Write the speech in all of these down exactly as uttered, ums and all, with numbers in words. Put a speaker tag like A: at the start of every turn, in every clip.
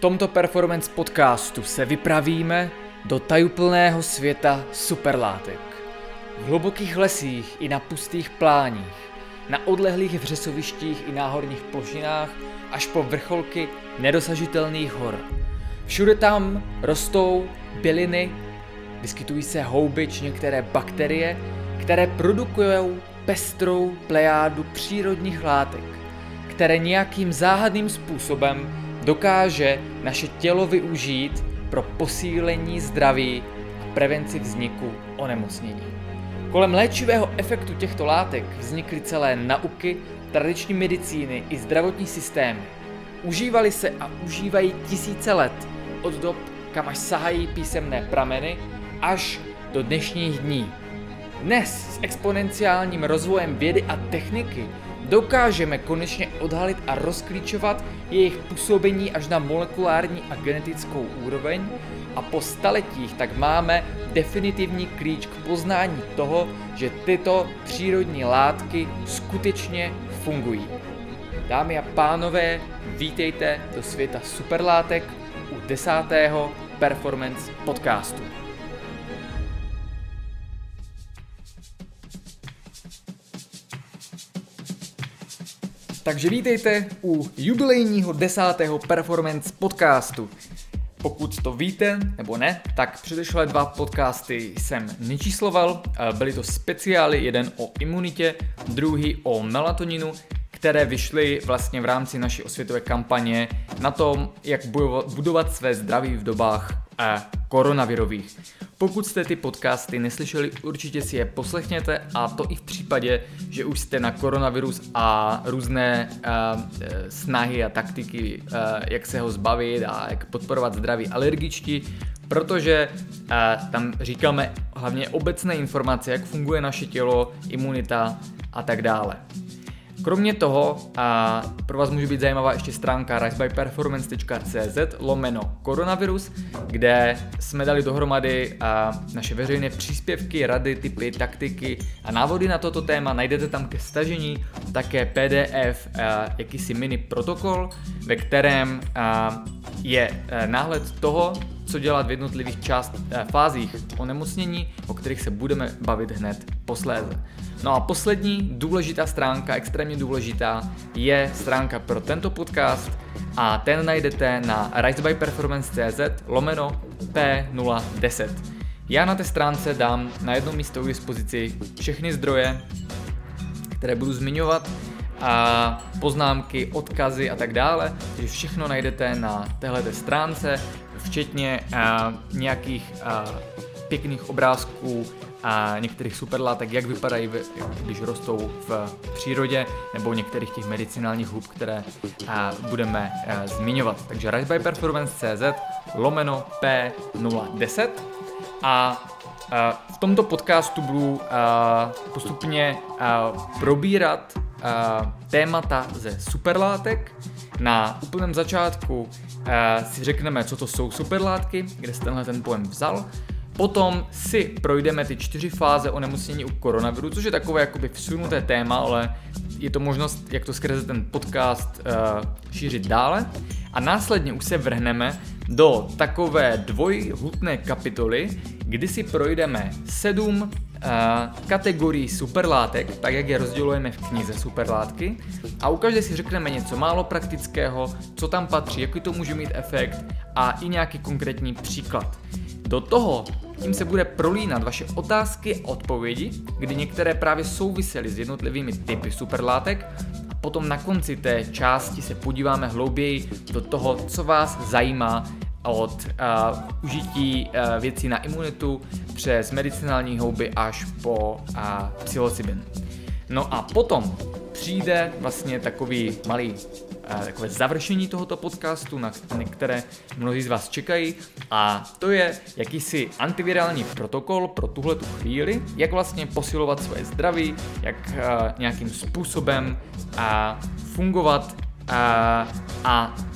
A: tomto performance podcastu se vypravíme do tajuplného světa superlátek. V hlubokých lesích i na pustých pláních, na odlehlých vřesovištích i náhorních plošinách až po vrcholky nedosažitelných hor. Všude tam rostou byliny, vyskytují se houby či některé bakterie, které produkují pestrou plejádu přírodních látek, které nějakým záhadným způsobem dokáže naše tělo využít pro posílení zdraví a prevenci vzniku onemocnění. Kolem léčivého efektu těchto látek vznikly celé nauky, tradiční medicíny i zdravotní systémy. Užívaly se a užívají tisíce let, od dob, kam až sahají písemné prameny, až do dnešních dní. Dnes s exponenciálním rozvojem vědy a techniky dokážeme konečně odhalit a rozklíčovat jejich působení až na molekulární a genetickou úroveň a po staletích tak máme definitivní klíč k poznání toho, že tyto přírodní látky skutečně fungují. Dámy a pánové, vítejte do světa superlátek u desátého Performance podcastu. Takže vítejte u jubilejního desátého Performance podcastu. Pokud to víte, nebo ne, tak předešlé dva podcasty jsem nečísloval. Byly to speciály, jeden o imunitě, druhý o melatoninu, které vyšly vlastně v rámci naší osvětové kampaně na tom, jak budovat své zdraví v dobách koronavirových. Pokud jste ty podcasty neslyšeli, určitě si je poslechněte, a to i v případě, že už jste na koronavirus a různé uh, snahy a taktiky, uh, jak se ho zbavit a jak podporovat zdraví alergičtí, protože uh, tam říkáme hlavně obecné informace, jak funguje naše tělo, imunita a tak dále. Kromě toho a pro vás může být zajímavá ještě stránka risebyperformance tečka cz lomeno koronavirus, kde jsme dali dohromady a naše veřejné příspěvky, rady, tipy, taktiky a návody na toto téma. Najdete tam ke stažení také P D F, a jakýsi mini protokol, ve kterém a, je náhled toho, co dělat v jednotlivých část, fázích onemocnění, o kterých se budeme bavit hned posléze. No a poslední důležitá stránka, extrémně důležitá, je stránka pro tento podcast a ten najdete na risebyperformance tečka cz lomeno P nula deset. Já na té stránce dám na jedno místo k dispozici všechny zdroje, které budu zmiňovat, a poznámky, odkazy a tak dále, takže všechno najdete na téhleté stránce, včetně a, nějakých a, pěkných obrázků a některých superlátek, jak vypadají, když rostou v přírodě, nebo některých těch medicinálních hub, které a, budeme a, zmiňovat. Takže risebyperformance tečka cz lomeno P nula deset a a v tomto podcastu budu a, postupně a, probírat a, témata ze superlátek. Na úplném začátku a, si řekneme, co to jsou superlátky, kde jsi tenhle ten pojem vzal. Potom si projdeme ty čtyři fáze onemocnění u koronaviru, což je takové jakoby vsunuté téma, ale je to možnost, jak to skrze ten podcast uh, šířit dále. A následně už se vrhneme do takové dvojhutné kapitoly, kdy si projdeme sedm uh, kategorií superlátek, tak jak je rozdělujeme v knize Superlátky, a u každé si řekneme něco málo praktického, co tam patří, jaký to může mít efekt a i nějaký konkrétní příklad. Do toho tím se bude prolínat vaše otázky a odpovědi, kdy některé právě souvisely s jednotlivými typy superlátek, a potom na konci té části se podíváme hlouběji do toho, co vás zajímá, od uh, užití uh, věcí na imunitu přes medicinální houby až po uh, psilocybin. No a potom přijde vlastně takový malý takové završení tohoto podcastu, na které mnozí z vás čekají, a to je jakýsi antivirální protokol pro tuhletu chvíli, jak vlastně posilovat svoje zdraví, jak uh, nějakým způsobem uh, fungovat uh, a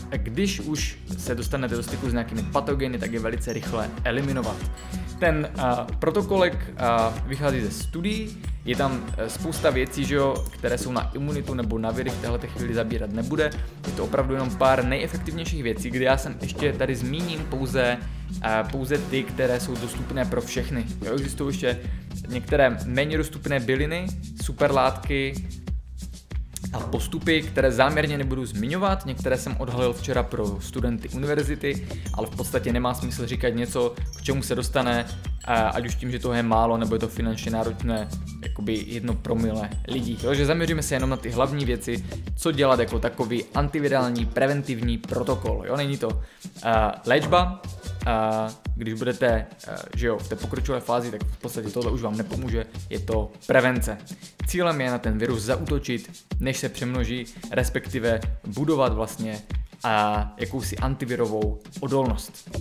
A: když už se dostanete do styku s nějakými patogeny, tak je velice rychle eliminovat. Ten uh, protokolek uh, vychází ze studií, je tam uh, spousta věcí, že jo, které jsou na imunitu nebo na viry v této chvíli zabírat nebude. Je to opravdu jenom pár nejefektivnějších věcí, kde já jsem ještě tady zmíním pouze, uh, pouze ty, které jsou dostupné pro všechny. Jo, existují ještě některé méně dostupné byliny, superlátky a postupy, které záměrně nebudu zmiňovat, některé jsem odhalil včera pro studenty univerzity, ale v podstatě nemá smysl říkat něco, k čemu se dostane, ať už tím, že toho je málo, nebo je to finančně náročné, jakoby jedno promile lidí. Takže zaměříme se jenom na ty hlavní věci, co dělat jako takový antivirální preventivní protokol. Jo? Není to uh, léčba, uh, když budete uh, že jo, v té pokročilé fázi, tak v podstatě tohle už vám nepomůže, je to prevence. Cílem je na ten virus zaútočit, než se přemnoží, respektive budovat vlastně uh, jakousi antivirovou odolnost.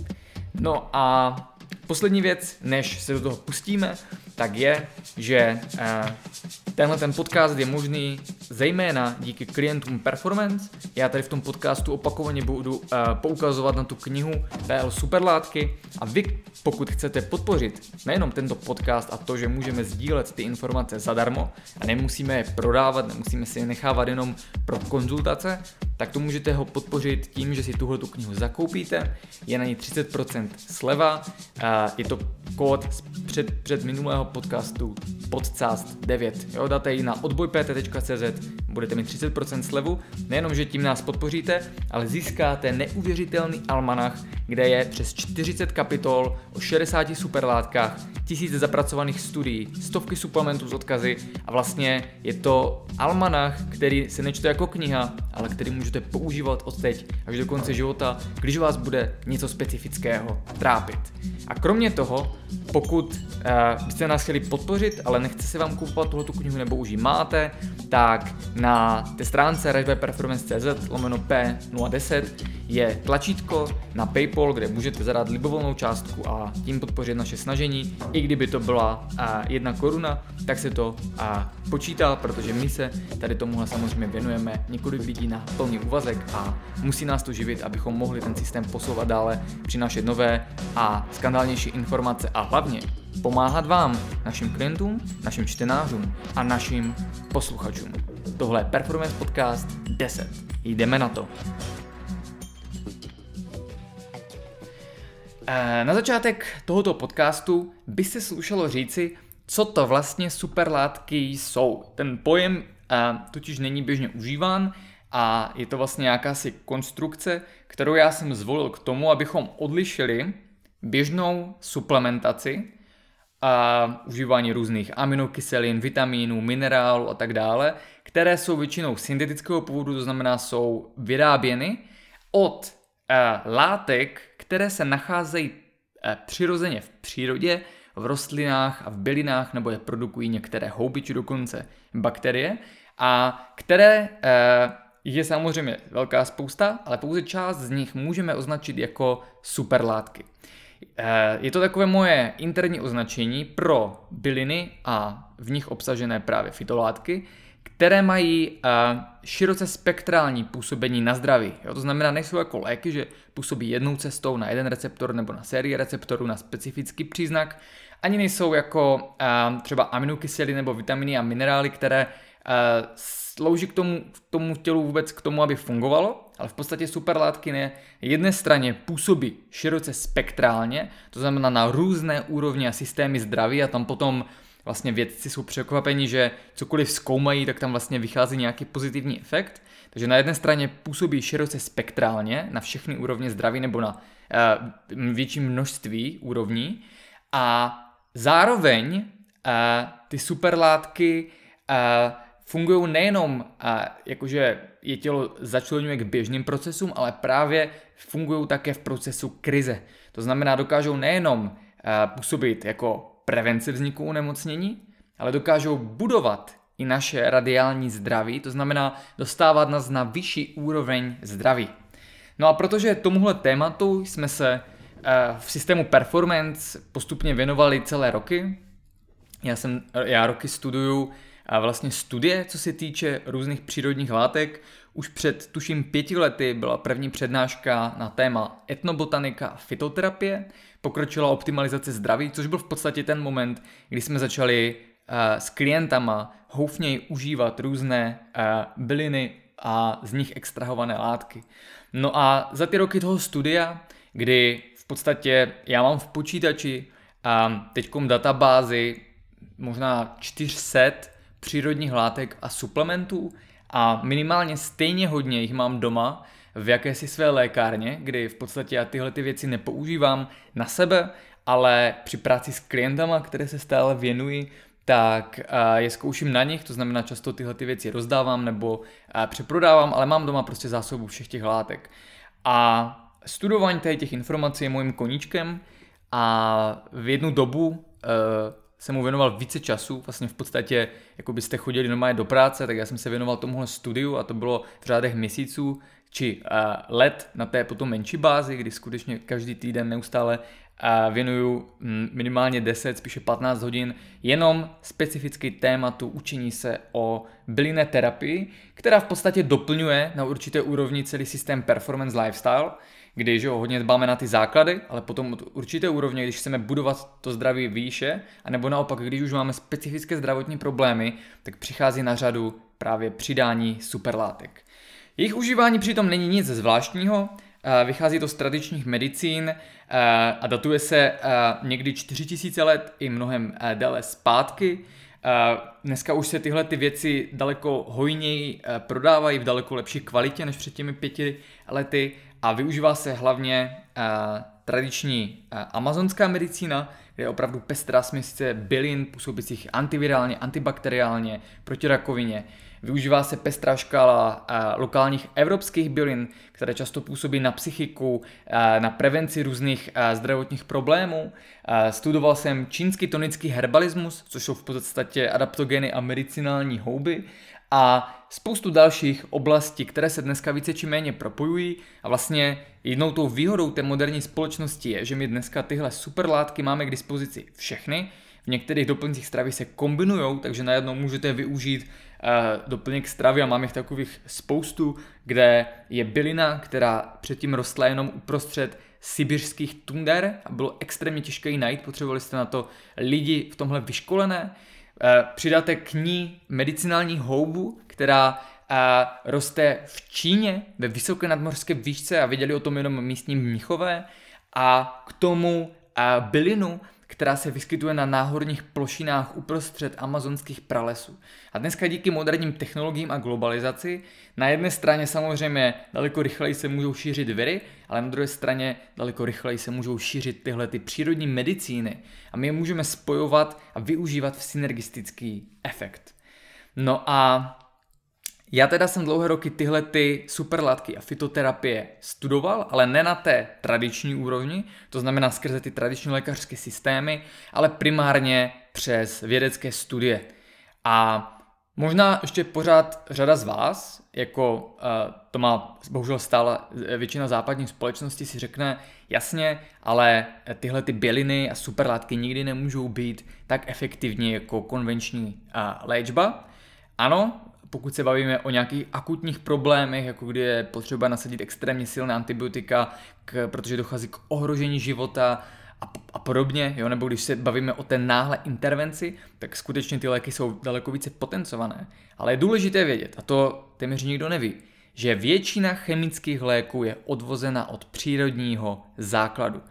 A: No a poslední věc, než se do toho pustíme, tak je, že uh, tenhle ten podcast je možný zejména díky klientům Performance. Já tady v tom podcastu opakovaně budu uh, poukazovat na tu knihu P L Superlátky a vy, pokud chcete podpořit nejenom tento podcast a to, že můžeme sdílet ty informace zadarmo a nemusíme je prodávat, nemusíme si je nechávat jenom pro konzultace, tak to můžete ho podpořit tím, že si tuhletu knihu zakoupíte, je na ní třicet procent sleva, uh, je to kód z před, před minulého podcastu podcast devět. Jo, dáte ji na odboj p t tečka c z, budete mít třicet procent slevu, nejenom, že tím nás podpoříte, ale získáte neuvěřitelný almanach, kde je přes čtyřicet kapitol o šedesáti superlátkách, tisíce zapracovaných studií, stovky suplementů z odkazy a vlastně je to almanach, který se nečte jako kniha, ale který můžete používat od teď až do konce života, když vás bude něco specifického trápit. A kromě toho, pokud uh, byste nás chtěli podpořit, ale nechce se vám kupovat tuhletu knihu nebo už ji máte, tak na té stránce rushbyperformance tečka c z lomeno p nula deset je tlačítko na PayPal, kde můžete zadat libovolnou částku a tím podpořit naše snažení. I kdyby to byla uh, jedna koruna, tak se to uh, počítá, protože my se tady tomuhle samozřejmě věnujeme několik lidí na plný úvazek a musí nás to živit, abychom mohli ten systém posouvat dále, přinášet nové a skandálnější informace a hlavně pomáhat vám, našim klientům, našim čtenářům a našim posluchačům. Tohle je Performance Podcast deset. Jdeme na to. Na začátek tohoto podcastu by se slušelo říci, co to vlastně superlátky jsou. Ten pojem totiž není běžně užíván a je to vlastně jakási konstrukce, kterou já jsem zvolil k tomu, abychom odlišili běžnou suplementaci a užívání různých aminokyselin, vitamínů, minerálů a tak dále, které jsou většinou syntetického původu, to znamená jsou vyráběny od uh, látek, které se nacházejí uh, přirozeně v přírodě, v rostlinách a v bylinách, nebo je produkují některé houby či dokonce bakterie, a které uh, je samozřejmě velká spousta, ale pouze část z nich můžeme označit jako superlátky. Je to takové moje interní označení pro byliny a v nich obsažené právě fytolátky, které mají široce spektrální působení na zdraví. Jo, to znamená, nejsou jako léky, že působí jednou cestou na jeden receptor nebo na sérii receptorů na specifický příznak, ani nejsou jako třeba aminokyseliny nebo vitaminy a minerály, které slouží k tomu, k tomu tělu vůbec k tomu, aby fungovalo, ale v podstatě superlátky na jedné straně působí široce spektrálně, to znamená na různé úrovně a systémy zdraví a tam potom vlastně vědci jsou překvapeni, že cokoliv zkoumají, tak tam vlastně vychází nějaký pozitivní efekt. Takže na jedné straně působí široce spektrálně na všechny úrovně zdraví nebo na uh, větší množství úrovní a zároveň uh, ty superlátky uh, fungují nejenom, jakože je tělo začleňuje k běžným procesům, ale právě fungují také v procesu krize. To znamená, dokážou nejenom působit jako prevence vzniku onemocnění, ale dokážou budovat i naše radiální zdraví, to znamená dostávat nás na vyšší úroveň zdraví. No a protože tomuhle tématu jsme se v systému Performance postupně věnovali celé roky, já, jsem, já roky studuju vlastně studie, co se týče různých přírodních látek. Už před tuším pěti lety byla první přednáška na téma etnobotanika a fytoterapie, pokročila optimalizace zdraví, což byl v podstatě ten moment, kdy jsme začali uh, s klientama houfněji užívat různé uh, byliny a z nich extrahované látky. No a za ty roky toho studia, kdy v podstatě já mám v počítači um, teďkom databázi možná čtyři sta přírodních látek a suplementů a minimálně stejně hodně jich mám doma v jakési své lékárně, kdy v podstatě já tyhle ty věci nepoužívám na sebe, ale při práci s klientama, které se stále věnují, tak je zkouším na nich, to znamená často tyhle ty věci rozdávám nebo přeprodávám, ale mám doma prostě zásobu všech těch látek. A studování tady těch informací je mojím koníčkem a v jednu dobu jsem mu věnoval více času, vlastně v podstatě, jako byste chodili normálně do práce, tak já jsem se věnoval tomuhle studiu a to bylo v řádech měsíců či uh, let na té potom menší bázi, kdy skutečně každý týden neustále uh, věnuju mm, minimálně deset, spíše patnáct hodin jenom specificky tématu učení se o bylinné terapii, která v podstatě doplňuje na určité úrovni celý systém performance lifestyle, kdy že jo, hodně dbáme na ty základy, ale potom od určité úrovně, když chceme budovat to zdraví výše, anebo naopak, když už máme specifické zdravotní problémy, tak přichází na řadu právě přidání superlátek. Jejich užívání přitom není nic zvláštního, vychází to z tradičních medicín a datuje se někdy čtyři tisíce let i mnohem déle zpátky. Dneska už se tyhle ty věci daleko hojněji prodávají v daleko lepší kvalitě než před těmi pěti lety a využívá se hlavně tradiční amazonská medicína, kde je opravdu pestrá směsice bylin působících antivirálně, antibakteriálně, proti rakovině. Využívá se pestrá škála lokálních evropských bylin, které často působí na psychiku, na prevenci různých zdravotních problémů. Studoval jsem čínský tonický herbalismus, což jsou v podstatě adaptogeny a medicinální houby a spoustu dalších oblastí, které se dneska více či méně propojují a vlastně jednou tou výhodou té moderní společnosti je, že my dneska tyhle superlátky máme k dispozici všechny. V některých doplňcích stravy se kombinujou, takže najednou můžete využít uh, doplněk stravy a máme jich takových spoustu, kde je bylina, která předtím rostla jenom uprostřed sibirských tunder a bylo extrémně těžké ji najít, potřebovali jste na to lidi v tomhle vyškolené. Uh, přidáte k ní medicinální houbu, která uh, roste v Číně ve vysoké nadmořské výšce a věděli o tom jenom místní mnichové a k tomu uh, bylinu, která se vyskytuje na náhorních plošinách uprostřed amazonských pralesů. A dneska díky moderním technologiím a globalizaci na jedné straně samozřejmě daleko rychleji se můžou šířit viry, ale na druhé straně daleko rychleji se můžou šířit tyhle ty přírodní medicíny a my je můžeme spojovat a využívat v synergistický efekt. No a já teda jsem dlouhé roky tyhle ty superlátky a fytoterapie studoval, ale ne na té tradiční úrovni, to znamená skrze ty tradiční lékařské systémy, ale primárně přes vědecké studie. A možná ještě pořád řada z vás, jako uh, to má bohužel stále většina západní společnosti, si řekne, jasně, ale tyhle ty byliny a superlátky nikdy nemůžou být tak efektivní jako konvenční uh, léčba. Ano, pokud se bavíme o nějakých akutních problémech, jako kdy je potřeba nasadit extrémně silné antibiotika, k, protože dochází k ohrožení života a, a podobně, jo? Nebo když se bavíme o té náhle intervenci, tak skutečně ty léky jsou daleko více potencované. Ale je důležité vědět, a to téměř nikdo neví, že většina chemických léků je odvozena od přírodního základu.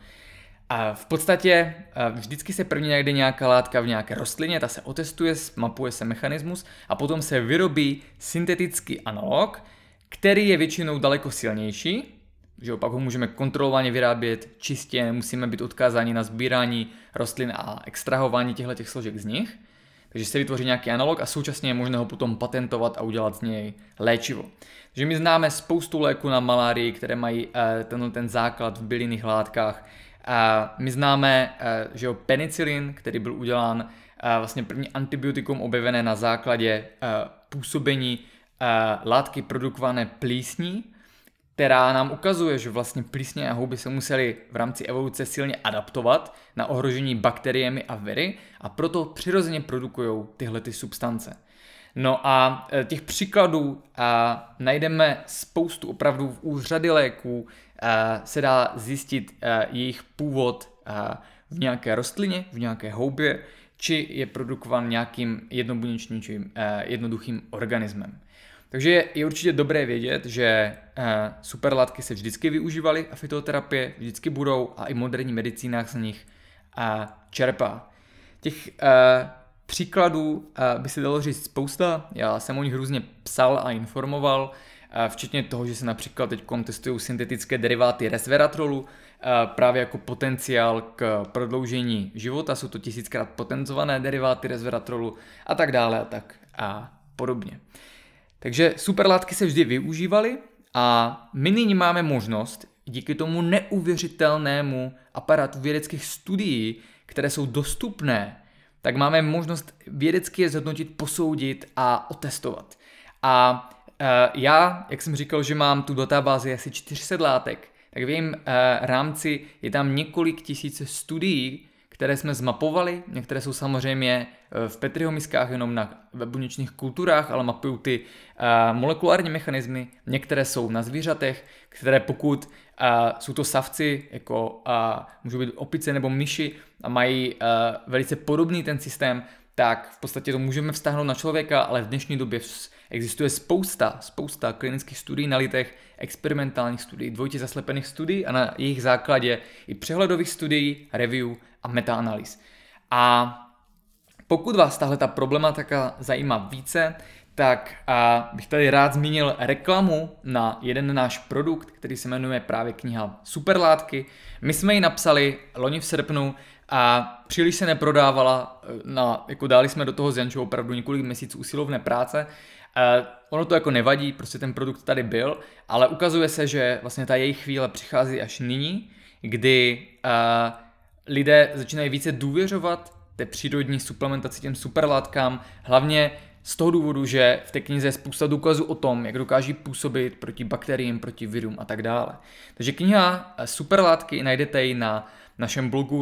A: A v podstatě vždycky se první najde nějaká látka v nějaké rostlině, ta se otestuje, mapuje se mechanismus a potom se vyrobí syntetický analog, který je většinou daleko silnější, že opak ho můžeme kontrolovaně vyrábět čistě, nemusíme být odkázáni na sbírání rostlin a extrahování těchto složek z nich. Takže se vytvoří nějaký analog a současně je možné ho potom patentovat a udělat z něj léčivo. Takže my známe spoustu léků na malárii, které mají tenhle ten základ v bylinných látkách. My známe, že jo, penicilin, který byl udělán vlastně první antibiotikum objevené na základě působení látky produkované plísní, která nám ukazuje, že vlastně plísně a houby se musely v rámci evoluce silně adaptovat na ohrožení bakteriemi a viry a proto přirozeně produkují tyhle ty substance. No a těch příkladů a, najdeme spoustu, opravdu v úřady léků a, se dá zjistit a, jejich původ a, v nějaké rostlině, v nějaké houbě, či je produkovan nějakým jednobuněčným, a, jednoduchým organismem. Takže je, je určitě dobré vědět, že uh, superlátky se vždycky využívaly a fytoterapie vždycky budou a i moderní medicínách z nich uh, čerpá. Těch uh, příkladů uh, by se dalo říct spousta, já jsem o nich různě psal a informoval, uh, včetně toho, že se například teď testují syntetické deriváty resveratrolu, uh, právě jako potenciál k prodloužení života, jsou to tisíckrát potenzované deriváty resveratrolu a tak dále a tak a podobně. Takže superlátky se vždy využívaly a my nyní máme možnost díky tomu neuvěřitelnému aparátu vědeckých studií, které jsou dostupné, tak máme možnost vědecky je zhodnotit, posoudit a otestovat. A e, já, jak jsem říkal, že mám tu databázi asi čtyři sta látek, tak v jejím e, rámci je tam několik tisíc studií, které jsme zmapovali, některé jsou samozřejmě v Petriho miskách jenom na buněčných kulturách, ale mapují ty uh, molekulární mechanismy, některé jsou na zvířatech, které pokud uh, jsou to savci, jako uh, můžou být opice nebo myši a mají uh, velice podobný ten systém, tak v podstatě to můžeme vztáhnout na člověka, ale v dnešní době existuje spousta, spousta klinických studií na lidech, experimentálních studií, dvojitě zaslepených studií a na jejich základě i přehledových studií, review a metaanalýz. A pokud vás tahle ta problematika zajímá více, tak a bych tady rád zmínil reklamu na jeden náš produkt, který se jmenuje právě kniha Superlátky. My jsme ji napsali loni v srpnu a příliš se neprodávala, na, jako dali jsme do toho s Jančou opravdu několik měsíců usilovné práce. Uh, ono to jako nevadí, prostě ten produkt tady byl, ale ukazuje se, že vlastně ta její chvíle přichází až nyní, kdy uh, lidé začínají více důvěřovat té přírodní suplementaci těm superlátkám, hlavně z toho důvodu, že v té knize je spousta důkazů o tom, jak dokáží působit proti bakteriím, proti virům a tak dále. Takže kniha Superlátky najdete ji na našem blogu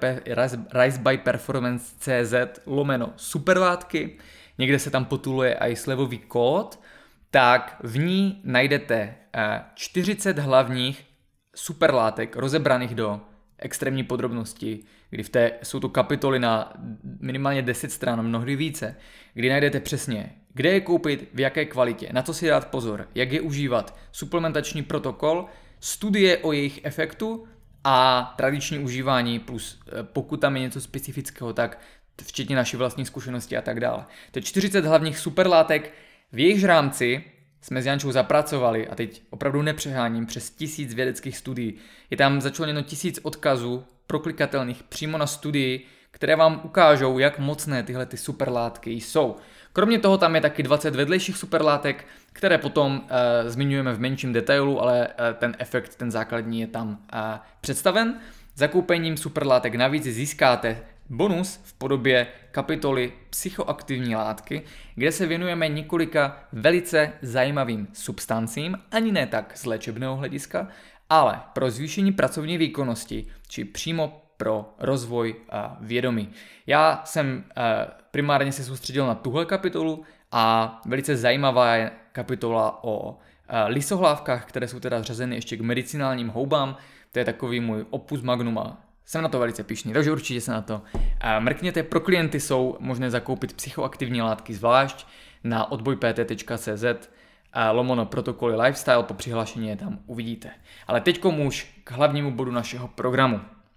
A: rise by performance tečka cé zet lomeno superlátky, někde se tam potuluje i slevový kód, tak v ní najdete čtyřicet hlavních superlátek rozebraných do extrémní podrobnosti, kdy v té jsou to kapitoly na minimálně deset stran, mnohdy více, kdy najdete přesně, kde je koupit, v jaké kvalitě, na co si dát pozor, jak je užívat, suplementační protokol, studie o jejich efektu a tradiční užívání, plus pokud tam je něco specifického, tak včetně naší vlastní zkušenosti a tak dále. To je čtyřicet hlavních superlátek, v jejich rámci jsme s Jančou zapracovali a teď opravdu nepřeháním přes tisíc vědeckých studií. Je tam začleněno tisíc odkazů proklikatelných přímo na studii, které vám ukážou, jak mocné tyhle ty superlátky jsou. Kromě toho tam je taky dvacet vedlejších superlátek, které potom e, zmiňujeme v menším detailu, ale e, ten efekt, ten základní je tam e, představen. Zakoupením superlátek navíc získáte bonus v podobě kapitoly Psychoaktivní látky, kde se věnujeme několika velice zajímavým substancím, ani ne tak z léčebného hlediska, ale pro zvýšení pracovní výkonnosti, či přímo pro rozvoj a vědomí. Já jsem primárně se soustředil na tuhle kapitolu a velice zajímavá je kapitola o lisohlávkách, které jsou teda řazeny ještě k medicinálním houbám. To je takový můj opus magnum a jsem na to velice pyšný, takže určitě se na to mrkněte. Pro klienty jsou možné zakoupit psychoaktivní látky zvlášť na odbojpt tečka cé zet lomono protokoly lifestyle, po přihlášení je tam uvidíte. Ale teďkom už k hlavnímu bodu našeho programu.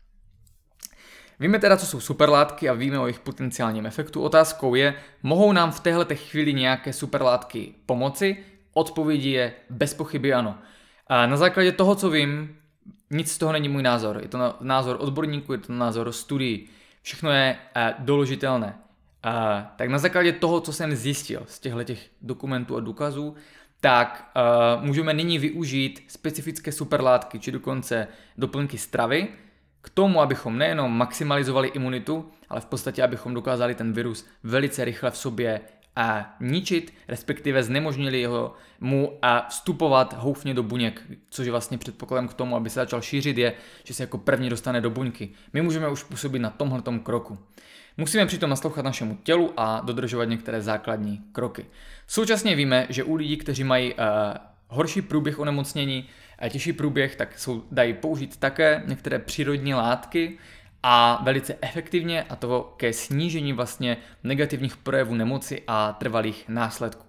A: Víme teda, co jsou superlátky a víme o jejich potenciálním efektu. Otázkou je, mohou nám v téhleté chvíli nějaké superlátky pomoci? Odpovědí je bez pochyby ano. A na základě toho, co vím, nic z toho není můj názor. Je to názor odborníků, je to názor studií. Všechno je uh, doložitelné. Uh, tak na základě toho, co jsem zjistil z těchto dokumentů a důkazů, tak uh, můžeme nyní využít specifické superlátky, či dokonce doplňky stravy, k tomu, abychom nejenom maximalizovali imunitu, ale v podstatě, abychom dokázali ten virus velice rychle v sobě a ničit, respektive znemožnili jeho mu a vstupovat houfně do buněk, což je vlastně předpokladem k tomu, aby se začal šířit, je, že se jako první dostane do buňky. My můžeme už působit na tomhletom kroku. Musíme přitom naslouchat našemu tělu a dodržovat některé základní kroky. Současně víme, že u lidí, kteří mají uh, horší průběh onemocnění, uh, těžší průběh, tak jsou, dají použít také některé přírodní látky a velice efektivně, a to ke snížení vlastně negativních projevů nemoci a trvalých následků.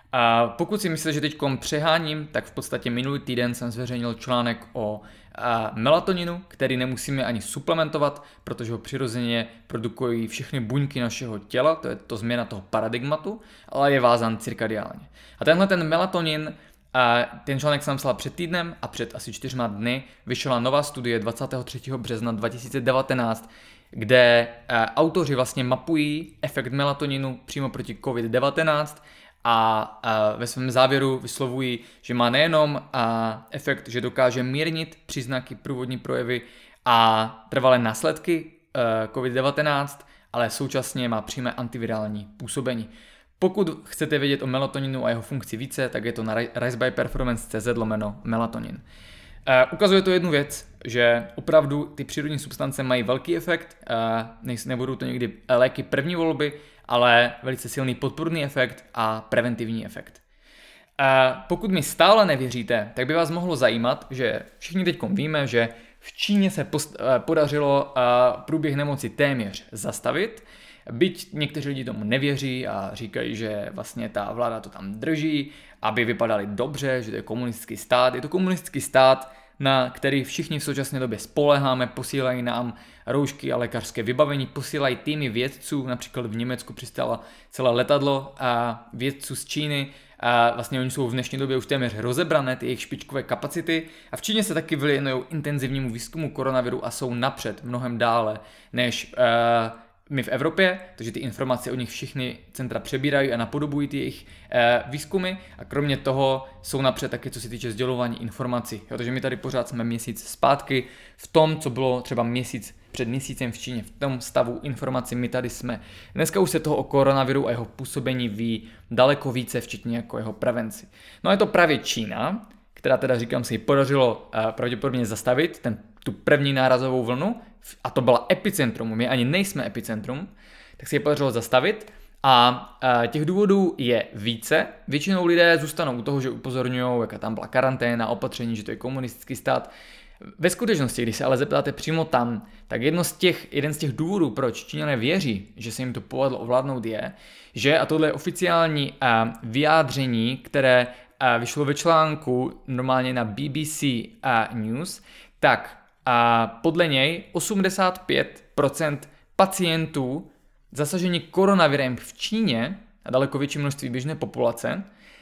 A: A pokud si myslíte, že teď přeháním, tak v podstatě minulý týden jsem zveřejnil článek o a, melatoninu, který nemusíme ani suplementovat, protože ho přirozeně produkují všechny buňky našeho těla, to je to změna toho paradigmatu, ale je vázán cirkadiálně. A tenhle ten melatonin, a ten článek jsem psal před týdnem a před asi čtyřma dny vyšla nová studie dvacátého třetího března dva tisíce devatenáct, kde a, autoři vlastně mapují efekt melatoninu přímo proti covid devatenáct a, a ve svém závěru vyslovují, že má nejenom a, efekt, že dokáže mírnit příznaky, průvodní projevy a trvalé následky a, covid devatenáct, ale současně má přímé antivirální působení. Pokud chcete vědět o melatoninu a jeho funkci více, tak je to na risebyperformance tečka cz lomeno melatonin. Uh, ukazuje to jednu věc, že opravdu ty přírodní substance mají velký efekt, uh, nebudou to někdy léky první volby, ale velice silný podpůrný efekt a preventivní efekt. Uh, pokud mi stále nevěříte, tak by vás mohlo zajímat, že všichni teď víme, že v Číně se post- uh, podařilo uh, průběh nemoci téměř zastavit. Byť někteří lidi tomu nevěří a říkají, že vlastně ta vláda to tam drží, aby vypadali dobře, že to je komunistický stát. Je to komunistický stát, na který všichni v současné době spoléháme, posílají nám roušky a lékařské vybavení, posílají týmy vědců, například v Německu přistálo celé letadlo a vědců z Číny. A vlastně oni jsou v dnešní době už téměř rozebrané, ty jejich špičkové kapacity, a v Číně se taky věnují intenzivnímu výzkumu koronaviru a jsou napřed mnohem dále než uh, my v Evropě, takže ty informace o nich všichni centra přebírají a napodobují ty jejich e, výzkumy, a kromě toho jsou napřed taky, co se týče sdělování informací. Jo, takže my tady pořád jsme měsíc zpátky v tom, co bylo třeba měsíc před měsícem v Číně, v tom stavu informací my tady jsme. Dneska už se toho o koronaviru a jeho působení ví daleko více, včetně jako jeho prevenci. No a je to právě Čína, která teda říkám se jí podařilo e, pravděpodobně zastavit ten, tu první nárazovou vlnu, a to byla epicentrum, my ani nejsme epicentrum, tak se je podařilo zastavit a, a těch důvodů je více. Většinou lidé zůstanou u toho, že upozorňují, jaká tam byla karanténa, opatření, že to je komunistický stát. Ve skutečnosti, když se ale zeptáte přímo tam, tak jedno z těch, jeden z těch důvodů, proč Číňané věří, že se jim to povedlo ovládnout, je, že, a tohle je oficiální a, vyjádření, které a, vyšlo ve článku normálně na B B C a, News, tak a podle něj osmdesát pět procent pacientů zasažení koronavirem v Číně a daleko větší množství běžné populace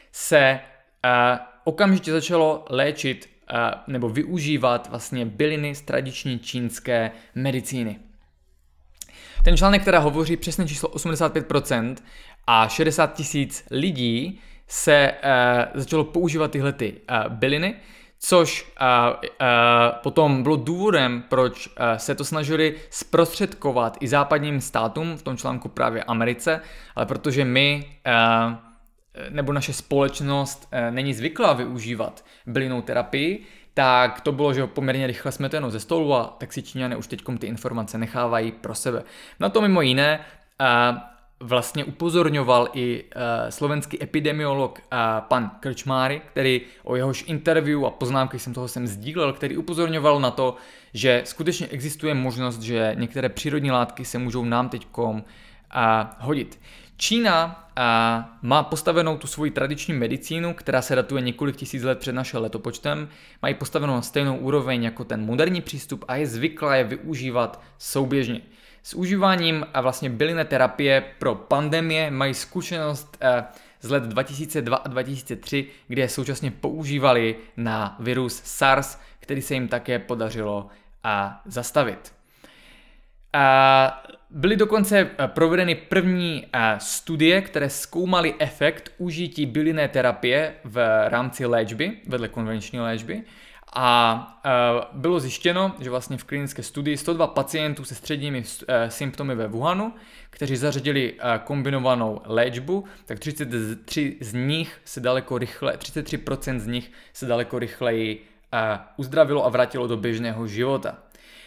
A: se uh, okamžitě začalo léčit uh, nebo využívat vlastně byliny z tradiční čínské medicíny. Ten článek teda hovoří přesně číslo osmdesát pět procent a šedesát tisíc lidí se uh, začalo používat tyhle ty, uh, byliny, což uh, uh, potom bylo důvodem, proč uh, se to snažili zprostředkovat i západním státům, v tom článku právě Americe, ale protože my uh, nebo naše společnost uh, není zvyklá využívat bylinnou terapii, tak to bylo, že poměrně rychle jsme to jenom ze stolu a tak si Číňané už teďkom ty informace nechávají pro sebe. Na to mimo jiné uh, vlastně upozorňoval i uh, slovenský epidemiolog uh, pan Krčmáry, který o jehož interview a poznámky jsem toho jsem sdílel, který upozorňoval na to, že skutečně existuje možnost, že některé přírodní látky se můžou nám teďkom uh, hodit. Čína uh, má postavenou tu svoji tradiční medicínu, která se datuje několik tisíc let před naším letopočtem, mají postavenou na stejnou úroveň jako ten moderní přístup a je zvyklá je využívat souběžně. S užíváním a vlastně bylinné terapie pro pandemie mají zkušenost uh, z let dva tisíce dva a dva tisíce tři, kde je současně používali na virus SARS, který se jim také podařilo uh, zastavit. Uh, byly dokonce provedeny první studie, které zkoumaly efekt užití bylinné terapie v rámci léčby, vedle konvenční léčby. A uh, bylo zjištěno, že vlastně v klinické studii sto dva pacientů se středními uh, symptomy ve Wuhanu, kteří zařadili uh, kombinovanou léčbu, tak třicet tři z nich se daleko rychle, třicet tři procent z nich se daleko rychleji uh, uzdravilo a vrátilo do běžného života.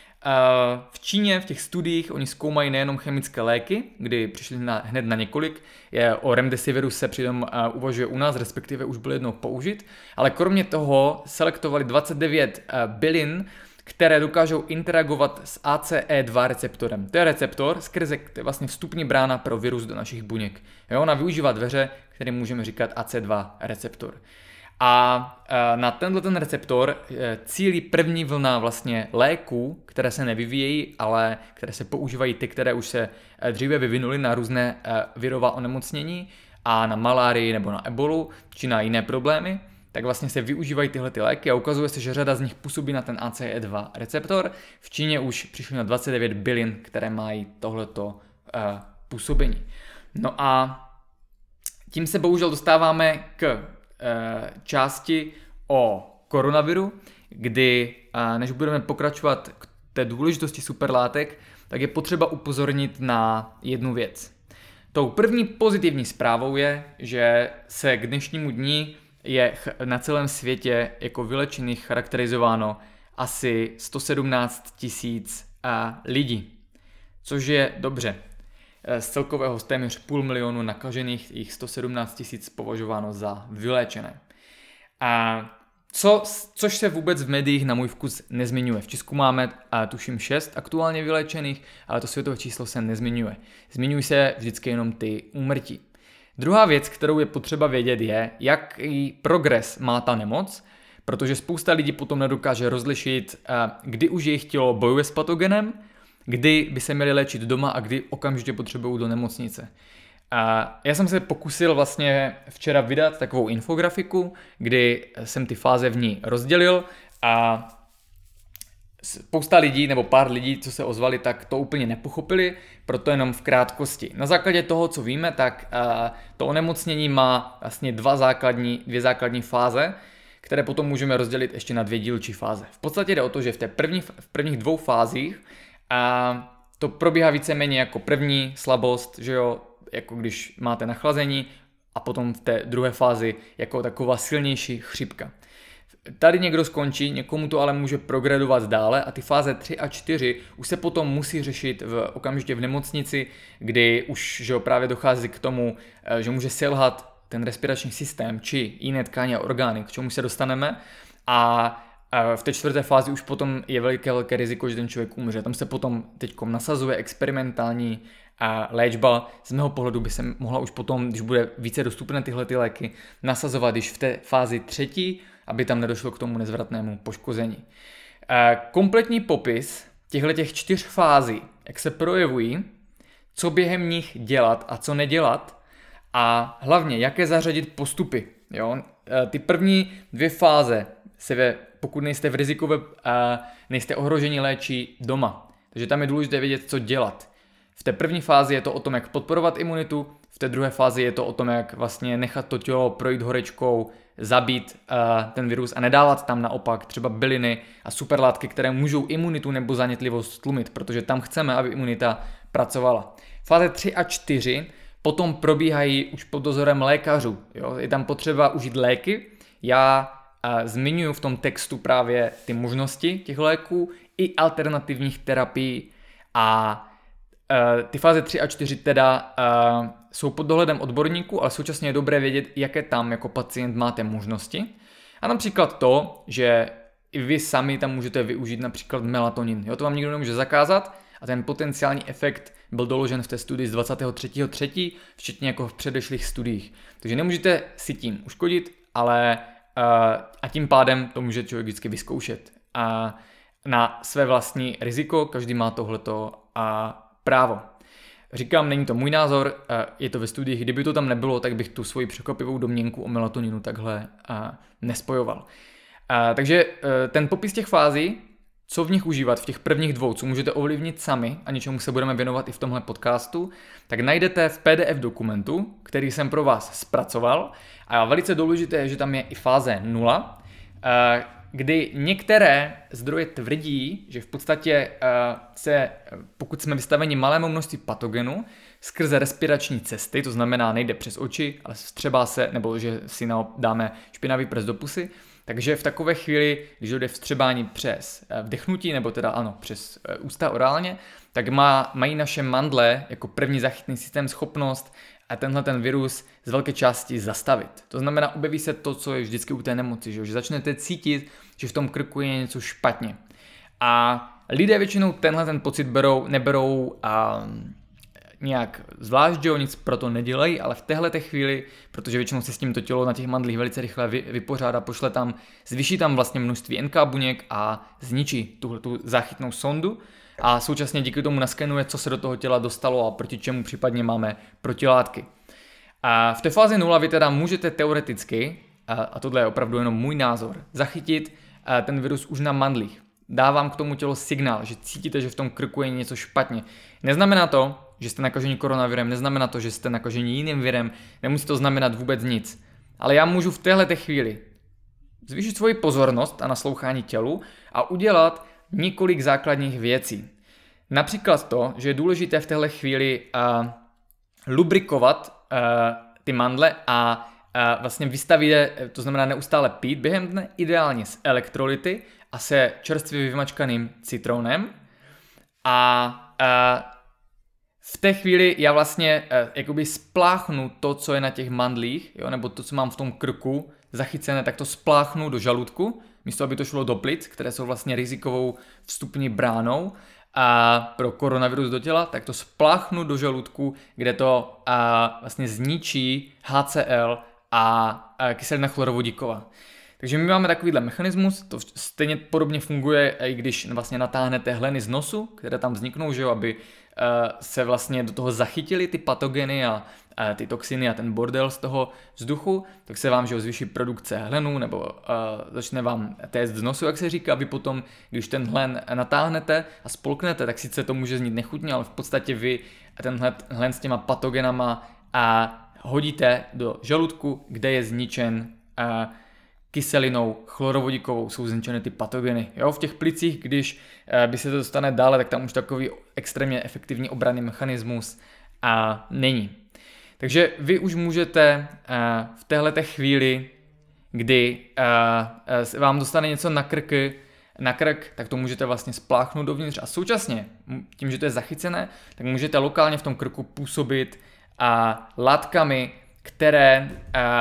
A: V Číně v těch studiích oni zkoumají nejenom chemické léky, kdy přišli na, hned na několik, je, o remdesiviru se přitom uh, uvažuje u nás, respektive už byl jednou použit, ale kromě toho selektovali dvacet devět uh, bylin, které dokážou interagovat s A C E dva receptorem. To je receptor, skrze to je vlastně vstupní brána pro virus do našich buněk. Jo, ona využívá dveře, které můžeme říkat A C dva receptor. A na tenhle ten receptor cílí první vlna vlastně léků, které se nevyvíjejí, ale které se používají ty, které už se dříve vyvinuly na různé virová onemocnění a na malárii nebo na ebolu či na jiné problémy, tak vlastně se využívají tyhle ty léky a ukazuje se, že řada z nich působí na ten A C E dva receptor. V Číně už přišli na dvacet devět bylin, které mají tohleto působení. No a tím se bohužel dostáváme k části o koronaviru, kdy než budeme pokračovat k té důležitosti superlátek, tak je potřeba upozornit na jednu věc. Tou první pozitivní zprávou je, že se k dnešnímu dni je na celém světě jako vylečených charakterizováno asi sto sedmnáct tisíc lidí, což je dobře. Z celkového téměř půl milionu nakažených jich sto sedmnáct tisíc považováno za vyléčené. A co, což se vůbec v médiích na můj vkus nezmiňuje. V Česku máme a tuším šest aktuálně vyléčených, ale to světové číslo se nezmiňuje. Zmiňují se vždycky jenom ty úmrtí. Druhá věc, kterou je potřeba vědět, je, jaký progres má ta nemoc, protože spousta lidí potom nedokáže rozlišit, kdy už jejich tělo bojuje s patogenem, kdy by se měli léčit doma a kdy okamžitě potřebují do nemocnice. A já jsem se pokusil vlastně včera vydat takovou infografiku, kdy jsem ty fáze v ní rozdělil a spousta lidí nebo pár lidí, co se ozvali, tak to úplně nepochopili, proto jenom v krátkosti. Na základě toho, co víme, tak to onemocnění má vlastně dva základní, dvě základní fáze, které potom můžeme rozdělit ještě na dvě dílčí fáze. V podstatě jde o to, že v, té první, v prvních dvou fázích a to probíhá víceméně jako první slabost, že jo, jako když máte nachlazení a potom v té druhé fázi jako taková silnější chřipka. Tady někdo skončí, někomu to ale může progredovat dále a ty fáze tři a čtyři už se potom musí řešit v, okamžitě v nemocnici, kdy už že jo, právě dochází k tomu, že může selhat ten respirační systém či jiné tkáně a orgány, k čemu se dostaneme a v té čtvrté fázi už potom je veliké, velké riziko, že ten člověk umře. Tam se potom teďkom nasazuje experimentální léčba. Z mého pohledu by se mohla už potom, když bude více dostupné tyhle ty léky, nasazovat již v té fázi třetí, aby tam nedošlo k tomu nezvratnému poškození. Kompletní popis těchto čtyř fází, jak se projevují, co během nich dělat a co nedělat a hlavně, jaké zařadit postupy. Jo? Ty první dvě fáze se ve, pokud nejste v rizikové, nejste ohroženi, léčí doma. Takže tam je důležité vědět, co dělat. V té první fázi je to o tom, jak podporovat imunitu, v té druhé fázi je to o tom, jak vlastně nechat to tělo projít horečkou, zabít uh, ten virus a nedávat tam naopak třeba byliny a superlátky, které můžou imunitu nebo zanětlivost tlumit, protože tam chceme, aby imunita pracovala. Fáze tři a čtyři potom probíhají už pod dozorem lékařů. Jo? Je tam potřeba užít léky. Já uh, zmiňuji v tom textu právě ty možnosti těch léků i alternativních terapií a Uh, ty fáze tři a čtyři teda uh, jsou pod dohledem odborníků, ale současně je dobré vědět, jaké tam jako pacient máte možnosti. A například to, že i vy sami tam můžete využít například melatonin. Jo, to vám nikdo nemůže zakázat a ten potenciální efekt byl doložen v té studii z dvacátého třetího třetího včetně jako v předešlých studiích. Takže nemůžete si tím uškodit, ale uh, a tím pádem to může člověk vždycky vyzkoušet. A na své vlastní riziko, každý má tohleto a právo. Říkám, není to můj názor, je to ve studiích, kdyby to tam nebylo, tak bych tu svoji překvapivou domněnku o melatoninu takhle nespojoval. Takže ten popis těch fází, co v nich užívat v těch prvních dvou, co můžete ovlivnit sami a něčemu se budeme věnovat i v tomhle podcastu, tak najdete v P D F dokumentu, který jsem pro vás zpracoval a velice důležité je, že tam je i fáze nula, kdy některé zdroje tvrdí, že v podstatě se, pokud jsme vystaveni malému množství patogenů skrze respirační cesty, to znamená nejde přes oči, ale vstřebá se, nebo že si dáme špinavý prst do pusy, takže v takové chvíli, když dojde vstřebání přes vdechnutí, nebo teda ano, přes ústa orálně, tak má, mají naše mandle jako první zachytný systém schopnost a tenhle ten virus z velké části zastavit. To znamená, objeví se to, co je vždycky u té nemoci, že, že začnete cítit, že v tom krku je něco špatně. A lidé většinou tenhle ten pocit berou, neberou a nějak zvlášť, že nic pro to nedělají, ale v téhle chvíli, protože většinou se s tím to tělo na těch mandlích velice rychle vy, vypořádá, pošle tam, zvýší tam vlastně množství N K buněk a zničí tuhle tu záchytnou sondu a současně díky tomu naskenuje, co se do toho těla dostalo a proti čemu případně máme protilátky. A v té fázi nula vy teda můžete teoreticky, a tohle je opravdu jenom můj názor, zachytit ten virus už na mandlích. Dávám k tomu tělo signál, že cítíte, že v tom krku je něco špatně. Neznamená to, že jste nakažení koronavirem, neznamená to, že jste nakažení jiným virem, nemusí to znamenat vůbec nic. Ale já můžu v téhle chvíli zvýšit svoji pozornost a naslouchání tělu a udělat několik základních věcí. Například to, že je důležité v téhle chvíli uh, lubrikovat uh, ty mandle a uh, vlastně vystavit je, to znamená neustále pít během dne, ideálně s elektrolyty a se čerstvě vymačkaným citronem. A uh, v té chvíli já vlastně uh, jakoby spláchnu to, co je na těch mandlích, jo, nebo to, co mám v tom krku zachycené, tak to spláchnu do žaludku, místo aby to šlo do plic, které jsou vlastně rizikovou vstupní bránou a pro koronavirus do těla, tak to spláchnu do žaludku, kde to a, vlastně zničí H C L a, a kyselina chlorovodíková. Takže my máme takovýhle mechanismus, to stejně podobně funguje, i když vlastně natáhnete hleny z nosu, které tam vzniknou, že jo, aby se vlastně do toho zachytily ty patogeny a, a ty toxiny a ten bordel z toho vzduchu, tak se vám, že jo, zvýší produkce hlenů nebo uh, začne vám téct z nosu, jak se říká, vy potom, když ten hlen natáhnete a spolknete, tak sice to může znít nechutně, ale v podstatě vy ten hlen s těma patogenama a hodíte do žaludku, kde je zničen uh, kyselinou chlorovodíkovou, jsou zničeny ty patogeny. Jo, v těch plicích, když by se to dostane dále, tak tam už takový extrémně efektivní obranný mechanismus a není. Takže vy už můžete v téhleté chvíli, kdy vám dostane něco na krk, na krk, tak to můžete vlastně spláchnout dovnitř a současně, tím, že to je zachycené, tak můžete lokálně v tom krku působit látkami, které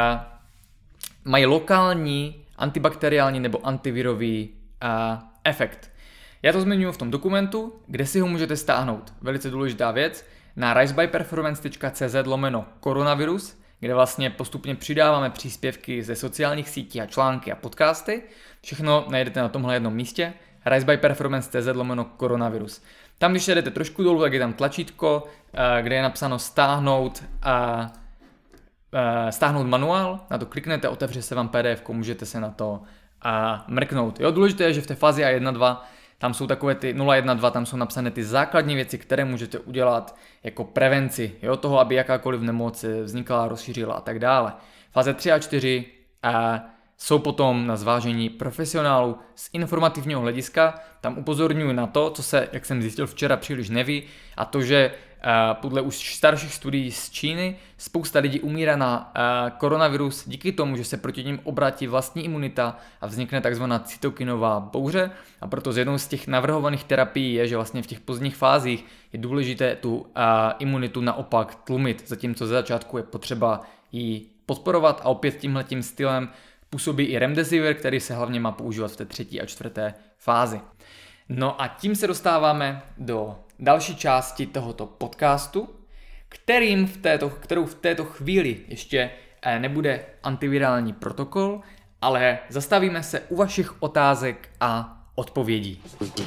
A: mají lokální antibakteriální nebo antivirový uh, efekt. Já to zmiňuji v tom dokumentu, kde si ho můžete stáhnout. Velice důležitá věc na risebyperformance tečka cz lomeno koronavirus, kde vlastně postupně přidáváme příspěvky ze sociálních sítí a články a podcasty. Všechno najdete na tomhle jednom místě. risebyperformance tečka cz lomeno koronavirus. Tam, když jdete trošku dolů, tak je tam tlačítko, uh, kde je napsáno stáhnout a uh, stáhnout manuál, na to kliknete, otevře se vám P D F, můžete se na to a mrknout. Jo, důležité je, že v té fázi A jedna dva tam jsou takové ty nula jedna dva, tam jsou napsané ty základní věci, které můžete udělat jako prevenci, jo, toho, aby jakákoliv nemoc vznikla, rozšířila a tak dále. Fáze tři a čtyři a jsou potom na zvážení profesionálů z informativního hlediska. Tam upozorňuji na to, co se, jak jsem zjistil včera, příliš neví, a to, že podle už starších studií z Číny spousta lidí umírá na koronavirus díky tomu, že se proti ním obrátí vlastní imunita a vznikne takzvaná cytokinová bouře, a proto z jednou z těch navrhovaných terapií je, že vlastně v těch pozdních fázích je důležité tu imunitu naopak tlumit, zatímco ze začátku je potřeba ji podporovat, a opět tímhletím stylem působí i remdesivir, který se hlavně má používat v té třetí a čtvrté fázi. No a tím se dostáváme do další části tohoto podcastu, kterým v této, kterou v této chvíli ještě nebude antivirální protokol, ale zastavíme se u vašich otázek a odpovědí.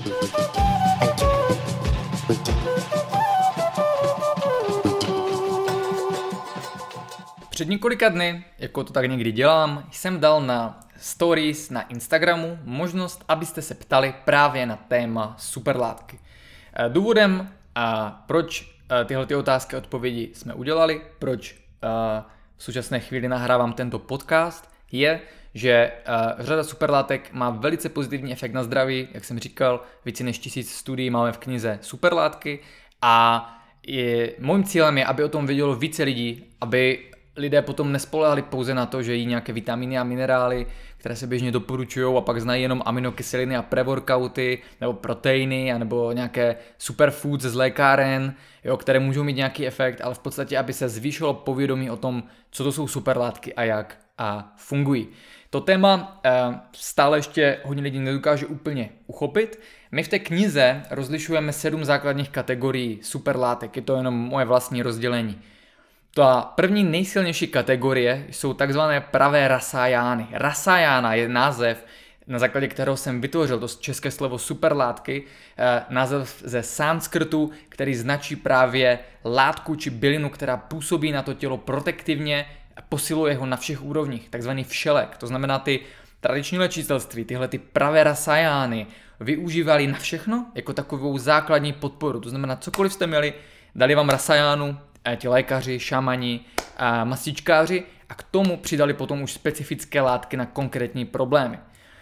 A: Před několika dny, jako to tak někdy dělám, jsem dal na stories na Instagramu možnost, abyste se ptali právě na téma superlátky. Důvodem, proč tyhle ty otázky a odpovědi jsme udělali, proč v současné chvíli nahrávám tento podcast, je, že uh, řada superlátek má velice pozitivní efekt na zdraví, jak jsem říkal, více než tisíc studií máme v knize Superlátky a je, mým cílem je, aby o tom vědělo více lidí, aby lidé potom nespolehali pouze na to, že jí nějaké vitamíny a minerály, které se běžně doporučují a pak znají jenom aminokyseliny a pre-workouty nebo proteiny nebo nějaké superfoods z lékáren, jo, které můžou mít nějaký efekt, ale v podstatě, aby se zvýšilo povědomí o tom, co to jsou superlátky a jak a fungují. To téma e, stále ještě hodně lidí nedokáže úplně uchopit. My v té knize rozlišujeme sedm základních kategorií superlátek, je to jenom moje vlastní rozdělení. Ta první nejsilnější kategorie jsou takzvané pravé rasajány. Rasajána je název, na základě kterého jsem vytvořil to české slovo superlátky, eh, název ze sanskrtu, který značí právě látku či bylinu, která působí na to tělo protektivně a posiluje ho na všech úrovních, takzvaný všelek. To znamená, ty tradiční léčitelství, tyhle ty pravé rasajány využívali na všechno jako takovou základní podporu. To znamená, cokoliv jste měli, dali vám rasajánu, ti lékaři, šamani, masičkáři a k tomu přidali potom už specifické látky na konkrétní problémy.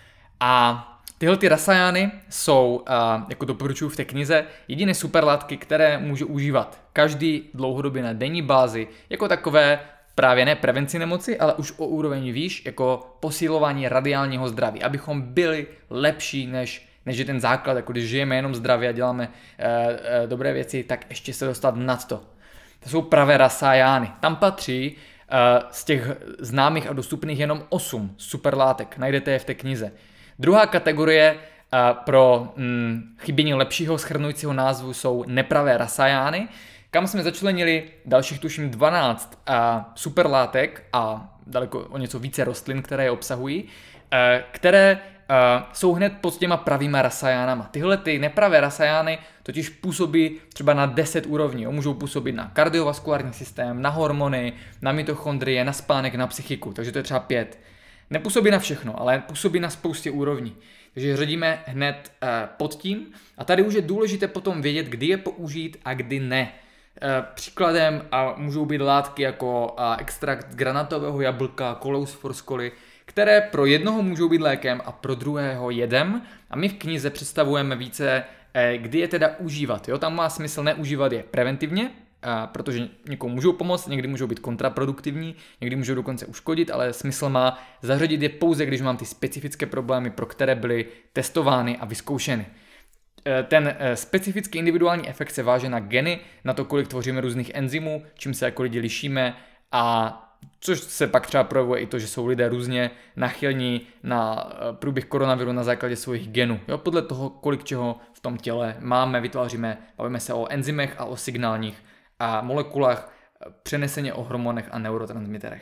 A: A tyhle ty rasajány jsou, jako doporučuji v té knize, jediné superlátky, které může užívat každý dlouhodobě na denní bázi, jako takové právě ne prevenci nemoci, ale už o úroveň výš, jako posilování radiálního zdraví, abychom byli lepší než než je ten základ, jako když žijeme jenom zdravě a děláme e, e, dobré věci, tak ještě se dostat nad to. To jsou pravé rasajány. Tam patří uh, z těch známých a dostupných jenom osm superlátek. Najdete je v té knize. Druhá kategorie uh, pro mm, chybění lepšího shrnujícího názvu jsou nepravé rasajány, kam jsme začlenili dalších tuším dvanáct uh, superlátek a daleko o něco více rostlin, které je obsahují, uh, které Uh, jsou hned pod těma pravýma rasajánama. Tyhle ty nepravé rasajány totiž působí třeba na deset úrovní. Jo? Můžou působit na kardiovaskulární systém, na hormony, na mitochondrie, na spánek, na psychiku. Takže to je třeba pět. Nepůsobí na všechno, ale působí na spoustě úrovní. Takže řadíme hned uh, pod tím. A tady už je důležité potom vědět, kdy je použít a kdy ne. Uh, příkladem uh, můžou být látky jako uh, extrakt granatového jablka, koleus forskolly, které pro jednoho můžou být lékem a pro druhého jedem. A my v knize představujeme více, kdy je teda užívat. Jo? Tam má smysl neužívat je preventivně, protože někomu můžou pomoct, někdy můžou být kontraproduktivní, někdy můžou dokonce uškodit, ale smysl má zařadit je pouze, když mám ty specifické problémy, pro které byly testovány a vyzkoušeny. Ten specifický individuální efekt se váže na geny, na to, kolik tvoříme různých enzymů, čím se jako lidi lišíme a což se pak třeba projevuje i to, že jsou lidé různě nachylní na průběh koronaviru na základě svých genů. Jo, podle toho, kolik čeho v tom těle máme, vytváříme, bavíme se o enzymech a o signálních a molekulách, přeneseně o hormonech a neurotransmiterech.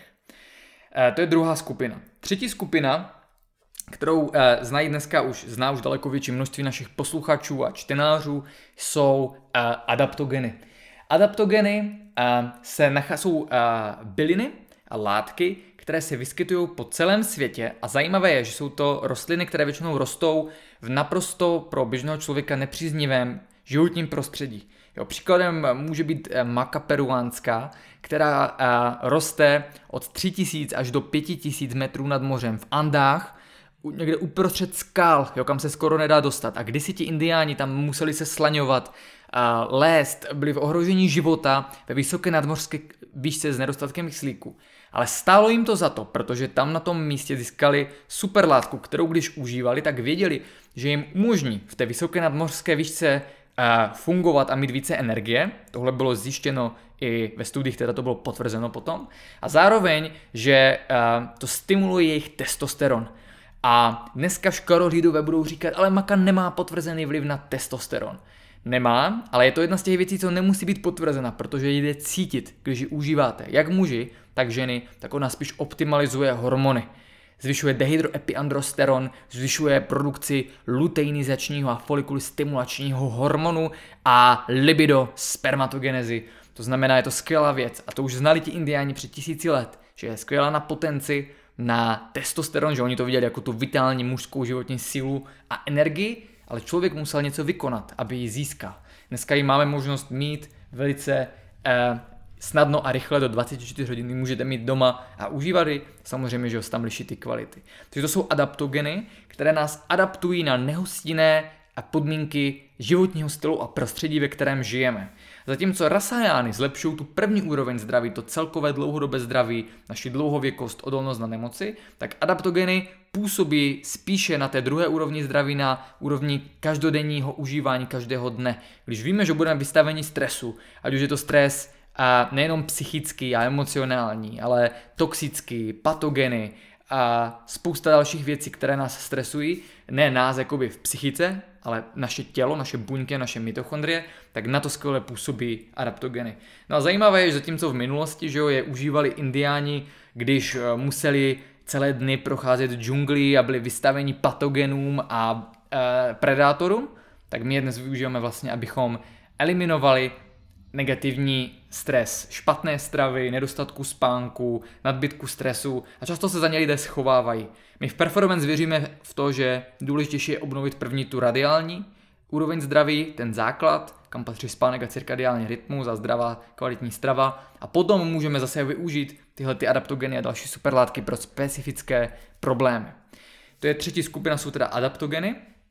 A: E, to je druhá skupina. Třetí skupina, kterou e, znají dneska už, zná už daleko větší množství našich posluchačů a čtenářů, jsou e, adaptogeny. Adaptogeny e, se nachá, jsou e, byliny a látky, které se vyskytují po celém světě a zajímavé je, že jsou to rostliny, které většinou rostou v naprosto pro běžného člověka nepříznivém životním prostředí. Jo, příkladem může být maka peruánská, která uh, roste od tři tisíce až do pět tisíc metrů nad mořem v Andách, někde uprostřed skal, jo, kam se skoro nedá dostat. A kdysi ti indiáni tam museli se slaňovat, uh, lézt, byli v ohrožení života ve vysoké nadmořské výšce s nedostatkem kyslíku. Ale stálo jim to za to, protože tam na tom místě získali superlátku, kterou když užívali, tak věděli, že jim umožní v té vysoké nadmořské výšce uh, fungovat a mít více energie. Tohle bylo zjištěno i ve studiích, teda to bylo potvrzeno potom. A zároveň, že uh, to stimuluje jejich testosteron. A dneska škarohlídové budou říkat, ale maka nemá potvrzený vliv na testosteron. Nemá, ale je to jedna z těch věcí, co nemusí být potvrzena, protože jde cítit, když ji užíváte. Jak muži, tak ženy, tak ona spíš optimalizuje hormony. Zvyšuje dehydroepiandrosteron, zvyšuje produkci luteinizačního a folikulistimulačního hormonu a libido spermatogenezy. To znamená, je to skvělá věc a to už znali ti indiáni před tisíci let, že je skvělá na potenci, na testosteron, že oni to viděli jako tu vitální mužskou životní sílu a energii, ale člověk musel něco vykonat, aby ji získal. Dneska ji máme možnost mít velice eh, snadno a rychle do dvacet čtyři hodin můžete mít doma a užívat ji. Samozřejmě, že ho tam liší ty kvality. Takže to jsou adaptogeny, které nás adaptují na nehostinné podmínky životního stylu a prostředí, ve kterém žijeme. Zatímco rasajány zlepšují tu první úroveň zdraví, to celkové dlouhodobé zdraví, naši dlouhověkost, odolnost na nemoci, tak adaptogeny působí spíše na té druhé úrovni zdraví, na úrovni každodenního užívání každého dne. Když víme, že budeme vystaveni stresu, ať už je to stres a nejenom psychický a emocionální, ale toxický, patogeny a spousta dalších věcí, které nás stresují, ne nás jakoby v psychice, ale naše tělo, naše buňky, naše mitochondrie, tak na to skvěle působí adaptogeny. No a zajímavé je, že zatímco v minulosti, že jo, je užívali indiáni, když museli celé dny procházet džunglí a byli vystaveni patogenům a e, predátorům, tak my je dnes využíváme vlastně, abychom eliminovali negativní stres, špatné stravy, nedostatku spánku, nadbytku stresu a často se za ně lidé schovávají. My v Performance věříme v to, že důležitější je obnovit první tu radiální úroveň zdraví, ten základ, kam patří spánek a cirkadiální rytmus a zdravá kvalitní strava a potom můžeme zase využít tyhle ty adaptogeny a další superlátky pro specifické problémy. To je třetí skupina, jsou teda adaptogeny,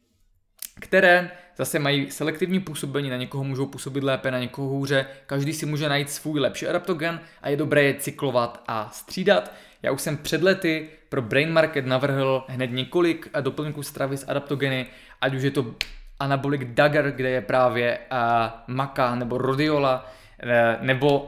A: které zase mají selektivní působení, na někoho můžou působit lépe, na někoho hůře, každý si může najít svůj lepší adaptogen a je dobré je cyklovat a střídat. Já už jsem před lety pro Brain Market navrhl hned několik doplňků stravy s adaptogeny, ať už je to Anabolic Dagger, kde je právě uh, Maca nebo Rhodiola, uh, nebo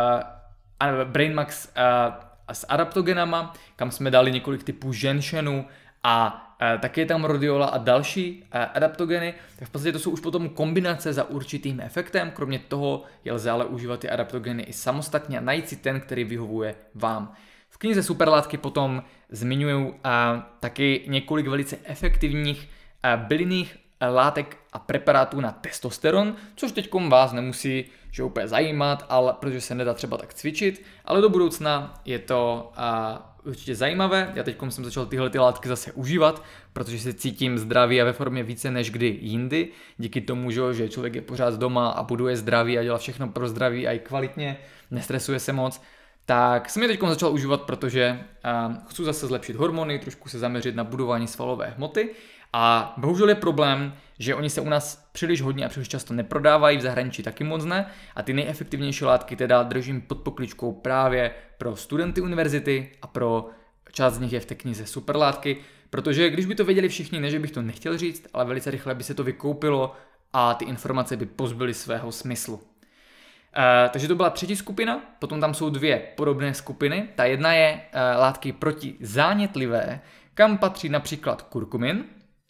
A: uh, Brain Max uh, s adaptogenama, kam jsme dali několik typů ženšenu a Uh, taky je tam rhodiola a další uh, adaptogeny, tak v podstatě to jsou už potom kombinace za určitým efektem, kromě toho je lze ale užívat ty adaptogeny i samostatně a najít si ten, který vyhovuje vám. V knize Superlátky potom zmiňuji uh, taky několik velice efektivních uh, bylinných uh, látek a preparátů na testosteron, což teďkom vás nemusí že úplně zajímat, ale protože se nedá třeba tak cvičit, ale do budoucna je to uh, určitě zajímavé. Já teď jsem začal tyhle ty látky zase užívat, protože se cítím zdravý a ve formě více než kdy jindy. Díky tomu, že člověk je pořád doma a buduje zdraví a dělá všechno pro zdraví a i kvalitně, nestresuje se moc. Tak jsem je teď začal užívat, protože uh, chci zase zlepšit hormony, trošku se zaměřit na budování svalové hmoty. A bohužel je problém, že oni se u nás příliš hodně a příliš často neprodávají, v zahraničí taky moc ne. A ty nejefektivnější látky teda držím pod pokličkou právě pro studenty univerzity a pro část z nich je v té knize Superlátky. Protože když by to věděli všichni, ne že bych to nechtěl říct, ale velice rychle by se to vykoupilo a ty informace by pozbyly svého smyslu. Uh, takže to byla třetí skupina, potom tam jsou dvě podobné skupiny. Ta jedna je uh, látky protizánětlivé, kam patří například kurkumin,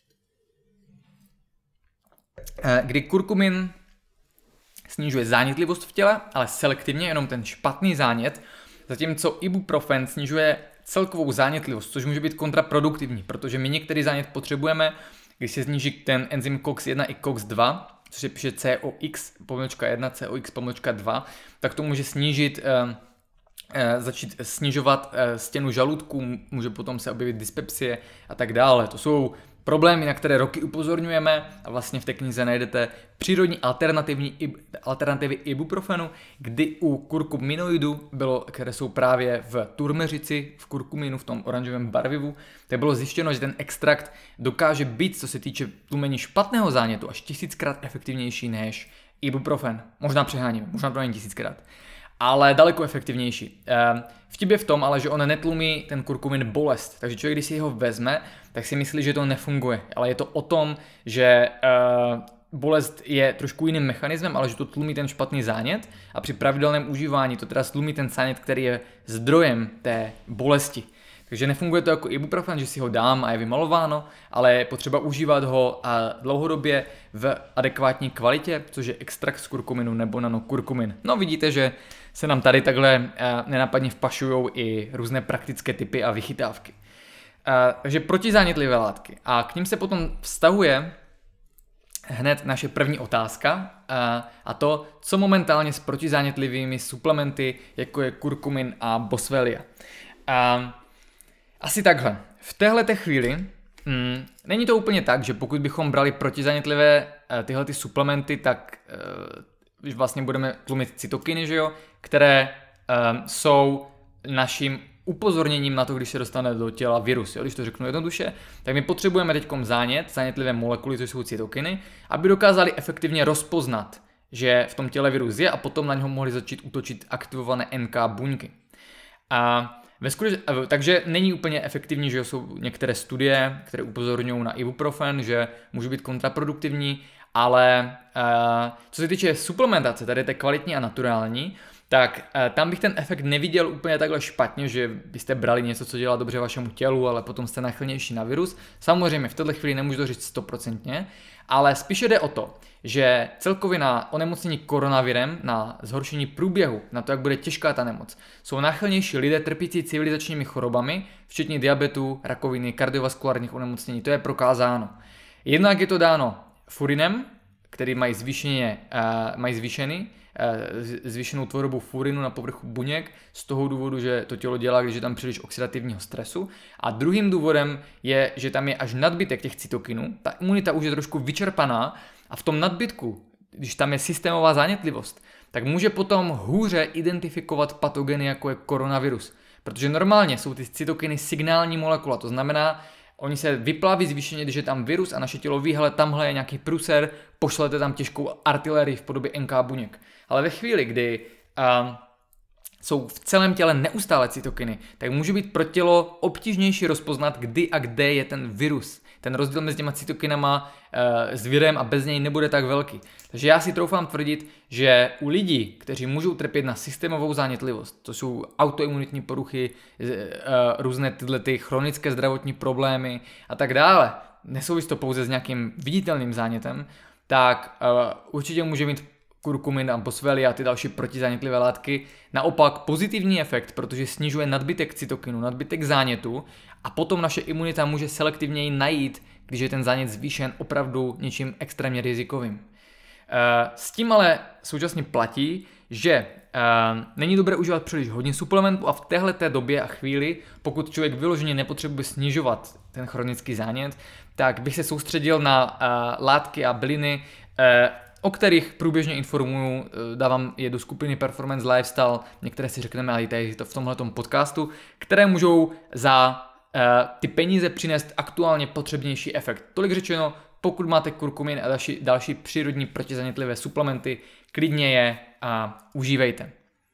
A: kdy kurkumin snižuje zánětlivost v těle, ale selektivně jenom ten špatný zánět, zatímco ibuprofen snižuje celkovou zánětlivost, což může být kontraproduktivní, protože my některý zánět potřebujeme, když se sníží ten enzym C O X jedna i C O X dva, což je píše C O X pomlčka jedna, C O X pomlčka dva, tak to může snížit, eh, eh, začít snižovat eh, stěnu žaludku, může potom se objevit dyspepsie a tak dále. To jsou problémy, na které roky upozorňujeme a vlastně v té knize najdete přírodní alternativní, alternativy ibuprofenu, kdy u kurkuminoidů, bylo, které jsou právě v turmeřici, v kurkuminu, v tom oranžovém barvivu, tak bylo zjištěno, že ten extrakt dokáže být, co se týče tlumení špatného zánětu, až tisíckrát efektivnější než ibuprofen. Možná přeháním, možná to není tisíckrát. Ale daleko efektivnější. Vtip je v tom, ale že on netlumí ten kurkumin bolest, takže člověk, když si ho vezme, tak si myslí, že to nefunguje, ale je to o tom, že bolest je trošku jiným mechanismem, ale že to tlumí ten špatný zánět a při pravidelném užívání to teda tlumí ten zánět, který je zdrojem té bolesti. Takže nefunguje to jako ibuprofen, že si ho dám a je vymalováno, ale je potřeba užívat ho a dlouhodobě v adekvátní kvalitě, což je extrakt z kurkuminu nebo nanokurkumin. No vidíte, že se nám tady takhle nenápadně vpašujou i různé praktické typy a vychytávky. Takže protizánětlivé látky. A k ním se potom vztahuje hned naše první otázka a to, co momentálně s protizánětlivými suplementy, jako je kurkumin a boswellia. Asi takhle. V téhleté chvíli mm, není to úplně tak, že pokud bychom brali protizánětlivé tyhle ty suplementy, tak uh, vlastně budeme tlumit cytokiny, že jo, které um, jsou naším upozorněním na to, když se dostane do těla virus. Jo? Když to řeknu jednoduše, tak my potřebujeme teďkom zánět, zánětlivé molekuly, to jsou cytokiny, aby dokázali efektivně rozpoznat, že v tom těle virus je a potom na něho mohli začít útočit aktivované N K buňky. A ve skuteč- takže není úplně efektivní, že jsou některé studie, které upozorňují na ibuprofen, že může být kontraproduktivní, ale uh, co se týče suplementace, tady je to kvalitní a naturální, tak uh, tam bych ten efekt neviděl úplně takhle špatně, že byste brali něco, co dělá dobře vašemu tělu, ale potom jste nachylnější na virus. Samozřejmě v této chvíli nemůžu to říct stoprocentně, ale spíše jde o to, že celkově na onemocnění koronavirem, na zhoršení průběhu, na to, jak bude těžká ta nemoc, jsou náchylnější lidé trpící civilizačními chorobami, včetně diabetu, rakoviny, kardiovaskulárních onemocnění. To je prokázáno. Jednak je to dáno furinem, který mají, zvýšeně, uh, mají zvýšený, uh, zvýšenou tvorbu furinu na povrchu buněk z toho důvodu, že to tělo dělá, když je tam příliš oxidativního stresu. A druhým důvodem je, že tam je až nadbytek těch cytokinů. Ta imunita už je trošku vyčerpaná a v tom nadbytku, když tam je systémová zánětlivost, tak může potom hůře identifikovat patogeny, jako je koronavirus. Protože normálně jsou ty cytokiny signální molekula, to znamená, oni se vyplaví zvýšeně, když je tam virus a naše tělo ví, hele, tamhle je nějaký průser, pošlete tam těžkou artilérii v podobě N K buněk. Ale ve chvíli, kdy uh, jsou v celém těle neustále cytokiny, tak může být pro tělo obtížnější rozpoznat, kdy a kde je ten virus. Ten rozdíl mezi těma cytokinama e, s virem a bez něj nebude tak velký. Takže já si troufám tvrdit, že u lidí, kteří můžou trpět na systémovou zánětlivost, to jsou autoimunitní poruchy, e, e, různé tyhle ty chronické zdravotní problémy a tak dále, nesouvisí to pouze s nějakým viditelným zánětem, tak e, určitě může mít kurkumin a boswellia a ty další protizánětlivé látky naopak pozitivní efekt, protože snižuje nadbytek cytokinu, nadbytek zánětu a potom naše imunita může selektivněji najít, když je ten zánět zvýšen opravdu něčím extrémně rizikovým. S tím ale současně platí, že není dobré užívat příliš hodně suplementů a v téhleté době a chvíli, pokud člověk vyloženě nepotřebuje snižovat ten chronický zánět, tak bych se soustředil na látky a byliny, o kterých průběžně informuju, dávám je do skupiny Performance Lifestyle, některé si řekneme, ale tady to v tomhletom podcastu, které můžou za uh, ty peníze přinést aktuálně potřebnější efekt. Tolik řečeno, pokud máte kurkumin a další, další přírodní protizanětlivé suplementy, klidně je a užívejte.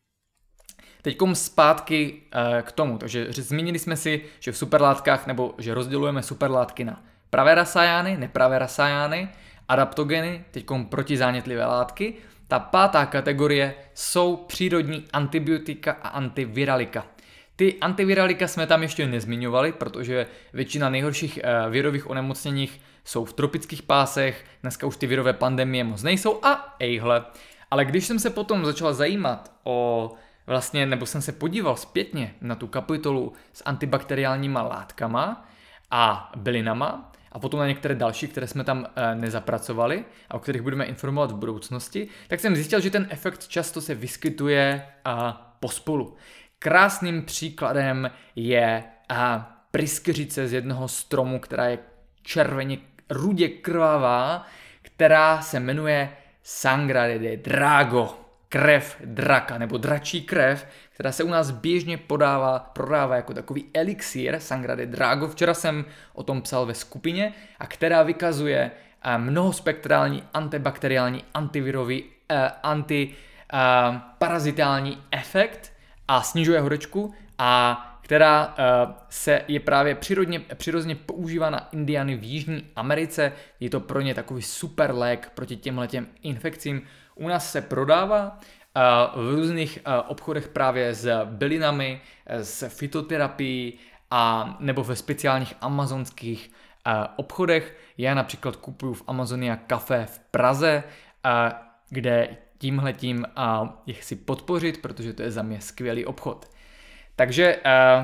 A: Teďkom zpátky uh, k tomu, takže zmínili jsme si, že v superlátkách, nebo že rozdělujeme superlátky na pravé rasajány, nepravé rasajány, adaptogeny, teďkom protizánětlivé látky. Ta pátá kategorie jsou přírodní antibiotika a antiviralika. Ty antiviralika jsme tam ještě nezmiňovali, protože většina nejhorších uh, virových onemocněních jsou v tropických pásech, dneska už ty virové pandemie moc nejsou a ejhle. Ale když jsem se potom začal zajímat o vlastně, nebo jsem se podíval zpětně na tu kapitolu s antibakteriálníma látkama a bylinama, a potom na některé další, které jsme tam e, nezapracovali a o kterých budeme informovat v budoucnosti, tak jsem zjistil, že ten efekt často se vyskytuje a, pospolu. Krásným příkladem je a, pryskyřice z jednoho stromu, která je červeně rudě krvavá, která se jmenuje Sangre de Drago, krev draka nebo dračí krev, která se u nás běžně podává, prodává jako takový elixír Sangre de Drago. Včera jsem o tom psal ve skupině a která vykazuje mnohospektrální antibakteriální, antivirový, antiparazitální efekt a snižuje horečku a která se je právě přirodně, přirozeně používá na Indiány v Jižní Americe. Je to pro ně takový super lék proti těmhletěm infekcím. U nás se prodává v různých obchodech právě s bylinami, s fytoterapií a nebo ve speciálních amazonských obchodech. Já například kupuju v Amazonia Café v Praze, kde tímhletím je chci podpořit, protože to je za mě skvělý obchod. Takže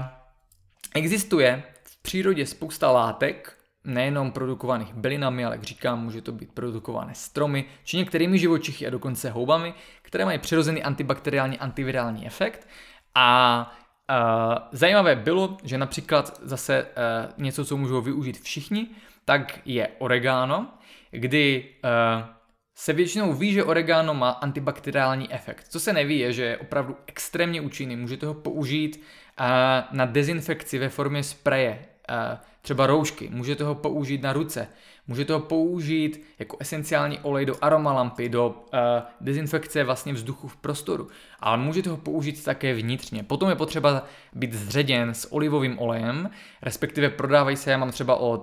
A: existuje v přírodě spousta látek, nejenom produkovaných bylinami, ale jak říkám, může to být produkované stromy, či některými živočichy a dokonce houbami, které mají přirozený antibakteriální, antivirální efekt. A uh, zajímavé bylo, že například zase uh, něco, co můžou využít všichni, tak je oregano, kdy uh, se většinou ví, že oregano má antibakteriální efekt. Co se neví, je, že je opravdu extrémně účinný. Můžete ho použít na dezinfekci ve formě spreje, třeba roušky. Můžete ho použít na ruce. Můžete ho použít jako esenciální olej do aromalampy, do dezinfekce vlastně vzduchu v prostoru. Ale můžete ho použít také vnitřně. Potom je potřeba být zředěn s olivovým olejem, respektive prodávají se, já mám třeba od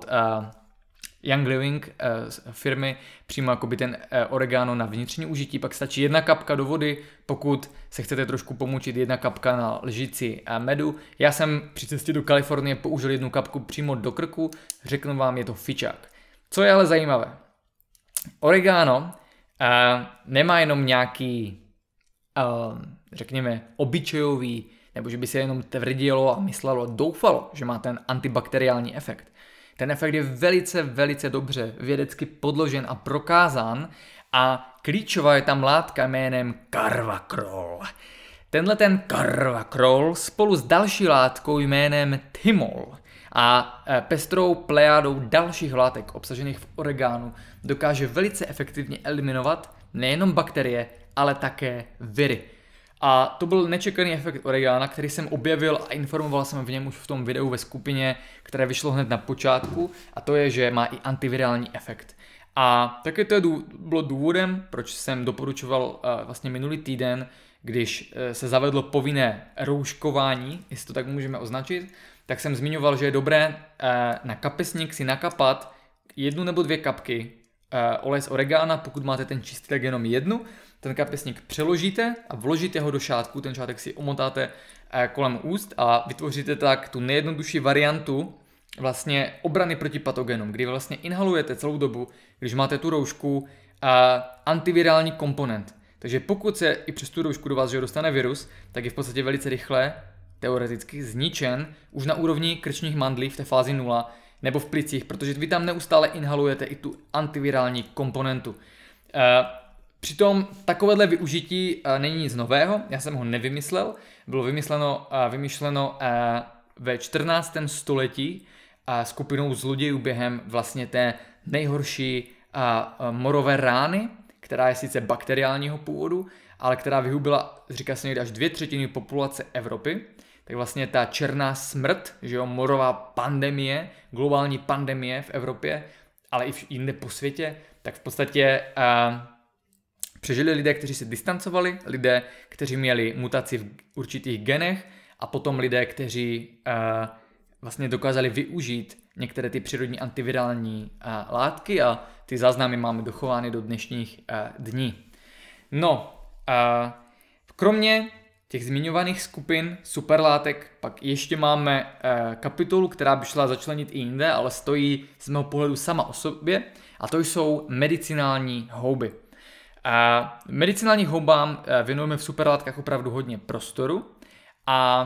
A: Young Living firmy přímo jakoby ten oregano na vnitřní užití, pak stačí jedna kapka do vody, pokud se chcete trošku pomučit, jedna kapka na lžici medu. Já jsem při cestě do Kalifornie použil jednu kapku přímo do krku, řeknu vám, je to fičák. Co je ale zajímavé, oregano uh, nemá jenom nějaký, uh, řekněme, obyčejový, nebo že by se jenom tvrdilo a myslelo, doufalo, že má ten antibakteriální efekt. Ten efekt je velice, velice dobře vědecky podložen a prokázán a klíčová je tam látka jménem Carvacrol. Tenhle ten Carvacrol spolu s další látkou jménem Thymol a pestrou plejádou dalších látek obsažených v oregánu dokáže velice efektivně eliminovat nejenom bakterie, ale také viry. A to byl nečekaný efekt oregána, který jsem objevil a informoval jsem v něm už v tom videu ve skupině, které vyšlo hned na počátku, a to je, že má i antivirální efekt. A také to bylo důvodem, proč jsem doporučoval uh, vlastně minulý týden, když uh, se zavedlo povinné rouškování, jestli to tak můžeme označit, tak jsem zmiňoval, že je dobré uh, na kapesník si nakapat jednu nebo dvě kapky uh, olej z oregána, pokud máte ten čistý, tak jenom jednu. Ten kapesník přeložíte a vložíte ho do šátku, ten šátek si omotáte uh, kolem úst a vytvoříte tak tu nejjednodušší variantu vlastně obrany proti patogenům, kdy vlastně inhalujete celou dobu, když máte tu roušku, uh, antivirální komponent. Takže pokud se i přes tu roušku do vás že dostane virus, tak je v podstatě velice rychle, teoreticky zničen už na úrovni krčních mandlí v té fázi nula nebo v plicích, protože vy tam neustále inhalujete i tu antivirální komponentu. Uh, Přitom takovéhle využití uh, není nic nového, já jsem ho nevymyslel, bylo vymysleno, uh, vymyšleno uh, ve čtrnáctém století uh, skupinou zlodějů během vlastně té nejhorší uh, morové rány, která je sice bakteriálního původu, ale která vyhubila, říká se někdy, až dvě třetiny populace Evropy. Tak vlastně ta černá smrt, že jo, morová pandemie, globální pandemie v Evropě, ale i jinde po světě, tak v podstatě uh, přežili lidé, kteří se distancovali, lidé, kteří měli mutaci v určitých genech a potom lidé, kteří uh, vlastně dokázali využít některé ty přírodní antivirální uh, látky a ty záznamy máme dochovány do dnešních uh, dní. No, uh, kromě těch zmiňovaných skupin superlátek pak ještě máme uh, kapitolu, která by šla začlenit i jinde, ale stojí z mého pohledu sama o sobě, a to jsou medicinální houby. Uh, medicinálních houbám uh, věnujeme v superlátkách opravdu hodně prostoru a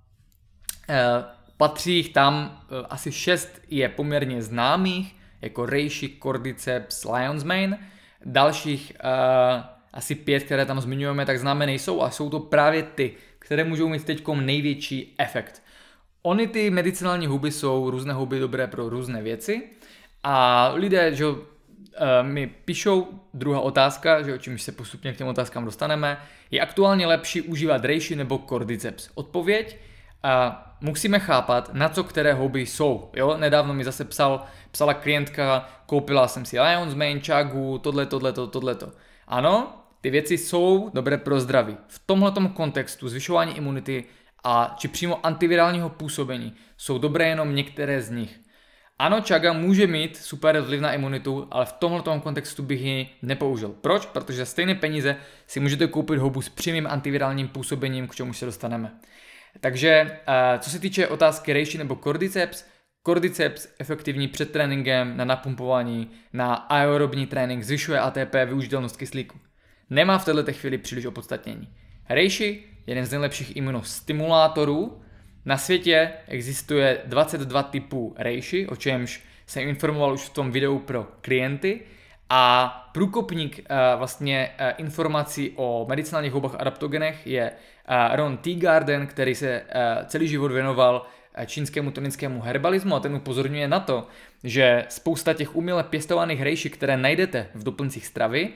A: uh, patří jich tam uh, asi šest je poměrně známých, jako reishi, cordyceps, lion's mane. Dalších uh, asi pět, které tam zmiňujeme, tak známé nejsou a jsou to právě ty, které můžou mít teďkom největší efekt. Ony ty medicinální houby jsou různé houby dobré pro různé věci a lidé, že mi píšou, druhá otázka, že o čím se postupně k těm otázkám dostaneme, je aktuálně lepší užívat reishi nebo cordyceps? Odpověď, a musíme chápat, na co které houby jsou. Jo? Nedávno mi zase psal, psala klientka, koupila jsem si lion's mane, chagu, tohle, tohleto, tohleto. Ano, ty věci jsou dobré pro zdraví. V tomhletom kontextu zvyšování imunity a či přímo antivirálního působení jsou dobré jenom některé z nich. Ano, chaga může mít super vliv na imunitu, ale v tomhletom kontextu bych ji nepoužil. Proč? Protože za stejné peníze si můžete koupit houbu s přímým antivirálním působením, k čemu se dostaneme. Takže co se týče otázky reishi nebo cordyceps, cordyceps efektivní před tréninkem na napumpování, na aerobní trénink, zvyšuje A T P, využitelnost kyslíku. Nemá v této chvíli příliš opodstatnění. Reishi, jeden z nejlepších imunostimulátorů. Na světě existuje dvacet dva typů reishi, o čemž jsem informoval už v tom videu pro klienty. A průkopník uh, vlastně uh, informací o medicinálních houbách a adaptogenech je uh, Ron Teegarden, který se uh, celý život věnoval uh, čínskému tonickému herbalismu a ten upozorňuje na to, že spousta těch uměle pěstovaných reishi, které najdete v doplňcích stravy,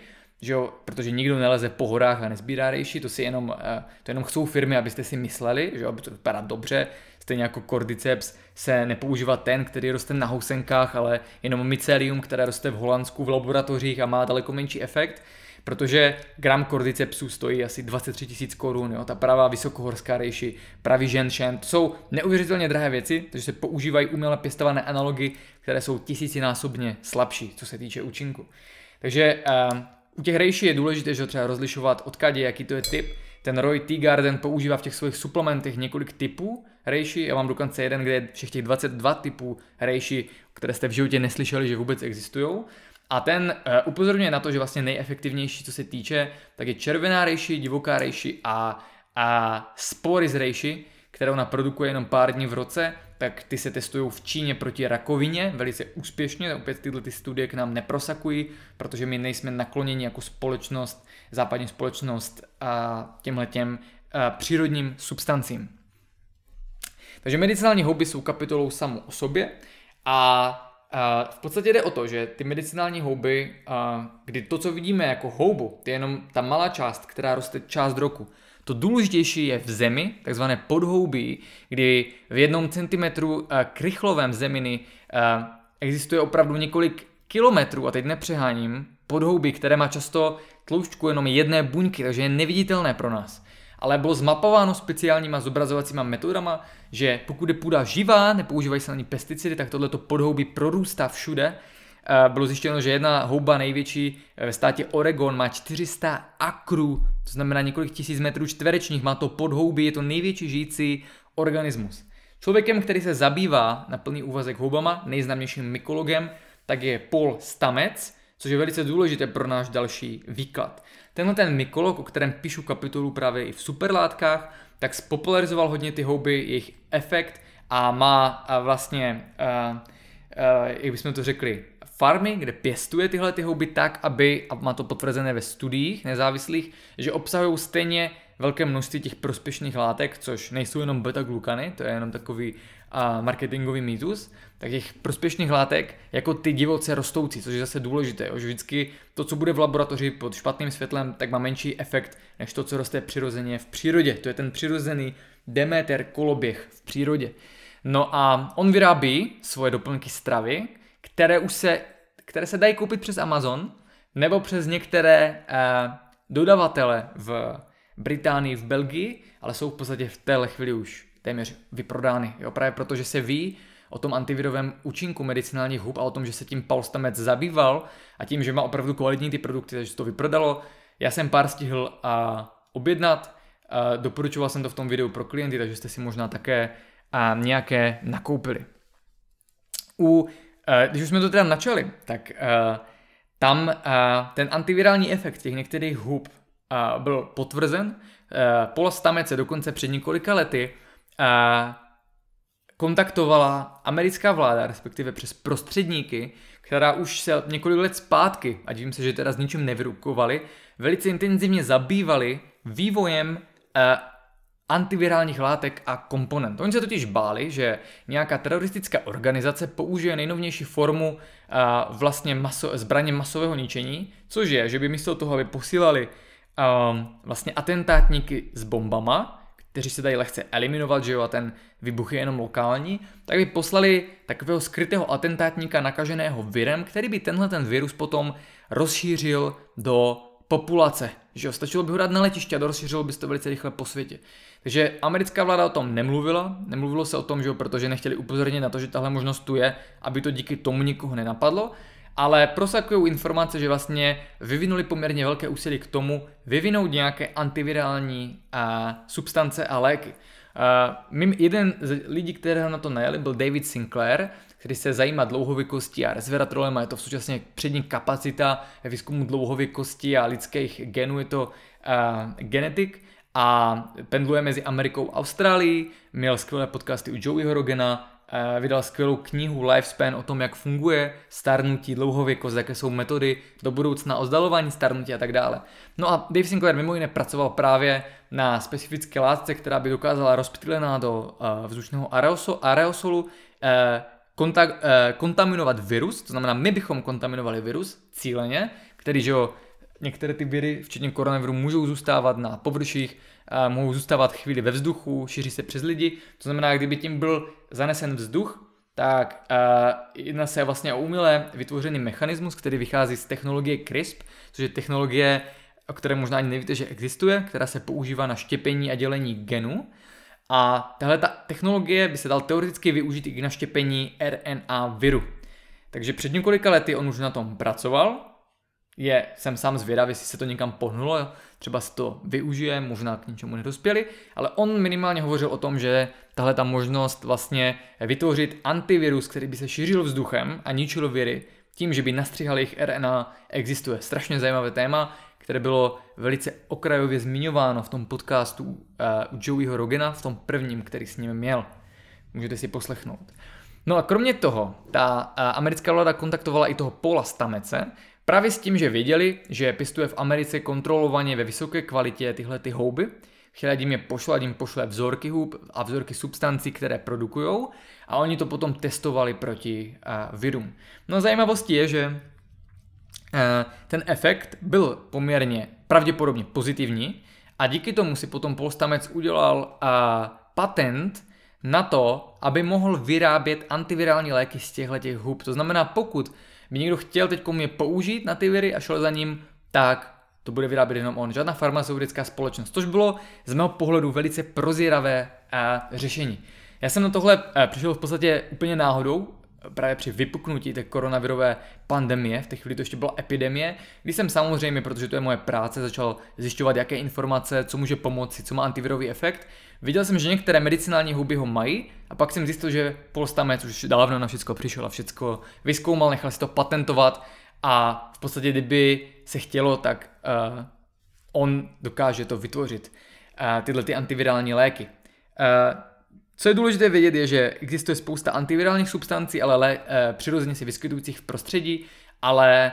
A: že jo, protože nikdo neleze po horách a nezbírá reishi, to si jenom, to jenom chcou firmy, abyste si mysleli, že jo, aby to vypadá dobře, stejně jako cordyceps se nepoužívá ten, který roste na housenkách, ale jenom mycelium, které roste v Holandsku v laboratořích a má daleko menší efekt, protože gram cordycepsu stojí asi dvacet tři tisíc korun, jo, ta pravá vysokohorská reishi, pravý ženšen, to jsou neuvěřitelně drahé věci, takže se používají uměle pěstované analogy, které jsou tisícinásobně slabší, co se týče účinku. Takže uh, u těch reishi je důležité, že třeba rozlišovat odkud je, jaký to je typ. Ten Roy T. Garden používá v těch svých suplementech několik typů reishi. Já mám dokonce jeden, kde je všech těch dvacet dva typů reishi, které jste v životě neslyšeli, že vůbec existují. A ten uh, upozorňuje na to, že vlastně nejefektivnější, co se týče, tak je červená reishi, divoká reishi a, a spory z reishi, které ona produkuje jenom pár dní v roce, tak ty se testují v Číně proti rakovině velice úspěšně. Opět tyhle ty studie k nám neprosakují, protože my nejsme nakloněni jako společnost, západní společnost a těmhletěm přírodním substancím. Takže medicinální houby jsou kapitolou samou o sobě a a v podstatě jde o to, že ty medicinální houby, a kdy to, co vidíme jako houbu, to je jenom ta malá část, která roste část roku. To důležitější je v zemi, takzvané podhoubí, kdy v jednom centimetru krychlovém zeminy existuje opravdu několik kilometrů, a teď nepřeháním, podhoubí, které má často tloušťku jenom jedné buňky, takže je neviditelné pro nás. Ale bylo zmapováno speciálníma zobrazovacíma metodama, že pokud je půda živá, nepoužívají se ani pesticidy, tak tohleto podhoubí prorůstá všude. Bylo zjištěno, že jedna houba největší ve státě Oregon má čtyři sta akrů, to znamená několik tisíc metrů čtverečních, má to podhoubí, je to největší žijící organismus. Člověkem, který se zabývá na plný úvazek houbama, nejznámějším mykologem, tak je Paul Stamets, což je velice důležité pro náš další výklad. Tenhle ten mykolog, o kterém píšu kapitolu právě i v superlátkách, tak spopularizoval hodně ty houby, jejich efekt a má a vlastně, uh, uh, jak bychom to řekli, farmy, kde pěstuje tyhle ty houby tak, aby, a má to potvrzené ve studiích nezávislých, že obsahují stejně velké množství těch prospěšných látek, což nejsou jenom beta-glukany, to je jenom takový uh, marketingový mýtus, tak těch prospěšných látek jako ty divoce rostoucí, což je zase důležité, jo, že vždycky to, co bude v laboratoři pod špatným světlem, tak má menší efekt, než to, co roste přirozeně v přírodě. To je ten přirozený Demeter koloběh v přírodě. No a on vyrábí svoje doplňky stravy, které už se, které se dají koupit přes Amazon, nebo přes některé uh, dodavatele v Británii, v Belgii, ale jsou v podstatě v téhle chvíli už téměř vyprodány. Jo, právě proto, že se ví o tom antivirovém účinku medicinálních hub a o tom, že se tím Paul Stamets zabýval a tím, že má opravdu kvalitní ty produkty, takže to vyprodalo. Já jsem pár stihl a objednat, a doporučoval jsem to v tom videu pro klienty, takže jste si možná také a nějaké nakoupili. U, a, když už jsme to teda načali, tak a, tam a, ten antivirální efekt těch některých hub a, byl potvrzen. A, Paul Stamets se dokonce před několika lety a, kontaktovala americká vláda, respektive přes prostředníky, která už se několik let zpátky, a divím se, že teda s ničím nevyrukovali, velice intenzivně zabývali vývojem eh, antivirálních látek a komponent. Oni se totiž báli, že nějaká teroristická organizace použije nejnovější formu eh, vlastně maso, zbraně masového ničení, což je, že by místo toho, aby posílali eh, vlastně atentátníky s bombama, kteří se dají lehce eliminovat, že jo, a ten výbuch je jenom lokální, tak by poslali takového skrytého atentátníka nakaženého virem, který by tenhle ten virus potom rozšířil do populace. Že jo, stačilo by ho dát na letiště a rozšířilo by se to velice rychle po světě. Takže americká vláda o tom nemluvila, nemluvilo se o tom, že jo, protože nechtěli upozornit na to, že tahle možnost tu je, aby to díky tomu nikoho nenapadlo, ale prosakují informace, že vlastně vyvinuli poměrně velké úsilí k tomu vyvinout nějaké antivirální a, substance a léky. A, mým jeden z lidí, kteří na to najali, byl David Sinclair, který se zajímá dlouhověkostí a resveratrolem a je to v současně přední kapacita ve výzkumu dlouhověkosti a lidských genů, je to a, genetik a pendluje mezi Amerikou a Austrálií, měl skvělé podcasty u Joeyho Rogana, vydal skvělou knihu Lifespan o tom, jak funguje stárnutí, dlouhověkost, jaké jsou metody do budoucna, ozdalování stárnutí a tak dále. No a Dave Sinclair mimo jiné pracoval právě na specifické látce, která by dokázala rozptýlená do uh, vzdušného aerosolu uh, konta- uh, kontaminovat virus, to znamená, my bychom kontaminovali virus cíleně, který že jo, některé ty viry, včetně koronaviru, můžou zůstávat na površích, mohou zůstávat chvíli ve vzduchu, šíří se přes lidi. To znamená, kdyby tím byl zanesen vzduch, tak jedná se vlastně o uměle vytvořený mechanismus, který vychází z technologie CRISP, což je technologie, o které možná ani nevíte, že existuje, která se používá na štěpení a dělení genů. A tahle ta technologie by se dal teoreticky využít i k naštěpení R N A viru. Takže před několika lety on už na tom pracoval. Je, jsem sám zvědav, jestli se to někam pohnulo, třeba se to využije, možná k ničemu nedospěli, ale on minimálně hovořil o tom, že tahle ta možnost vlastně vytvořit antivirus, který by se šířil vzduchem a ničil viry, tím, že by nastříhal jejich R N A, existuje. Strašně zajímavé téma, které bylo velice okrajově zmiňováno v tom podcastu uh, u Joeyho Rogana, v tom prvním, který s ním měl. Můžete si poslechnout. No a kromě toho, ta uh, americká vláda kontaktovala i toho Paula Stametse, právě s tím, že věděli, že pěstuje v Americe kontrolovaně ve vysoké kvalitě tyhle ty houby, chtěli jim je pošle, jim pošle vzorky hub a vzorky substancí, které produkujou, a oni to potom testovali proti uh, virům. No a zajímavostí je, že uh, ten efekt byl poměrně pravděpodobně pozitivní a díky tomu si potom Paul Stamets udělal uh, patent na to, aby mohl vyrábět antivirální léky z těchto hub. To znamená, pokud by někdo chtěl teď je použít na ty viry a šel za ním, tak to bude vyrábět jenom on, žádná farmaceutická společnost, což bylo z mého pohledu velice prozíravé uh, řešení. Já jsem na tohle uh, přišel v podstatě úplně náhodou, právě při vypuknutí té koronavirové pandemie, v té chvíli to ještě byla epidemie, kdy jsem samozřejmě, protože to je moje práce, začal zjišťovat, jaké informace, co může pomoci, co má antivirový efekt. Viděl jsem, že některé medicinální houby ho mají, a pak jsem zjistil, že Paul Stamets už dávno na všechno přišel a všechno vyzkoumal, nechal si to patentovat a v podstatě, kdyby se chtělo, tak uh, on dokáže to vytvořit, uh, tyhle ty antivirální léky. Uh, Co je důležité vědět, je, že existuje spousta antivirálních substancí, ale le, e, přirozeně se vyskytujících v prostředí, ale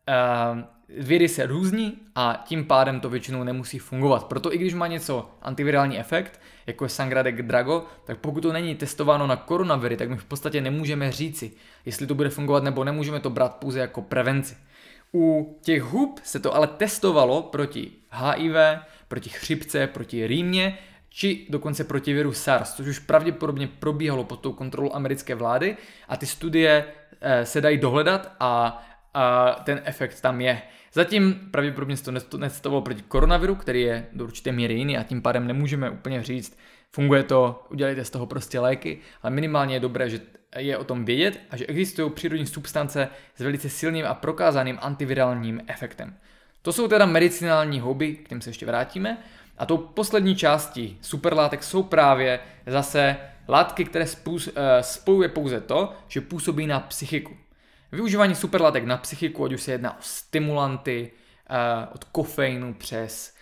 A: e, viry se různí a tím pádem to většinou nemusí fungovat. Proto i když má něco antivirální efekt, jako je Sangradek Drago, tak pokud to není testováno na koronaviry, tak my v podstatě nemůžeme říci, jestli to bude fungovat, nebo nemůžeme to brát pouze jako prevenci. U těch hub se to ale testovalo proti H I V, proti chřipce, proti rýmě, či dokonce proti viru SARS, což už pravděpodobně probíhalo pod tou kontrolou americké vlády a ty studie e, se dají dohledat a, a ten efekt tam je. Zatím pravděpodobně se to netestovalo proti koronaviru, který je do určité míry jiný a tím pádem nemůžeme úplně říct, funguje to, udělejte z toho prostě léky, ale minimálně je dobré, že je o tom vědět a že existují přírodní substance s velice silným a prokázaným antivirálním efektem. To jsou teda medicinální houby, k těm se ještě vrátíme. A tou poslední částí superlátek jsou právě zase látky, které spojuje pouze to, že působí na psychiku. Využívání superlátek na psychiku, ať už se jedná o stimulanty, od kofeinu přes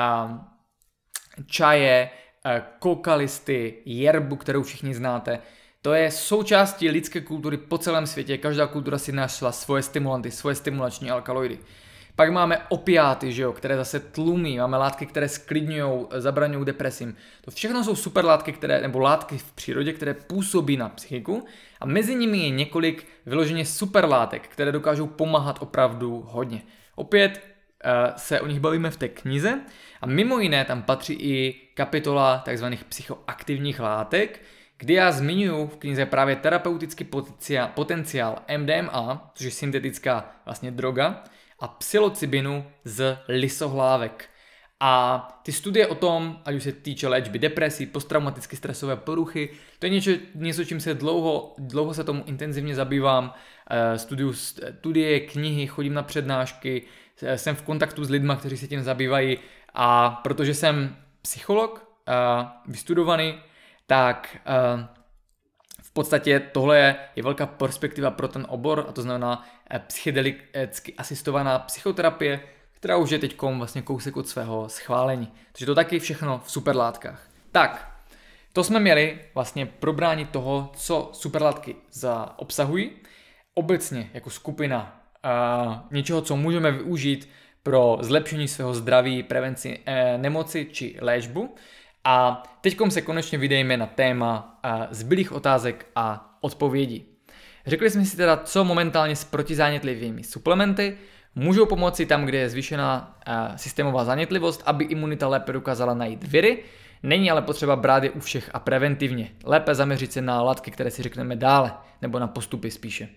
A: čaje, kokalisty, jerbu, kterou všichni znáte, to je součástí lidské kultury po celém světě. Každá kultura si našla svoje stimulanty, svoje stimulační alkaloidy. Pak máme opiáty, že jo, které zase tlumí, máme látky, které sklidňují, zabraňují depresím. To všechno jsou superlátky, které, nebo látky v přírodě, které působí na psychiku a mezi nimi je několik vyloženě superlátek, které dokážou pomáhat opravdu hodně. Opět uh, se o nich bavíme v té knize a mimo jiné tam patří i kapitola tzv. Psychoaktivních látek, kdy já zmiňuji v knize právě terapeutický potenciál, potenciál M D M A, což je syntetická vlastně droga, a psilocybinu z lisohlávek. A ty studie o tom, ať už se týče léčby depresí, posttraumatické stresové poruchy, to je něco, něco čím se dlouho, dlouho se tomu intenzivně zabývám, studuju studie, knihy, chodím na přednášky, jsem v kontaktu s lidmi, kteří se tím zabývají a protože jsem psycholog, vystudovaný, tak v podstatě tohle je, je velká perspektiva pro ten obor a to znamená psychedelicky asistovaná psychoterapie, která už je teď vlastně kousek od svého schválení. Takže to taky všechno v superlátkách. Tak, to jsme měli vlastně probrání toho, co superlátky obsahují. Obecně jako skupina uh, něčeho, co můžeme využít pro zlepšení svého zdraví, prevenci uh, nemoci či léčbu. A teďkom se konečně vydejme na téma uh, zbylých otázek a odpovědí. Řekli jsme si teda, co momentálně s protizánětlivými suplementy. Můžou pomoci tam, kde je zvýšená uh, systémová zanětlivost, aby imunita lépe dokázala najít viry. Není ale potřeba brát je u všech a preventivně. Lépe zaměřit se na látky, které si řekneme dále, nebo na postupy spíše.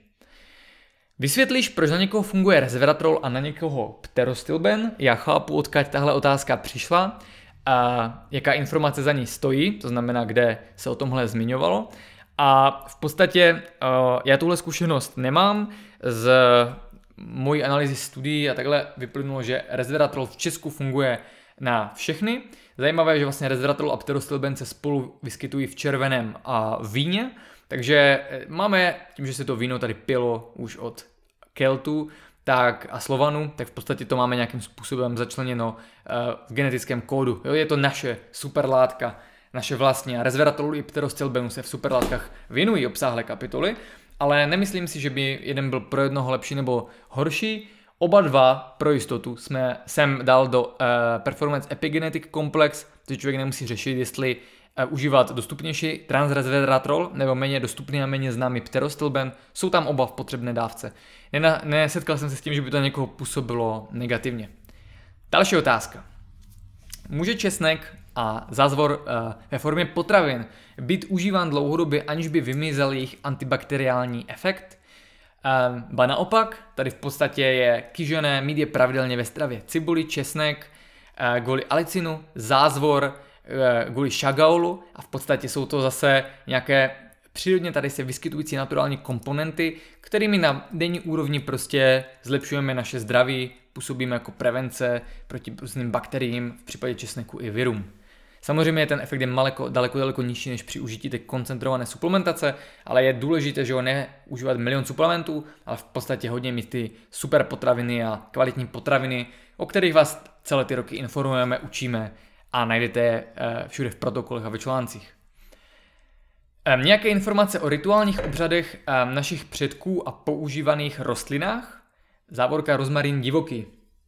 A: Vysvětlíš, proč na někoho funguje resveratrol a na někoho pterostilben? Já chápu, odkud tahle otázka přišla a jaká informace za ní stojí, to znamená, kde se o tomhle zmiňovalo. A v podstatě já tuhle zkušenost nemám. Z mojí analýzy studií a takhle vyplynulo, že resveratrol v Česku funguje na všechny. Zajímavé je, že vlastně resveratrol a pterostilben se spolu vyskytují v červeném a víně, takže máme, tím, že se to víno tady pilo už od Keltů tak a Slovanů, tak v podstatě to máme nějakým způsobem začleněno v genetickém kódu. Jo, je to naše superlátka, naše vlastní. A resveratrolu i pterostilbenu se v superlátkách věnují obsáhlé kapitoly, ale nemyslím si, že by jeden byl pro jednoho lepší nebo horší. Oba dva pro jistotu jsme sem dal do uh, Performance Epigenetic Complex, takže člověk nemusí řešit, jestli uh, užívat dostupnější transresveratrol nebo méně dostupný a méně známý pterostilben. Jsou tam oba v potřebné dávce. Nena, nesetkal jsem se s tím, že by to na někoho působilo negativně. Další otázka. Může česnek a zázvor uh, ve formě potravin být užíván dlouhodobě, aniž by vymizel jejich antibakteriální efekt? Um, ba naopak, tady v podstatě je kýžené mít je pravidelně ve stravě. Cibuli, česnek, uh, kvůli alicinu, zázvor, uh, kvůli šagaulu a v podstatě jsou to zase nějaké přírodně tady se vyskytující naturální komponenty, kterými na denní úrovni prostě zlepšujeme naše zdraví, působíme jako prevence proti různým bakteriím, v případě česneku i virům. Samozřejmě ten efekt je maleko, daleko, daleko nižší než při užití té koncentrované suplementace, ale je důležité, že ho neužívat milion suplementů, ale v podstatě hodně mít ty super potraviny a kvalitní potraviny, o kterých vás celé ty roky informujeme, učíme a najdete je všude v protokolech a ve článcích. Nějaké informace o rituálních obřadech našich předků a používaných rostlinách? Závorka rozmarín divoký.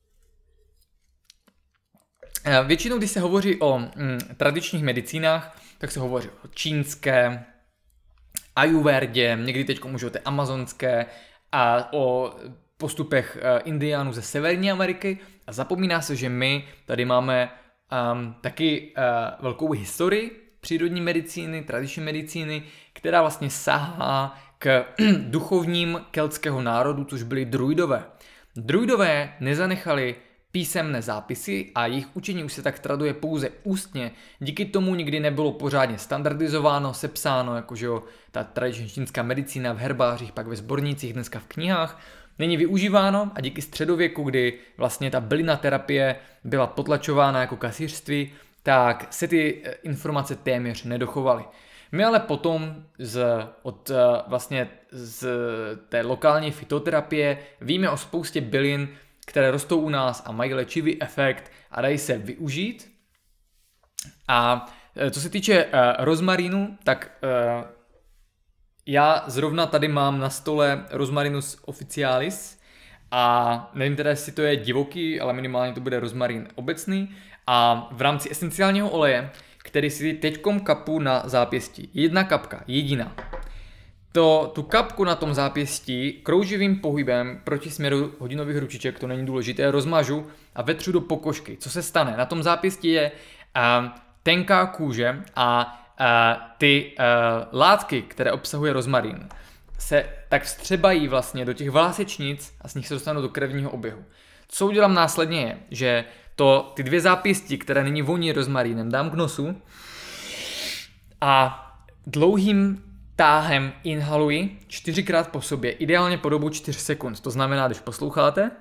A: Většinou, když se hovoří o mm, tradičních medicínách, tak se hovoří o čínské, ajurvédě, někdy teď můžu o té amazonské a o postupech uh, indiánů ze Severní Ameriky a zapomíná se, že my tady máme um, taky uh, velkou historii přírodní medicíny, tradiční medicíny, která vlastně sahá k duchovním keltského národu, což byli druidové. Druidové nezanechali písemné zápisy a jejich učení už se tak traduje pouze ústně. Díky tomu nikdy nebylo pořádně standardizováno, sepsáno, jakože jo, ta tradiční čínská medicína v herbářích, pak ve sbornících, dneska v knihách. Není využíváno a díky středověku, kdy vlastně ta bylina terapie byla potlačována jako kasířství, tak se ty informace téměř nedochovaly. My ale potom z, od vlastně z té lokální fytoterapie víme o spoustě bylin, které rostou u nás a mají léčivý efekt a dají se využít. A co se týče uh, rozmarínu, tak uh, já zrovna tady mám na stole Rosmarinus officialis a nevím teda, jestli to je divoký, ale minimálně to bude rozmarín obecný a v rámci esenciálního oleje, který si teďkom kapu na zápěstí. Jedna kapka, jediná. To, tu kapku na tom zápěstí krouživým pohybem proti směru hodinových ručiček, to není důležité, rozmažu a vetřu do pokožky. Co se stane? Na tom zápěstí je uh, tenká kůže a uh, ty uh, látky, které obsahuje rozmarín, se tak vstřebají vlastně do těch vlásečnic a z nich se dostanou do krevního oběhu. Co udělám následně je, že to, ty dvě zápěstí, které nyní voní rozmarínem, dám k nosu a dlouhým táhem inhaluji čtyřikrát po sobě, ideálně po dobu čtyři sekund. To znamená, když posloucháte,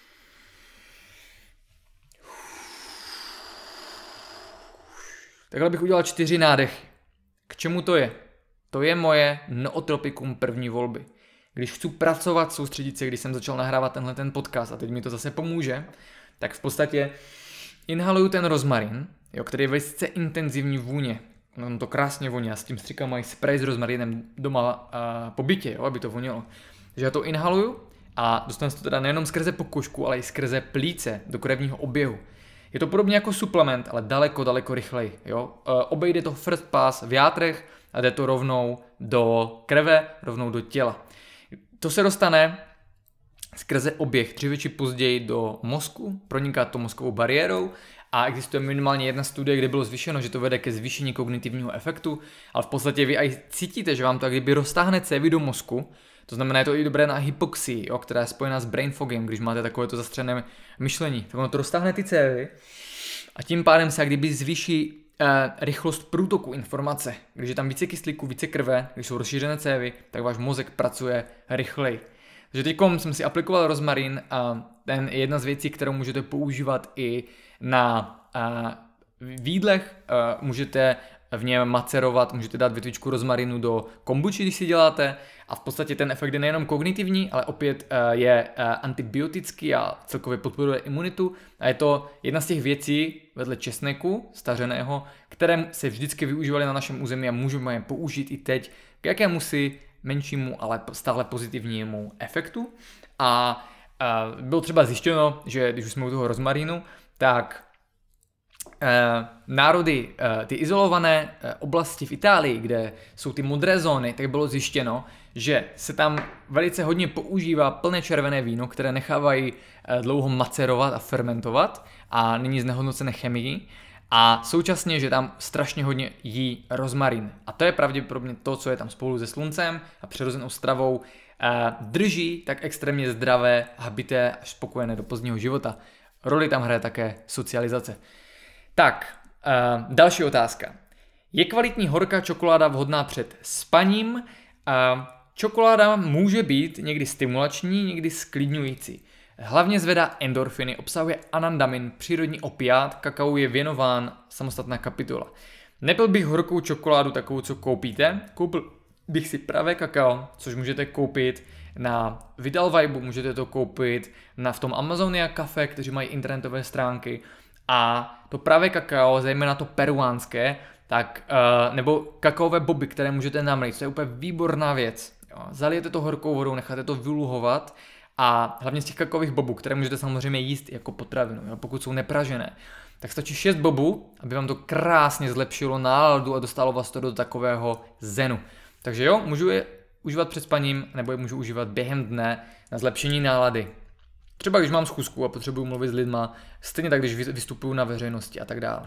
A: takhle bych udělal čtyři nádechy. K čemu to je? To je moje nootropikum první volby. Když chci pracovat, soustředit se, když jsem začal nahrávat tenhle ten podcast a teď mi to zase pomůže, tak v podstatě inhaluju ten rozmarín, jo, který je velice intenzivní vůně. No to krásně voní, já s tím stříkám mají spray s rozmarínem doma uh, po bytě, jo, aby to vonilo. Takže já to inhaluju a dostanu se to teda nejenom skrze pokožku, ale i skrze plíce do krevního oběhu. Je to podobně jako suplement, ale daleko, daleko rychleji. Jo? Uh, obejde to first pass v játrech a jde to rovnou do krve, rovnou do těla. To se dostane skrze oběh dříve či později do mozku, proniká to mozkovou bariérou a existuje minimálně jedna studie, kde bylo zjištěno, že to vede ke zvýšení kognitivního efektu, ale v podstatě vy aj cítíte, že vám to jak kdyby roztáhne cévy do mozku. To znamená, je to i dobré na hypoxii, jo, která je spojená s brain fogem, když máte takovéto zastřené myšlení. Tak ono to roztáhne ty cévy a tím pádem se jak kdyby zvýší eh, rychlost průtoku informace. Když je tam více kyslíku, více krve, když jsou rozšířené cévy, tak váš mozek pracuje rychleji. Takže teďkom jsem si aplikoval rozmarín a ten je jedna z věcí, kterou můžete používat i na uh, výdlech. Uh, můžete v něm macerovat, můžete dát větvičku rozmarinu do kombuči, když si děláte a v podstatě ten efekt je nejenom kognitivní, ale opět uh, je uh, antibiotický a celkově podporuje imunitu a je to jedna z těch věcí vedle česneku stařeného, které se vždycky využívaly na našem území a můžeme je použít i teď k jakémusi menšímu, ale stále pozitivnímu efektu. A uh, bylo třeba zjištěno, že když už jsme u toho rozmarínu, tak uh, národy, uh, ty izolované uh, oblasti v Itálii, kde jsou ty modré zóny, tak bylo zjištěno, že se tam velice hodně používá plné červené víno, které nechávají uh, dlouho macerovat a fermentovat a není znehodnocené chemií. A současně, že tam strašně hodně jí rozmarín. A to je pravděpodobně to, co je tam spolu se sluncem a přirozenou stravou eh, drží tak extrémně zdravé, habité a spokojené do pozdního života. Roli tam hraje také socializace. Tak, eh, další otázka. Je kvalitní horká čokoláda vhodná před spaním? Eh, čokoláda může být někdy stimulační, někdy sklidňující. Hlavně zvedá endorfiny, obsahuje anandamin, přírodní opiát, kakao je věnován samostatná kapitola. Nepil bych horkou čokoládu takovou, co koupíte, koupil bych si pravé kakao, což můžete koupit na Vidal Vibe, můžete to koupit na, v tom Amazonia Café, kteří mají internetové stránky a to pravé kakao, zejména to peruánské, tak, uh, nebo kakaové boby, které můžete namlít, to je úplně výborná věc. Jo. Zalijete to horkou vodou, necháte to vyluhovat. A hlavně z těch kakaových bobů, které můžete samozřejmě jíst jako potravinu, jo, pokud jsou nepražené, tak stačí šest bobů, aby vám to krásně zlepšilo náladu a dostalo vás to do takového zenu. Takže jo, můžu je užívat před spaním, nebo je můžu užívat během dne na zlepšení nálady. Třeba když mám schůzku a potřebuji mluvit s lidma, stejně tak, když vystupuju na veřejnosti a tak dále.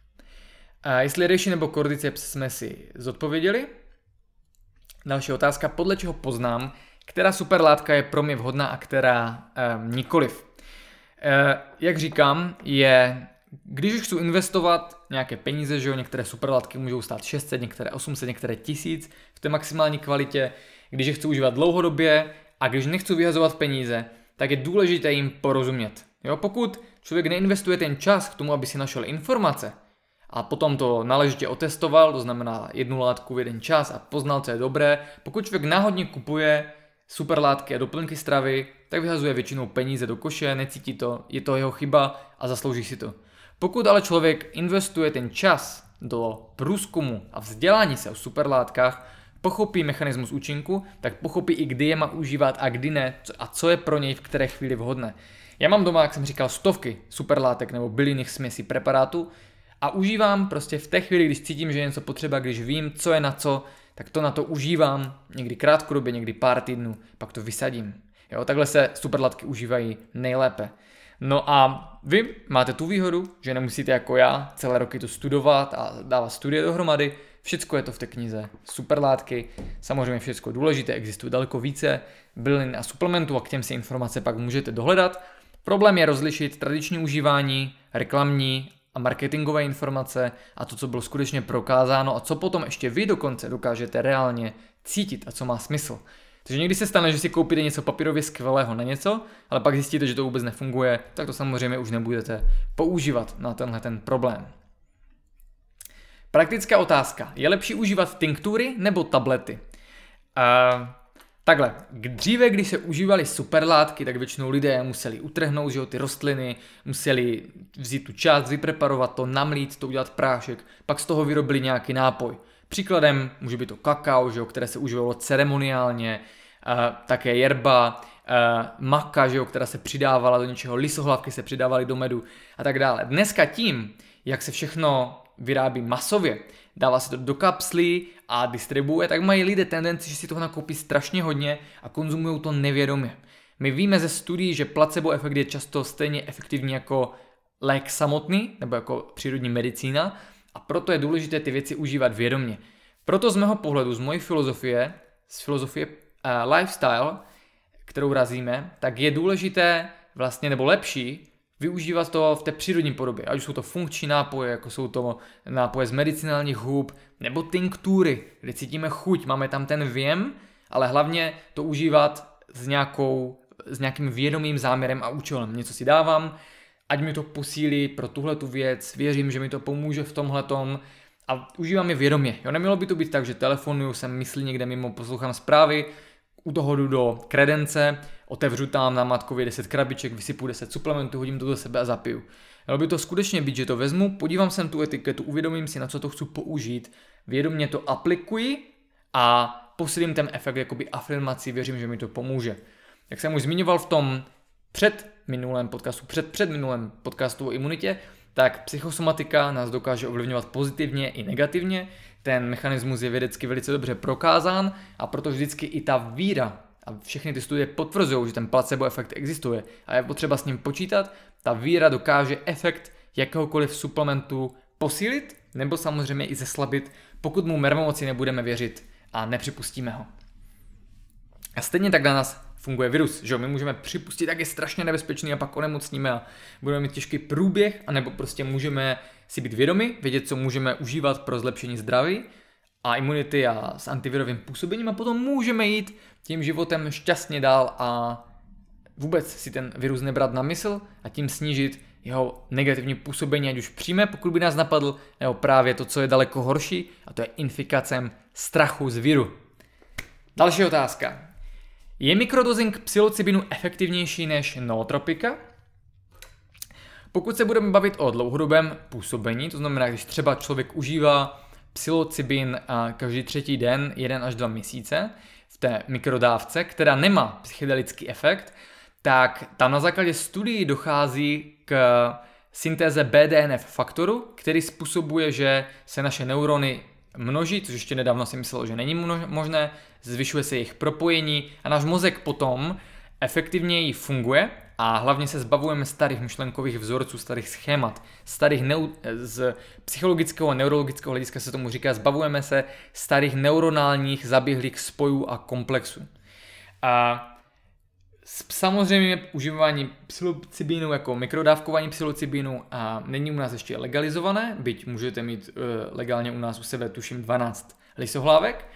A: A jestli reishi nebo cordyceps jsme si zodpověděli. Další otázka, podle čeho poznám, která superlátka je pro mě vhodná a která eh, nikoliv. Eh, jak říkám, je, když už chci investovat nějaké peníze, že jo, některé superlátky můžou stát šest set, některé osm set, některé tisíc v té maximální kvalitě, když je chci užívat dlouhodobě a když nechci vyhazovat peníze, tak je důležité jim porozumět. Jo, pokud člověk neinvestuje ten čas k tomu, aby si našel informace a potom to náležitě otestoval, to znamená jednu látku v jeden čas a poznal, co je dobré, pokud člověk náhodně kupuje superlátky a doplňky stravy, tak vyhazuje většinou peníze do koše, necítí to, je to jeho chyba a zaslouží si to. Pokud ale člověk investuje ten čas do průzkumu a vzdělání se o superlátkách, pochopí mechanismus účinku, tak pochopí i kdy je má užívat a kdy ne a co je pro něj v které chvíli vhodné. Já mám doma, jak jsem říkal, stovky superlátek nebo bylinných směsí preparátů a užívám prostě v té chvíli, když cítím, že je něco potřeba, když vím, co je na co, tak to na to užívám, někdy krátkodobě, někdy pár týdnů, pak to vysadím. Jo, takhle se superlatky užívají nejlépe. No a vy máte tu výhodu, že nemusíte jako já celé roky to studovat a dávat studie dohromady, všecko je to v té knize, superlátky, samozřejmě všecko důležité, existuje daleko více bylin a suplementů a k těm si informace pak můžete dohledat. Problém je rozlišit tradiční užívání, reklamní a marketingové informace a to, co bylo skutečně prokázáno a co potom ještě vy dokonce dokážete reálně cítit a co má smysl. Takže někdy se stane, že si koupíte něco papírově skvělého na něco, ale pak zjistíte, že to vůbec nefunguje, tak to samozřejmě už nebudete používat na tenhle ten problém. Praktická otázka. Je lepší užívat tinktury nebo tablety? Uh, takhle, dříve, když se užívaly superlátky, tak většinou lidé museli utrhnout, že jo, ty rostliny, museli vzít tu část, vypreparovat to, namlít to, udělat prášek, pak z toho vyrobili nějaký nápoj. Příkladem může být to kakao, že jo, které se užívalo ceremoniálně, uh, také jerba, uh, maka, že jo, která se přidávala do něčeho, lisohlavky se přidávaly do medu a tak dále. Dneska tím, jak se všechno vyrábí masově, dává se to do kapslí a distribuuje, tak mají lidé tendenci, že si toho nakoupí strašně hodně a konzumují to nevědomě. My víme ze studií, že placebo efekt je často stejně efektivní jako lék samotný, nebo jako přírodní medicína, a proto je důležité ty věci užívat vědomě. Proto z mého pohledu, z mojí filozofie, z filozofie uh, lifestyle, kterou razíme, tak je důležité vlastně, nebo lepší, využívat to v té přírodní podobě. Ať už jsou to funkční nápoje, jako jsou to nápoje z medicinálních hub, nebo tinktury, kde cítíme chuť, máme tam ten věm, ale hlavně to užívat s, nějakou, s nějakým vědomým záměrem a účelem. Něco si dávám, ať mi to posílí pro tuhletu věc, věřím, že mi to pomůže v tomhletom a užívám je vědomě. Jo, nemělo by to být tak, že telefonuju, jsem myslí někde mimo, poslouchám zprávy, u toho jdu do kredence, otevřu tam na matkově deset krabiček, vysypu deset suplementů, hodím to do sebe a zapiju. Mělo by to skutečně být, že to vezmu, podívám se na tu etiketu, uvědomím si, na co to chci použít, vědomě to aplikuji a posílím ten efekt jakoby afirmací, věřím, že mi to pomůže. Jak jsem už zmiňoval v tom před minulém podcastu, před, před minulém podcastu o imunitě, tak psychosomatika nás dokáže ovlivňovat pozitivně i negativně. Ten mechanismus je vědecky velice dobře prokázán a proto vždycky i ta víra a všechny ty studie potvrzují, že ten placebo efekt existuje a je potřeba s ním počítat. Ta víra dokáže efekt jakéhokoliv suplementu posílit nebo samozřejmě i zeslabit, pokud mu mermomoci nebudeme věřit a nepřipustíme ho. A stejně tak na nás funguje virus, že my můžeme připustit, jak je strašně nebezpečný a pak onemocníme a budeme mít těžký průběh, anebo prostě můžeme si být vědomi, vědět, co můžeme užívat pro zlepšení zdraví a imunity a s antivirovým působením a potom můžeme jít tím životem šťastně dál a vůbec si ten virus nebrat na mysl a tím snížit jeho negativní působení, ať už přímé, pokud by nás napadl, nebo právě to, co je daleko horší, a to je infikacem strachu z viru. Další otázka. Je mikrodosing psilocybinu efektivnější než nootropika? Pokud se budeme bavit o dlouhodobém působení, to znamená, když třeba člověk užívá psilocybin každý třetí den, jeden až dva měsíce v té mikrodávce, která nemá psychedelický efekt, tak tam na základě studií dochází k syntéze B D N F faktoru, který způsobuje, že se naše neurony množí, což ještě nedávno si myslelo, že není možné, zvyšuje se jejich propojení a náš mozek potom efektivněji funguje a hlavně se zbavujeme starých myšlenkových vzorců, starých schémat, starých neu- z psychologického a neurologického hlediska se tomu říká, zbavujeme se starých neuronálních zaběhlých spojů a komplexů. A samozřejmě užívání psilocybinu jako mikrodávkování psilocybinu a není u nás ještě legalizované, byť můžete mít uh, legálně u nás u sebe tuším dvanáct lisohlávek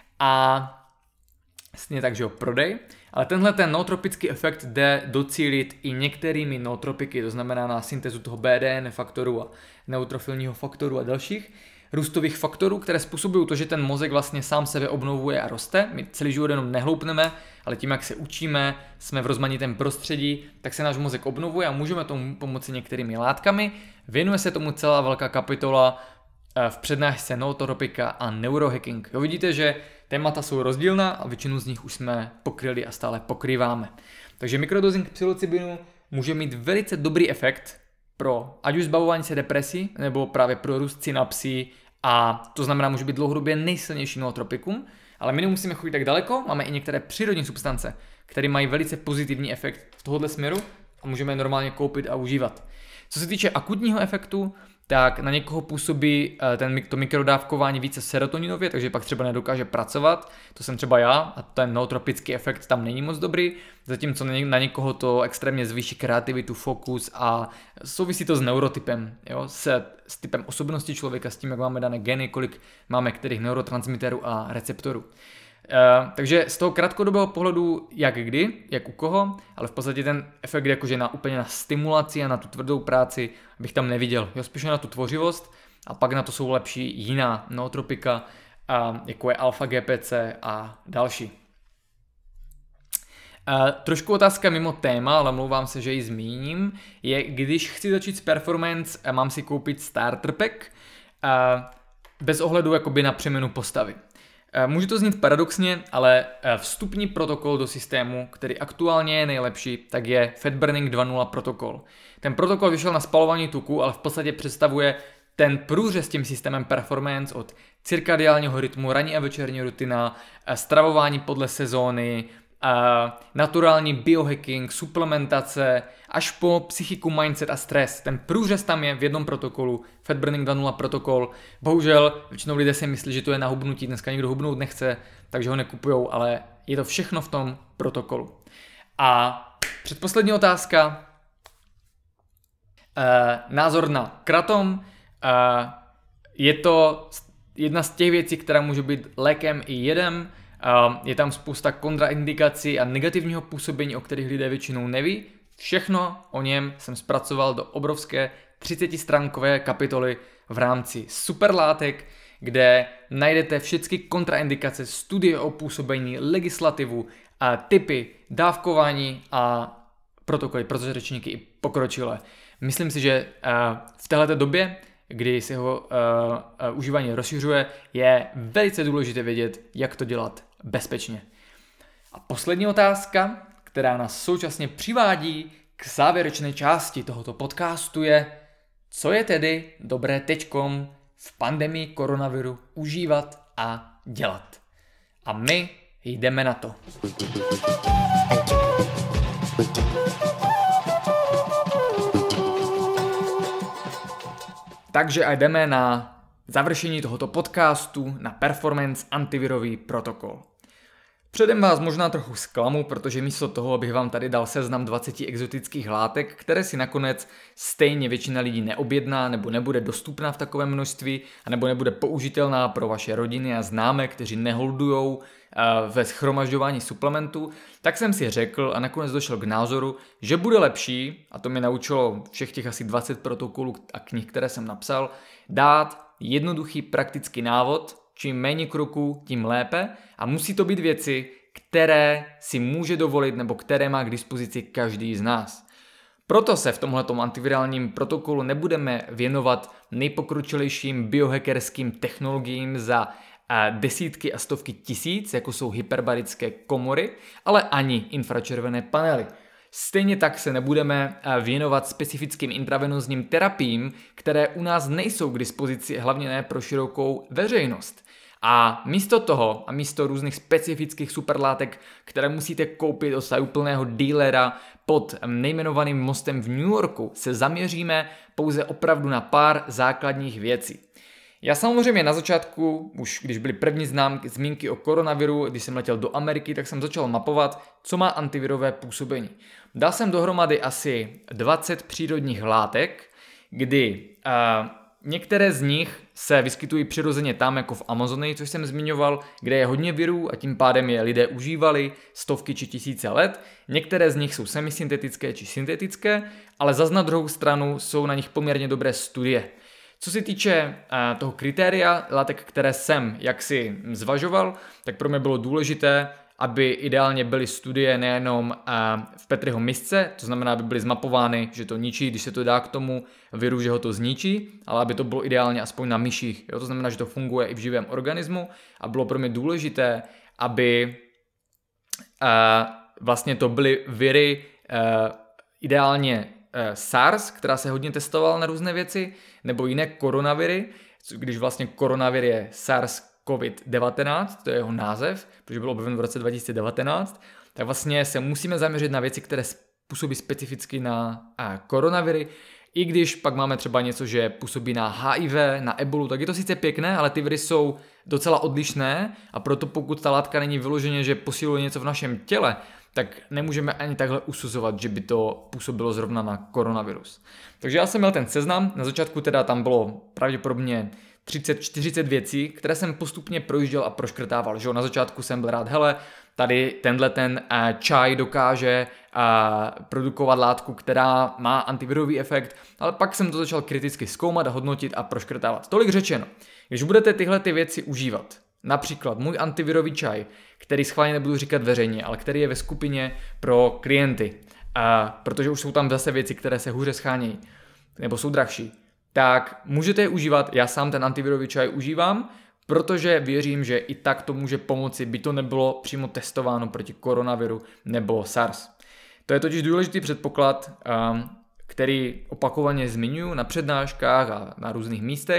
A: a stejně tak, že jo, prodej, ale tenhle ten nootropický efekt jde docílit i některými nootropiky, to znamená na syntézu toho B D N faktoru a neutrofilního faktoru a dalších růstových faktorů, které způsobují to, že ten mozek vlastně sám sebe obnovuje a roste. My celý život jenom nehloupneme, ale tím, jak se učíme, jsme v rozmanitém prostředí, tak se náš mozek obnovuje a můžeme tomu pomoci některými látkami. Věnuje se tomu celá velká kapitola v přednášce nootropika a neurohacking. Jo, vidíte, že témata jsou rozdílná a většinu z nich už jsme pokryli a stále pokrýváme. Takže mikrodosing psilocybinu může mít velice dobrý efekt pro ať už zbavování se depresí, nebo právě pro růst synapsí a to znamená, může být dlouhodobě nejsilnější nootropikum, ale my nemusíme chodit tak daleko, máme i některé přírodní substance, které mají velice pozitivní efekt v tohoto směru a můžeme je normálně koupit a užívat. Co se týče akutního efektu, tak na někoho působí ten, to mikrodávkování více serotoninově, takže pak třeba nedokáže pracovat, to jsem třeba já a ten nootropický efekt tam není moc dobrý, zatímco na někoho to extrémně zvýší kreativitu, fokus a souvisí to s neurotypem, jo? S, s typem osobnosti člověka, s tím, jak máme dané geny, kolik máme kterých neurotransmiterů a receptorů. Uh, takže z toho krátkodobého pohledu jak kdy, jak u koho, ale v podstatě ten efekt jakože na úplně na stimulaci a na tu tvrdou práci bych tam neviděl. Jo, spíš na tu tvořivost a pak na to jsou lepší jiná nootropika, uh, jako je alfa G P C a další. Uh, trošku otázka mimo téma, ale mluvám se, že ji zmíním, je když chci začít s performance, uh, mám si koupit starter pack uh, bez ohledu jakoby na přeměnu postavy. Může to znít paradoxně, ale vstupní protokol do systému, který aktuálně je nejlepší, tak je Fat Burning dva tečka nula protokol. Ten protokol vyšel na spalování tuku, ale v podstatě představuje ten průřez s tím systémem performance od cirkadiálního rytmu, ranní a večerní rutina, stravování podle sezóny, naturální biohacking, suplementace, až po psychiku, mindset a stres. Ten průřez tam je v jednom protokolu, Fat Burning dva tečka nula protokol. Bohužel většinou lidé si myslí, že to je na hubnutí, dneska nikdo hubnout nechce, takže ho nekupujou, ale je to všechno v tom protokolu. A předposlední otázka, e, názor na kratom. E, je to jedna z těch věcí, která může být lékem i jedem. Je tam spousta kontraindikací a negativního působení, o kterých lidé většinou neví. Všechno o něm jsem zpracoval do obrovské třicetistránkové kapitoly v rámci superlátek, kde najdete všechny kontraindikace, studie o působení, legislativu, a typy, dávkování a protokoly pro řečníky i pokročilé. Myslím si, že v této době, kdy se jeho uh, uh, užívání rozšiřuje, je velice důležité vědět, jak to dělat bezpečně. A poslední otázka, která nás současně přivádí k závěrečné části tohoto podcastu je, co je tedy dobré teďkom v pandemii koronaviru užívat a dělat. A my jdeme na to. Takže a jdeme na završení tohoto podcastu na Performance antivirový protokol. Předem vás možná trochu zklamu, protože místo toho, abych vám tady dal seznam dvacet exotických látek, které si nakonec stejně většina lidí neobjedná nebo nebude dostupná v takovém množství a nebo nebude použitelná pro vaše rodiny a známé, kteří neholdujou ve shromažďování suplementů, tak jsem si řekl a nakonec došel k názoru, že bude lepší, a to mě naučilo všech těch asi dvacet protokolů a knih, které jsem napsal, dát jednoduchý praktický návod, čím méně kroků, tím lépe a musí to být věci, které si může dovolit nebo které má k dispozici každý z nás. Proto se v tomhletom antivirálním protokolu nebudeme věnovat nejpokročilejším biohackerským technologiím za desítky a stovky tisíc, jako jsou hyperbarické komory, ale ani infračervené panely. Stejně tak se nebudeme věnovat specifickým intravenózním terapiím, které u nás nejsou k dispozici, hlavně ne pro širokou veřejnost. A místo toho a místo různých specifických superlátek, které musíte koupit od úplného dealera pod nejmenovaným mostem v New Yorku, se zaměříme pouze opravdu na pár základních věcí. Já samozřejmě na začátku, už když byly první známky, zmínky o koronaviru, když jsem letěl do Ameriky, tak jsem začal mapovat, co má antivirové působení. Dal jsem dohromady asi dvacet přírodních látek, kdy uh, některé z nich se vyskytují přirozeně tam, jako v Amazonii, což jsem zmiňoval, kde je hodně virů a tím pádem je lidé užívali stovky či tisíce let. Některé z nich jsou semisyntetické či syntetické, ale zas na druhou stranu jsou na nich poměrně dobré studie. Co se týče uh, toho kritéria látek, které jsem jaksi zvažoval, tak pro mě bylo důležité, aby ideálně byly studie nejenom uh, v Petriho misce, to znamená, aby byly zmapovány, že to ničí, když se to dá k tomu viru, že ho to zničí, ale aby to bylo ideálně aspoň na myších. Jo? To znamená, že to funguje i v živém organismu a bylo pro mě důležité, aby uh, vlastně to byly viry uh, ideálně SARS, která se hodně testovala na různé věci, nebo jiné koronaviry, když vlastně koronavir je SARS covid devatenáct, to je jeho název, protože byl objeven v roce dva tisíce devatenáct, tak vlastně se musíme zaměřit na věci, které působí specificky na koronaviry, i když pak máme třeba něco, že působí na H I V, na ebolu, tak je to sice pěkné, ale ty viry jsou docela odlišné a proto pokud ta látka není vyloženě, že posiluje něco v našem těle, tak nemůžeme ani takhle usuzovat, že by to působilo zrovna na koronavirus. Takže já jsem měl ten seznam, na začátku teda tam bylo pravděpodobně třicet čtyřicet věcí, které jsem postupně projížděl a proškrtával. Že? Na začátku jsem byl rád, hele, tady tenhle ten uh, čaj dokáže uh, produkovat látku, která má antivirový efekt, ale pak jsem to začal kriticky zkoumat a hodnotit a proškrtávat. Tolik řečeno, když budete tyhle ty věci užívat, například můj antivirový čaj, který schválně nebudu říkat veřejně, ale který je ve skupině pro klienty, a protože už jsou tam zase věci, které se hůře schánějí, nebo jsou drahší, tak můžete je užívat. Já sám ten antivirový čaj užívám, protože věřím, že i tak to může pomoci, by to nebylo přímo testováno proti koronaviru nebo SARS. To je totiž důležitý předpoklad, který opakovaně zmiňuji na přednáškách a na různých místech,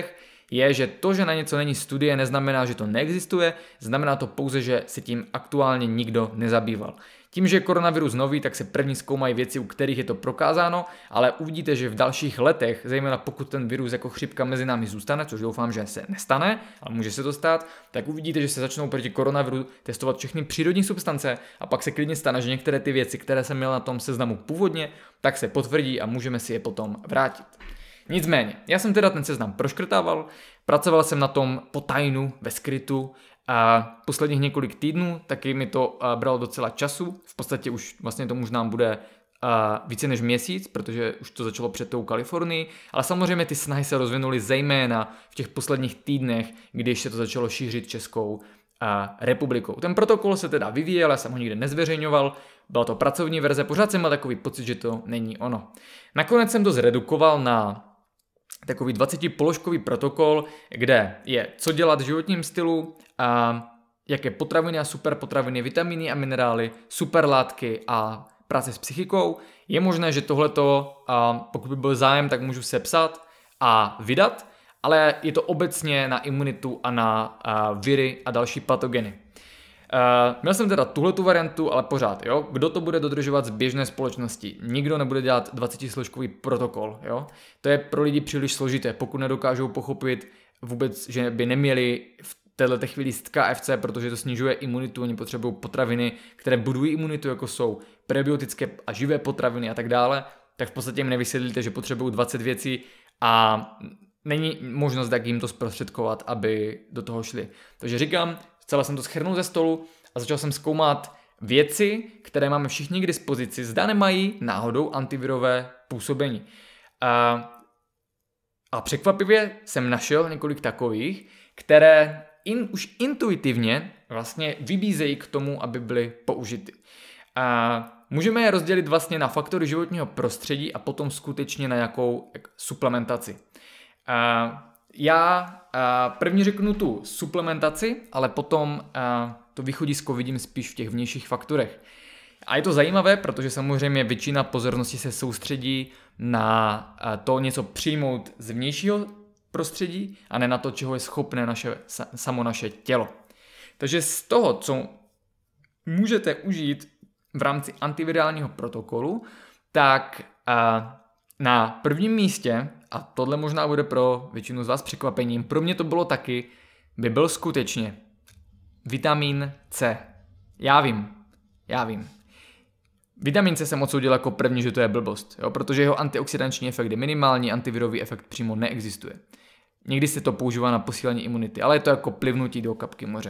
A: je, že to, že na něco není studie, neznamená, že to neexistuje, znamená to pouze, že se tím aktuálně nikdo nezabýval. Tím, že je koronavirus nový, tak se první zkoumají věci, u kterých je to prokázáno, ale uvidíte, že v dalších letech, zejména pokud ten virus jako chřipka mezi námi zůstane, což doufám, že se nestane, ale může se to stát, tak uvidíte, že se začnou proti koronaviru testovat všechny přírodní substance a pak se klidně stane, že některé ty věci, které jsem měl na tom seznamu původně, tak se potvrdí a můžeme si je potom vrátit. Nicméně, já jsem teda ten seznam proškrtával, pracoval jsem na tom po tajnu, ve skrytu a posledních několik týdnů, taky mi to bralo docela času, v podstatě už vlastně to možná bude více než měsíc, protože už to začalo před tou Kalifornií, ale samozřejmě ty snahy se rozvinuly zejména v těch posledních týdnech, když se to začalo šířit Českou republikou. Ten protokol se teda vyvíjel, já jsem ho nikde nezveřejňoval, byla to pracovní verze, pořád jsem měl takový pocit, že to není ono. Nakonec jsem to zredukoval na takový dvacetipoložkový protokol, kde je co dělat v životním stylu, a jaké potraviny a superpotraviny, vitamíny a minerály, superlátky a práce s psychikou. Je možné, že tohleto, pokud by byl zájem, tak můžu sepsat a vydat, ale je to obecně na imunitu a na viry a další patogeny. Uh, měl jsem teda tuhletu variantu, ale pořád, jo, kdo to bude dodržovat z běžné společnosti? Nikdo nebude dělat dvacetisložkový protokol, jo. To je pro lidi příliš složité, pokud nedokážou pochopit vůbec, že by neměli v této chvíli jíst K F C, protože to snižuje imunitu, oni potřebují potraviny, které budují imunitu, jako jsou prebiotické a živé potraviny a tak dále, tak v podstatě jim nevysvětlíte, že potřebují dvacet věcí a není možnost, jak jim to zprostředkovat, aby do toho šli. Takže říkám, celé jsem to shrnul ze stolu a začal jsem zkoumat věci, které máme všichni k dispozici, zda nemají náhodou antivirové působení. A, a překvapivě jsem našel několik takových, které in, už intuitivně vlastně vybízejí k tomu, aby byly použity. A můžeme je rozdělit vlastně na faktory životního prostředí a potom skutečně na jakou suplementaci. A, Já první řeknu tu suplementaci, ale potom to východisko vidím spíš v těch vnějších faktorech. A je to zajímavé, protože samozřejmě většina pozornosti se soustředí na to něco přijmout z vnějšího prostředí a ne na to, čeho je schopné naše, samo naše tělo. Takže z toho, co můžete užít v rámci antivirálního protokolu, tak na prvním místě, a tohle možná bude pro většinu z vás překvapením, pro mě to bylo taky, by byl skutečně vitamin C. Já vím, já vím. Vitamin C jsem odsoudil jako první, že to je blbost, jo, protože jeho antioxidanční efekt je minimální, antivirový efekt přímo neexistuje. Někdy se to používá na posílení imunity, ale je to jako plivnutí do kapky moře.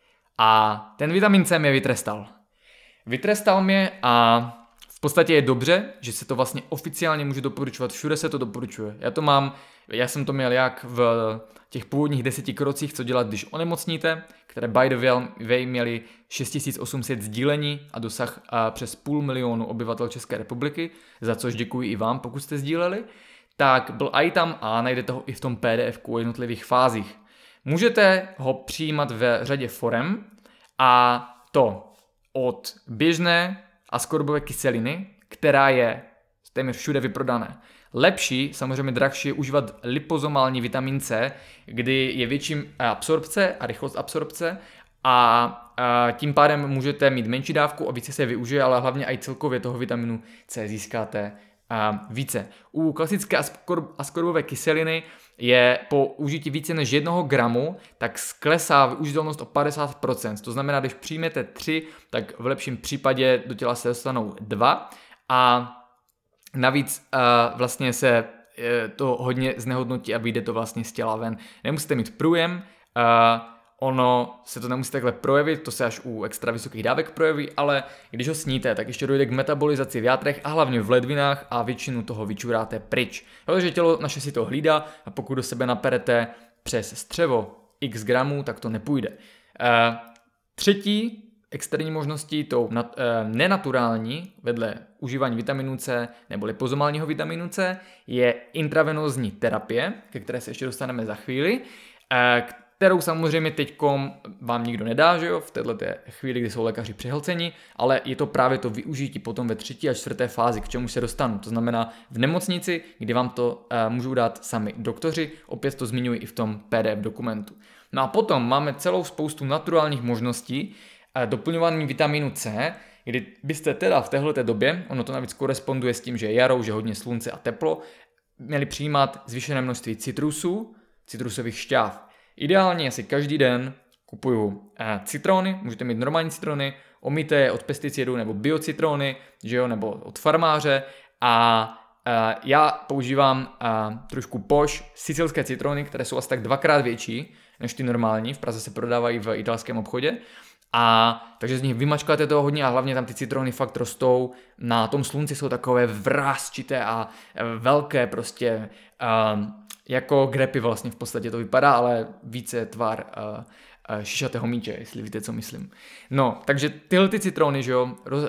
A: A ten vitamin C mě vytrestal. Vytrestal mě a v podstatě je dobře, že se to vlastně oficiálně může doporučovat, všude se to doporučuje. Já to mám, já jsem to měl jak v těch původních deseti krocích, co dělat, když onemocníte, které by the way měly šest tisíc osm set sdílení a dosah přes půl milionu obyvatel České republiky, za což děkuji i vám, pokud jste sdíleli, tak byl i tam a najdete ho i v tom P D F ku o jednotlivých fázích. Můžete ho přijímat ve řadě forem a to od běžné askorbové kyseliny, která je téměř všude vyprodané. Lepší, samozřejmě drahší, je užívat lipozomální vitamin C, kdy je větší absorpce a rychlost absorpce a, a tím pádem můžete mít menší dávku a více se využije, ale hlavně i celkově toho vitaminu C získáte a více. U klasické askorb, askorbové kyseliny je po užití více než jednoho gramu, tak sklesá využitelnost o padesát procent. To znamená, když přijmete tři, tak v lepším případě do těla se dostanou dva a navíc uh, vlastně se uh, to hodně znehodnotí a vyjde to vlastně z těla ven. Nemusíte mít průjem, uh, ono se to nemusí takhle projevit, to se až u extra vysokých dávek projeví, ale když ho sníte, tak ještě dojde k metabolizaci v játrech a hlavně v ledvinách a většinu toho vyčuráte pryč. Takže tělo naše si to hlídá a pokud do sebe naperete přes střevo x gramů, tak to nepůjde. Uh, třetí externí možností, tou nat, uh, nenaturální, vedle užívání vitaminu C nebo lipozomálního vitaminu C, je intravenózní terapie, ke které se ještě dostaneme za chvíli, uh, kterou samozřejmě teďkom vám nikdo nedá, že jo, v této chvíli, kdy jsou lékaři přehlceni, ale je to právě to využití potom ve třetí a čtvrté fázi, k čemu se dostanu. To znamená v nemocnici, kdy vám to uh, můžou dát sami doktoři, opět to zmiňuji i v tom P D F dokumentu. No a potom máme celou spoustu naturálních možností uh, doplňování vitamínu C, kdy byste teda v téhleté době, ono to navíc koresponduje s tím, že je jaro, že hodně slunce a teplo, měli přijímat zvýšené množství citrusů, citrusových šťáv. Ideálně asi každý den kupuju eh, citrony, můžete mít normální citrony, omyté od pesticidů nebo biocitrony, že jo, nebo od farmáře a eh, já používám eh, trošku poš sicilské citrony, které jsou asi tak dvakrát větší než ty normální, v Praze se prodávají v italském obchodě. A takže z nich vymačkáte toho hodně a hlavně tam ty citrony fakt rostou, na tom slunci jsou takové vrásčité a velké prostě, uh, jako grepy vlastně v podstatě to vypadá, ale více tvar uh, uh, šišatého míče, jestli víte, co myslím. No, takže tyhle ty citrony, že jo, roz, uh,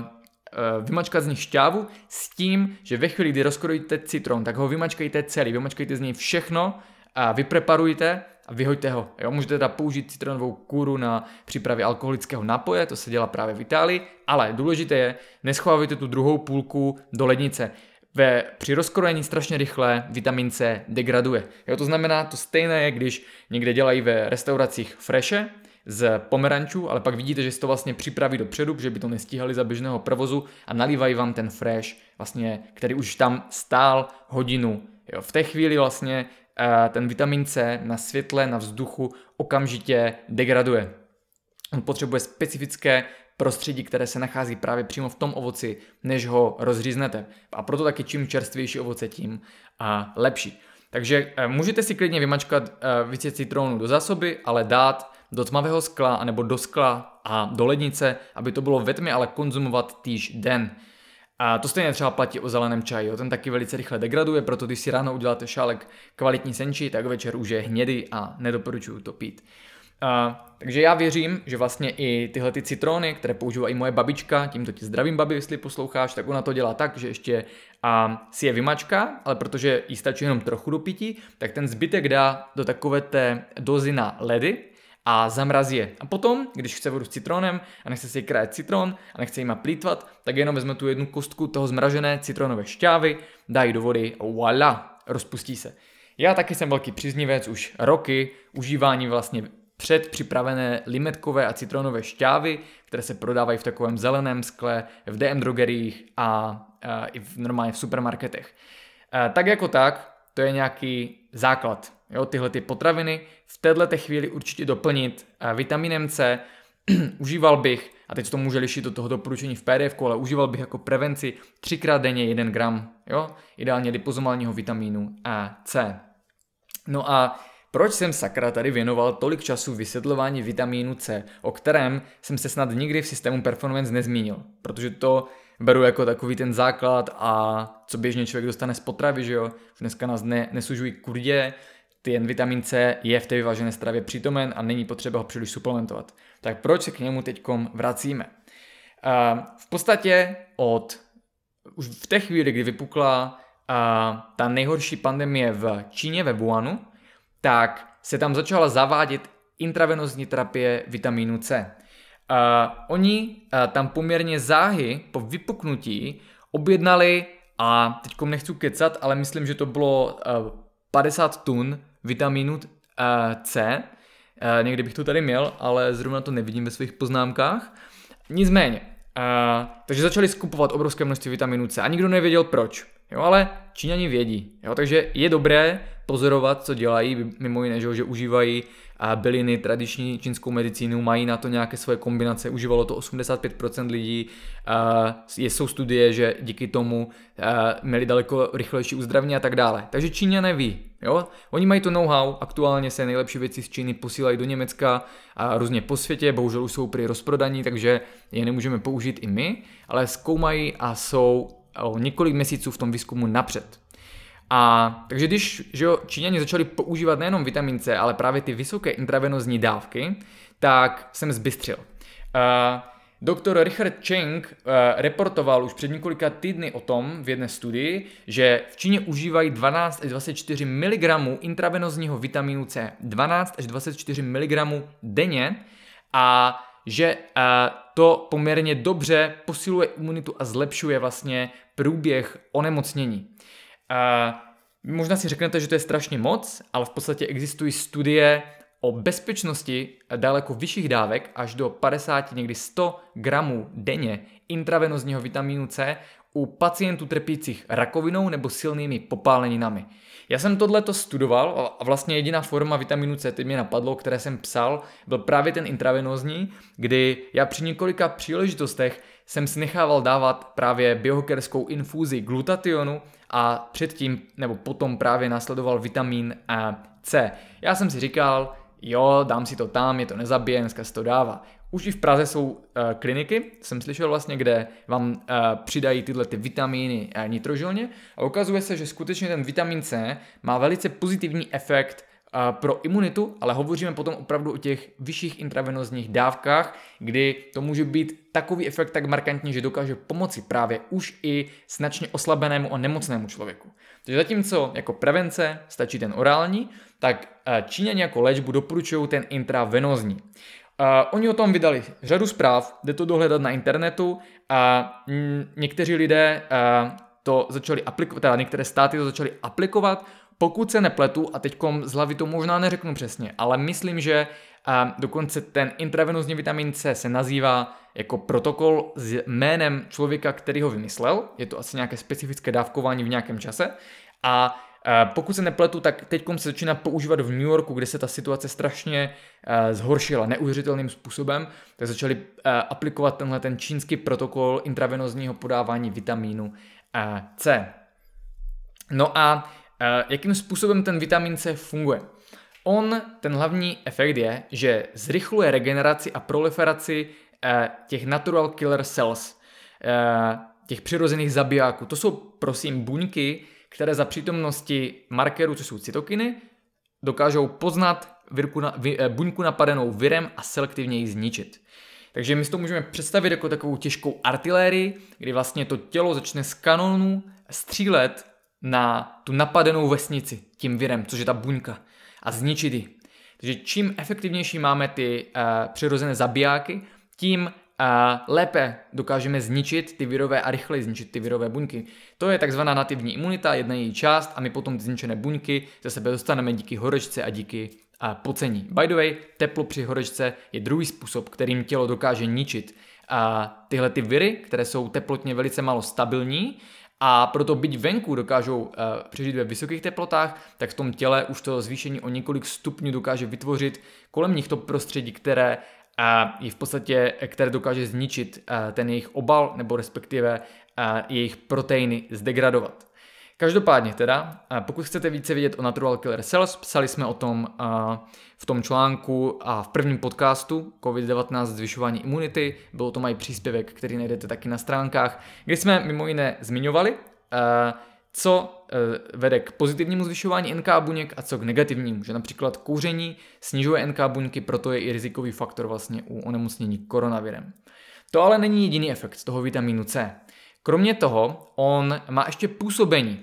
A: uh, vymačkat z nich šťávu s tím, že ve chvíli, kdy rozkrojíte citron, tak ho vymačkejte celý, vymačkejte z něj všechno a vypreparujte a vyhoďte ho. Jo? Můžete teda použít citronovou kůru na přípravě alkoholického nápoje, to se dělá právě v Itálii, ale důležité je, neschovávejte tu druhou půlku do lednice. Ve, při rozkrojení strašně rychle vitamin C degraduje. Jo? To znamená, to stejné je, když někde dělají ve restauracích freše z pomerančů, ale pak vidíte, že si to vlastně připraví dopředu, že by to nestíhali za běžného provozu a nalívají vám ten fresh, vlastně, který už tam stál hodinu. Jo? V té chvíli vlastně ten vitamin C na světle, na vzduchu okamžitě degraduje. On potřebuje specifické prostředí, které se nachází právě přímo v tom ovoci, než ho rozříznete. A proto taky čím čerstvější ovoce, tím a lepší. Takže můžete si klidně vymačkat více citronů do zásoby, ale dát do tmavého skla anebo do skla a do lednice, aby to bylo ve tmě, ale konzumovat týž den. A to stejně třeba platí o zeleném čaji, jo. Ten taky velice rychle degraduje, proto když si ráno uděláte šálek kvalitní senči, tak večer už je hnědý a nedoporučuju to pít. A, takže já věřím, že vlastně i tyhle ty citrony, které používá i moje babička, tímto ti zdravím babi, jestli posloucháš, tak ona to dělá tak, že ještě a, si je vymačká, ale protože jí stačí jenom trochu do pití, tak ten zbytek dá do takové té dozy na ledy a zamrazí je. A potom, když chce vodu s citronem a nechce si krájet citron a nechce jima plýtvat, tak jenom vezme tu jednu kostku toho zmražené citronové šťávy, dá ji do vody a voilà, rozpustí se. Já taky jsem velký příznivec už roky užívání vlastně předpřipravené limetkové a citronové šťávy, které se prodávají v takovém zeleném skle, v D M drogeriích a, a i v, normálně v supermarketech. A tak jako tak, to je nějaký základ. Jo, tyhle ty potraviny v této chvíli určitě doplnit vitaminem C. Užíval bych, a teď to může lišit do toho doporučení v P D F ku, ale užíval bych jako prevenci třikrát denně jeden gram, jo, ideálně lipozomálního vitamínu C. No a proč jsem sakra tady věnoval tolik času vysvětlování vitamínu C, o kterém jsem se snad nikdy v systému Performance nezmínil, protože to beru jako takový ten základ a co běžně člověk dostane z potravy, že jo, dneska nás ne, nesužují kurdě, ten vitamin C je v té vyvážené stravě přítomen a není potřeba ho příliš suplementovat. Tak proč se k němu teďkom vracíme? Uh, v podstatě od už v té chvíli, kdy vypukla uh, ta nejhorší pandemie v Číně, ve Wuhanu, tak se tam začala zavádět intravenózní terapie vitamínu C. Uh, oni uh, tam poměrně záhy po vypuknutí objednali, a teďkom nechci kecat, ale myslím, že to bylo uh, padesát tun vitamínu uh, C. Uh, někdy bych to tady měl, ale zrovna to nevidím ve svých poznámkách. Nicméně, uh, takže začali skupovat obrovské množství vitamínu C a nikdo nevěděl proč. Jo, ale Číňani vědí. Jo, takže je dobré pozorovat, co dělají, mimo jiné, že, že užívají a byliny, tradiční čínskou medicínu, mají na to nějaké svoje kombinace, užívalo to osmdesát pět procent lidí, uh, jsou studie, že díky tomu uh, měli daleko rychlejší uzdravení a tak dále. Takže Číňané ví, jo? Oni mají to know-how, aktuálně se nejlepší věci z Číny posílají do Německa a různě po světě, bohužel už jsou prý rozprodaní, takže je nemůžeme použít i my, ale zkoumají a jsou o několik měsíců v tom výzkumu napřed. A takže když že jo, Číňani začali používat nejenom vitamin C, ale právě ty vysoké intravenózní dávky, tak jsem zbystřil. Uh, Doktor Richard Cheng uh, reportoval už před několika týdny o tom v jedné studii, že v Číně užívají dvanáct až dvacet čtyři miligramů intravenózního vitamínu C, dvanáct až dvacet čtyři miligramů denně, a že uh, to poměrně dobře posiluje imunitu a zlepšuje vlastně průběh onemocnění. Uh, možná si řeknete, že to je strašně moc, ale v podstatě existují studie o bezpečnosti daleko vyšších dávek až do padesát, někdy sto gramů denně intravenózního vitamínu C u pacientů trpících rakovinou nebo silnými popáleninami. Já jsem tohleto studoval a vlastně jediná forma vitamínu C, teď mě napadlo, které jsem psal, byl právě ten intravenózní, kdy já při několika příležitostech jsem si nechával dávat právě biohackerskou infuzi glutationu a předtím nebo potom právě následoval vitamin C. Já jsem si říkal, jo, dám si to tam, je to nezabije, dneska se to dává. Už i v Praze jsou uh, kliniky, jsem slyšel vlastně, kde vám uh, přidají tyhle ty vitamíny uh, nitrožilně a ukazuje se, že skutečně ten vitamin C má velice pozitivní efekt uh, pro imunitu, ale hovoříme potom opravdu o těch vyšších intravenózních dávkách, kdy to může být takový efekt tak markantní, že dokáže pomoci právě už i značně oslabenému a nemocnému člověku. Takže zatímco jako prevence stačí ten orální, tak Číňani jako léčbu doporučují ten intravenózní. Uh, oni o tom vydali řadu zpráv, jde to dohledat na internetu a m, někteří lidé uh, to začali aplikovat, teda některé státy to začaly aplikovat, pokud se nepletu, a teďkom z hlavy to možná neřeknu přesně, ale myslím, že uh, dokonce ten intravenózní vitamin C se nazývá jako protokol s jménem člověka, který ho vymyslel, je to asi nějaké specifické dávkování v nějakém čase a pokud se nepletu, tak teďkom se začíná používat v New Yorku, kde se ta situace strašně uh, zhoršila neuvěřitelným způsobem, tak začali uh, aplikovat tenhle ten čínský protokol intravenózního podávání vitamínu uh, C. No a uh, jakým způsobem ten vitamin C funguje? On, ten hlavní efekt je, že zrychluje regeneraci a proliferaci uh, těch natural killer cells, uh, těch přirozených zabijáků. To jsou prosím buňky, které za přítomnosti markerů, což jsou cytokiny, dokážou poznat virku na, vy, buňku napadenou virem a selektivně ji zničit. Takže my si to můžeme představit jako takovou těžkou artilérii, kdy vlastně to tělo začne z kanonů střílet na tu napadenou vesnici tím virem, což je ta buňka, a zničit ji. Takže čím efektivnější máme ty uh, přirozené zabijáky, tím a lépe dokážeme zničit ty virové a rychleji zničit ty virové buňky. To je takzvaná nativní imunita, jedna její část, a my potom ty zničené buňky ze sebe dostaneme díky horečce a díky a pocení. By the way, teplo při horečce je druhý způsob, kterým tělo dokáže ničit a tyhle ty viry, které jsou teplotně velice málo stabilní, a proto byť venku dokážou uh, přežít ve vysokých teplotách, tak v tom těle už to zvýšení o několik stupňů dokáže vytvořit kolem nich to prostředí, které a je v podstatě, které dokáže zničit ten jejich obal nebo respektive jejich proteiny zdegradovat. Každopádně teda, pokud chcete více vědět o Natural Killer Cells, psali jsme o tom v tom článku a v prvním podcastu covid devatenáct zvyšování imunity, byl to mají příspěvek, který najdete taky na stránkách, kde jsme mimo jiné zmiňovali, co vede k pozitivnímu zvyšování N K buněk a co k negativnímu, že například kouření snižuje N K buňky, proto je i rizikový faktor vlastně u onemocnění koronavirem. To ale není jediný efekt z toho vitamínu C. Kromě toho, on má ještě působení,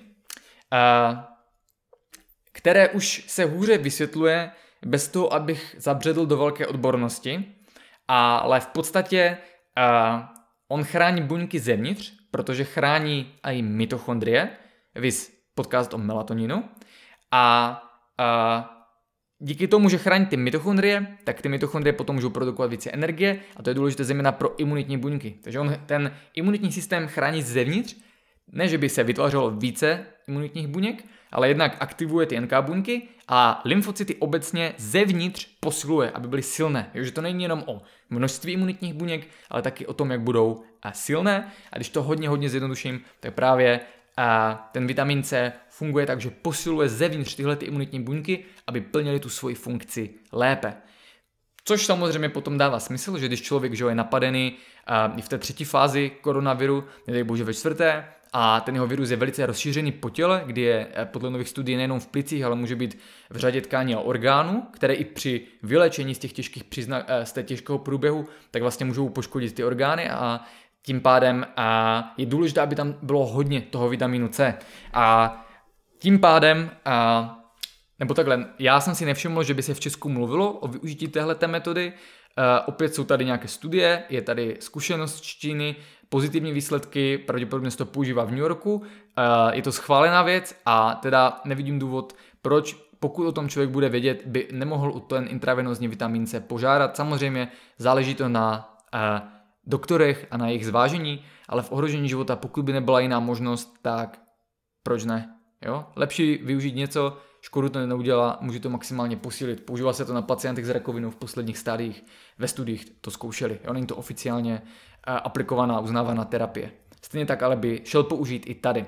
A: které už se hůře vysvětluje bez toho, abych zabředl do velké odbornosti, ale v podstatě on chrání buňky zevnitř, protože chrání i mitochondrie, viz podcast o melatoninu, a, a díky tomu, že chrání ty mitochondrie, tak ty mitochondrie potom můžou produkovat více energie a to je důležité zejména pro imunitní buňky. Takže on ten imunitní systém chrání zevnitř, ne že by se vytvářelo více imunitních buněk, ale jednak aktivuje ty N K buňky a lymfocyty obecně zevnitř posiluje, aby byly silné. Takže to není jenom o množství imunitních buněk, ale taky o tom, jak budou silné. A když to hodně, hodně zjednoduším, tak právě a ten vitamin C funguje tak, že posiluje zevnitř tyhle ty imunitní buňky, aby plnily tu svoji funkci lépe. Což samozřejmě potom dává smysl, že když člověk že je napadený a v té třetí fázi koronaviru, nedej bože ve čtvrté, a ten jeho virus je velice rozšířený po těle, kdy je podle nových studií nejenom v plicích, ale může být v řadě tkání a orgánů, které i při vylečení z těch těžkých příznak, z těch těžkého průběhu, tak vlastně můžou poškodit ty orgány a tím pádem a je důležité, aby tam bylo hodně toho vitamínu C. A tím pádem, a, nebo takhle, já jsem si nevšiml, že by se v Česku mluvilo o využití téhleté metody. A, opět jsou tady nějaké studie, je tady zkušenost z Číny, pozitivní výsledky, pravděpodobně se to používá v New Yorku, a, je to schválená věc a teda nevidím důvod, proč, pokud o tom člověk bude vědět, by nemohl ten intravenózní vitamin C požádat. Samozřejmě záleží to na a, doktorech a na jejich zvážení, ale v ohrožení života, pokud by nebyla jiná možnost, tak proč ne? Jo? Lepší využít něco, škodu to neudělá, může to maximálně posílit. Používá se to na pacientech s rakovinou v posledních stádiích, ve studiích to zkoušeli. Jo? Není to oficiálně aplikovaná, uznávaná terapie. Stejně tak ale by šel použít i tady.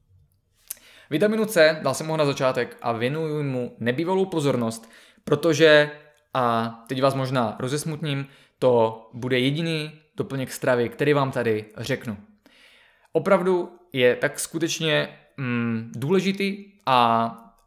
A: Vitaminu C dal jsem ho na začátek a věnuju mu nebývalou pozornost, protože, a teď vás možná rozesmutním, to bude jediný doplněk stravy, který vám tady řeknu. Opravdu je tak skutečně mm, důležitý a,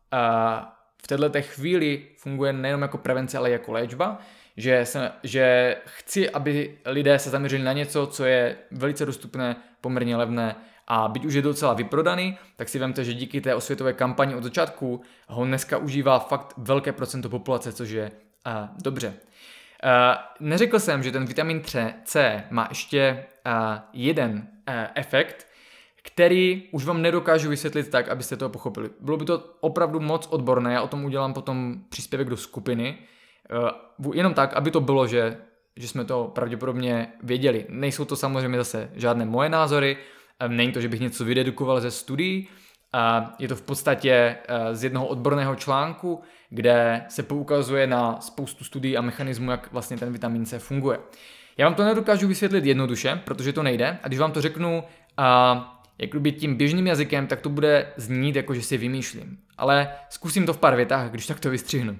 A: a v této chvíli funguje nejen jako prevence, ale jako léčba, že, se, že chci, aby lidé se zaměřili na něco, co je velice dostupné, poměrně levné a byť už je docela vyprodaný, tak si vemte, že díky té osvětové kampani od začátku ho dneska užívá fakt velké procento populace, což je a, dobře. Uh, neřekl jsem, že ten vitamin C má ještě uh, jeden uh, efekt, který už vám nedokážu vysvětlit tak, abyste to pochopili. Bylo by to opravdu moc odborné, já o tom udělám potom příspěvek do skupiny, uh, jenom tak, aby to bylo, že, že jsme to pravděpodobně věděli. Nejsou to samozřejmě zase žádné moje názory, uh, není to, že bych něco vydedukoval ze studií, uh, je to v podstatě uh, z jednoho odborného článku, kde se poukazuje na spoustu studií a mechanismů, jak vlastně ten vitamin C funguje. Já vám to nedokážu vysvětlit jednoduše, protože to nejde, a když vám to řeknu a, jakoby tím běžným jazykem, tak to bude znít jako, že si vymýšlím. Ale zkusím to v pár větách, když tak to vystřihnu.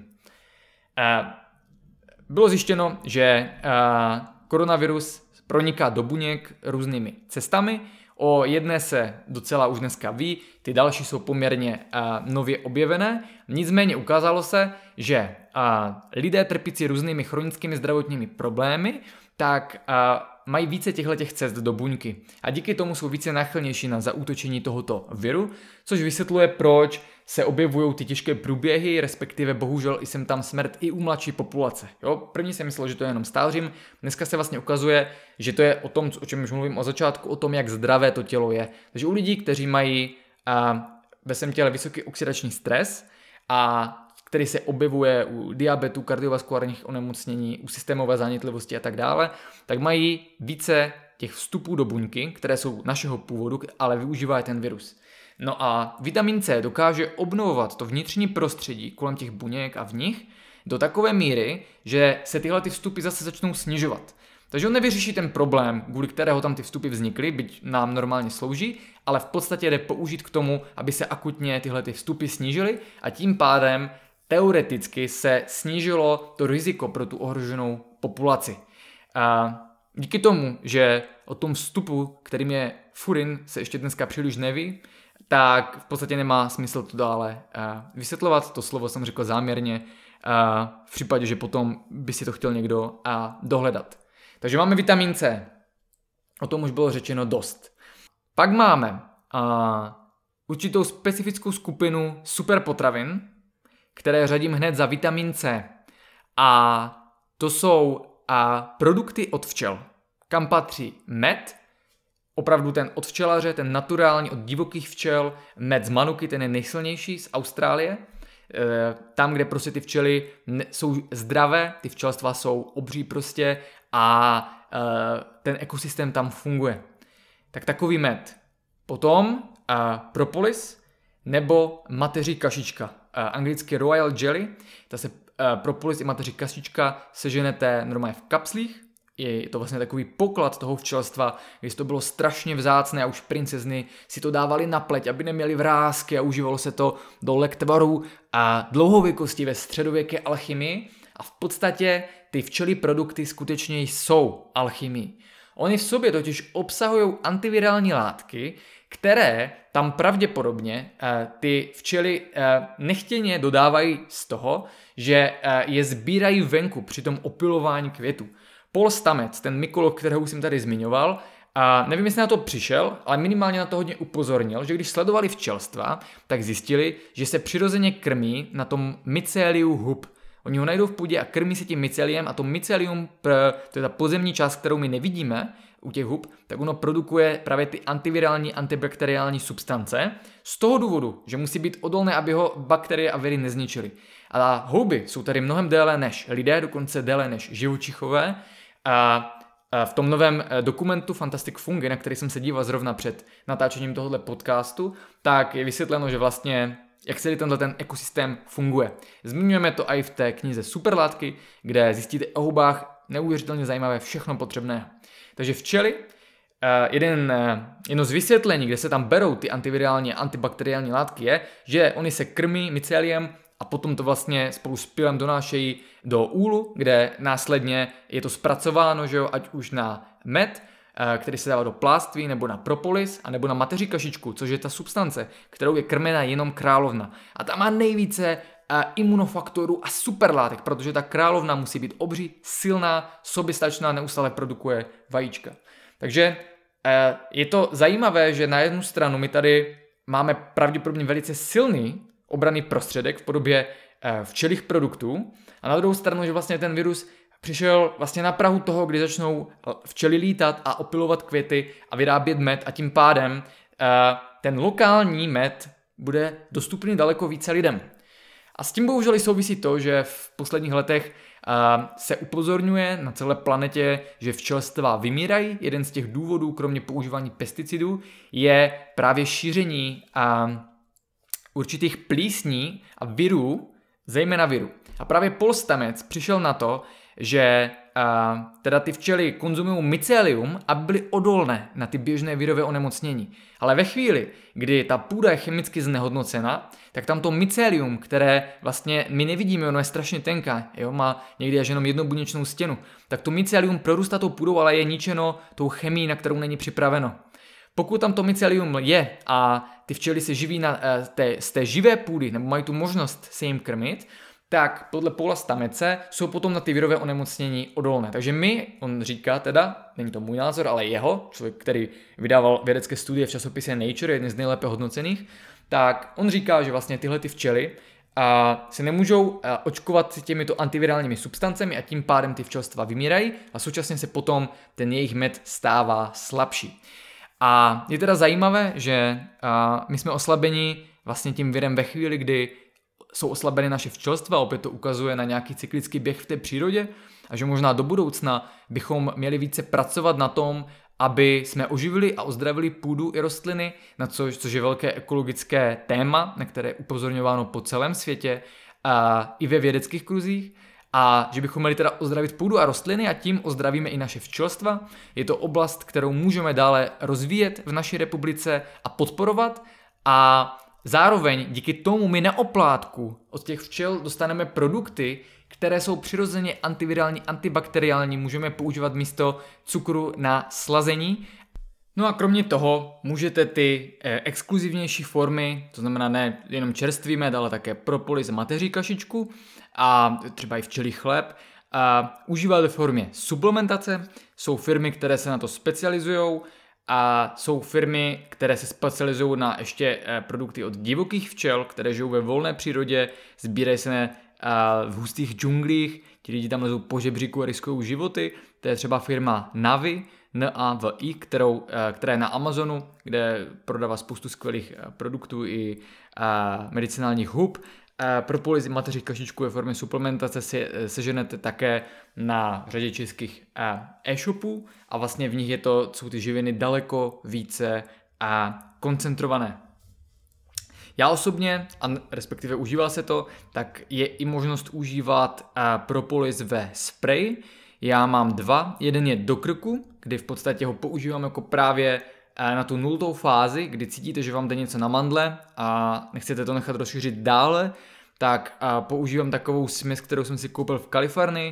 A: A, bylo zjištěno, že a, koronavirus proniká do buněk různými cestami. O jedné se docela už dneska ví, ty další jsou poměrně uh, nově objevené. Nicméně ukázalo se, že uh, lidé trpící různými chronickými zdravotními problémy, tak uh, mají více těchto cest do buňky. A díky tomu jsou více náchylnější na zaútočení tohoto viru, což vysvětluje, proč se objevují ty těžké průběhy, respektive bohužel i sem tam smrt i u mladší populace. Jo? První jsem myslel, že to je jenom stářím, dneska se vlastně ukazuje, že to je o tom, o čem už mluvím od začátku, o tom, jak zdravé to tělo je. Takže u lidí, kteří mají a, ve svém těle vysoký oxidační stres, a který se objevuje u diabetu, kardiovaskulárních onemocnění, u systémové zánětlivosti a tak dále, tak mají více těch vstupů do buňky, které jsou našeho původu, ale využívají ten virus. No a vitamin C dokáže obnovovat to vnitřní prostředí kolem těch buněk a v nich do takové míry, že se tyhle ty vstupy zase začnou snižovat. Takže on nevyřeší ten problém, kvůli kterého tam ty vstupy vznikly, byť nám normálně slouží, ale v podstatě jde použít k tomu, aby se akutně tyhle ty vstupy snížily a tím pádem teoreticky se snížilo to riziko pro tu ohroženou populaci. A díky tomu, že o tom vstupu, kterým je furin, se ještě dneska příliš neví, tak v podstatě nemá smysl to dále vysvětlovat. To slovo jsem řekl záměrně v případě, že potom by si to chtěl někdo dohledat. Takže máme vitamin C. O tom už bylo řečeno dost. Pak máme určitou specifickou skupinu superpotravin, které řadím hned za vitamin C. A to jsou a, produkty od včel, kam patří med, opravdu ten od včelaře, ten naturální od divokých včel, med z Manuky, ten je nejsilnější z Austrálie, e, tam, kde prostě ty včely ne, jsou zdravé, ty včelstva jsou obří prostě a e, ten ekosystém tam funguje. Tak takový med. Potom a, propolis nebo mateří kašička. Anglicky Royal Jelly, ta se uh, propolis i mateří kašička seženete normálně v kapslích, je to vlastně takový poklad toho včelstva, když to bylo strašně vzácné a už princezny si to dávali na pleť, aby neměli vrásky a užívalo se to do lektvarů a dlouhověkosti ve středověké alchymii a v podstatě ty včelí produkty skutečně jsou alchymii. Oni v sobě totiž obsahují antivirální látky, které tam pravděpodobně eh, ty včely eh, nechtěně dodávají z toho, že eh, je sbírají venku při tom opilování květů. Paul Stamets, ten mykolog, kterého jsem tady zmiňoval, a nevím, jestli na to přišel, ale minimálně na to hodně upozornil, že když sledovali včelstva, tak zjistili, že se přirozeně krmí na tom myceliu hub. Oni ho najdou v půdě a krmí se tím myceliem a to mycelium, to je ta pozemní část, kterou my nevidíme u těch hub, tak ono produkuje právě ty antivirální, antibakteriální substance z toho důvodu, že musí být odolné, aby ho bakterie a viry nezničily. A houby jsou tady mnohem déle než lidé, dokonce déle než živočichové. A v tom novém dokumentu Fantastic Fungi, na který jsem se díval zrovna před natáčením tohoto podcastu, tak je vysvětleno, že vlastně jak celý tenhle ten ekosystém funguje. Zmiňujeme to i v té knize Superlátky, kde zjistíte o houbách neuvěřitelně zajímavé všechno potřebné. Takže včely, jeden, jedno z vysvětlení, kde se tam berou ty antivirální a antibakteriální látky je, že oni se krmí myceliem a potom to vlastně spolu s pilem donášejí do úlu, kde následně je to zpracováno, že jo, ať už na med, který se dává do pláství, nebo na propolis, a nebo na mateří kašičku, což je ta substance, kterou je krmena jenom královna. A ta má nejvíce imunofaktorů a superlátek, protože ta královna musí být obří, silná, soběstačná, neustále produkuje vajíčka. Takže je to zajímavé, že na jednu stranu my tady máme pravděpodobně velice silný obranný prostředek v podobě včelích produktů a na druhou stranu, že vlastně ten virus přišel vlastně na prahu toho, kdy začnou včely lítat a opilovat květy a vyrábět med a tím pádem ten lokální med bude dostupný daleko více lidem. A s tím bohužel souvisí to, že v posledních letech se upozorňuje na celé planetě, že včelstva vymírají. Jeden z těch důvodů, kromě používání pesticidů, je právě šíření určitých plísní a virů, zejména virů. A právě Paul Stamets přišel na to, že uh, teda ty včely konzumují mycelium, aby byly odolné na ty běžné virové onemocnění. Ale ve chvíli, kdy ta půda je chemicky znehodnocena, tak tam to mycelium, které vlastně my nevidíme, ono je strašně tenká, jo, má někdy až jenom jednobuněčnou stěnu, tak to mycelium prorůstá tou půdou, ale je ničeno tou chemií, na kterou není připraveno. Pokud tam to mycelium je a ty včely se živí na, uh, té, z té živé půdy, nebo mají tu možnost se jim krmit, tak podle Paula Stametse jsou potom na ty virové onemocnění odolné. Takže my, on říká teda, není to můj názor, ale jeho, člověk, který vydával vědecké studie v časopise Nature, jeden z nejlépe hodnocených, tak on říká, že vlastně tyhle ty včely a, se nemůžou a, očkovat těmito antivirálními substancemi a tím pádem ty včelstva vymírají a současně se potom ten jejich med stává slabší. A je teda zajímavé, že a, my jsme oslabeni vlastně tím virem ve chvíli, kdy jsou oslabeny naše včelstva, opět to ukazuje na nějaký cyklický běh v té přírodě a že možná do budoucna bychom měli více pracovat na tom, aby jsme oživili a ozdravili půdu i rostliny, na což, což je velké ekologické téma, na které je upozorňováno po celém světě a i ve vědeckých kruzích, a že bychom měli teda ozdravit půdu a rostliny a tím ozdravíme i naše včelstva. Je to oblast, kterou můžeme dále rozvíjet v naší republice a podporovat, a zároveň díky tomu my na oplátku od těch včel dostaneme produkty, které jsou přirozeně antivirální, antibakteriální, můžeme používat místo cukru na slazení. No a kromě toho můžete ty eh, exkluzivnější formy, to znamená ne jenom čerstvý med, ale také propolis, mateří kašičku a třeba i včelí chléb, a užívat ve formě suplementace. Jsou firmy, které se na to specializují, a jsou firmy, které se specializují na ještě produkty od divokých včel, které žijou ve volné přírodě, sbírají se v hustých džunglích, ti lidi tam lezou po žebříku a riskují životy. To je třeba firma Navi, N A V I, kterou, která je na Amazonu, kde prodává spoustu skvělých produktů i medicinálních hub. Propolis mateří kašičku ve formě suplementace si seženete také na řadě českých e-shopů a vlastně v nich je to, jsou ty živiny daleko více koncentrované. Já osobně, a respektive užíval se to, tak je i možnost užívat propolis ve spreji. Já mám dva, jeden je do krku, kdy v podstatě ho používám jako právě na tu nultou fázi, kdy cítíte, že vám jde něco na mandle a nechcete to nechat rozšířit dále, tak používám takovou směs, kterou jsem si koupil v Kalifornii,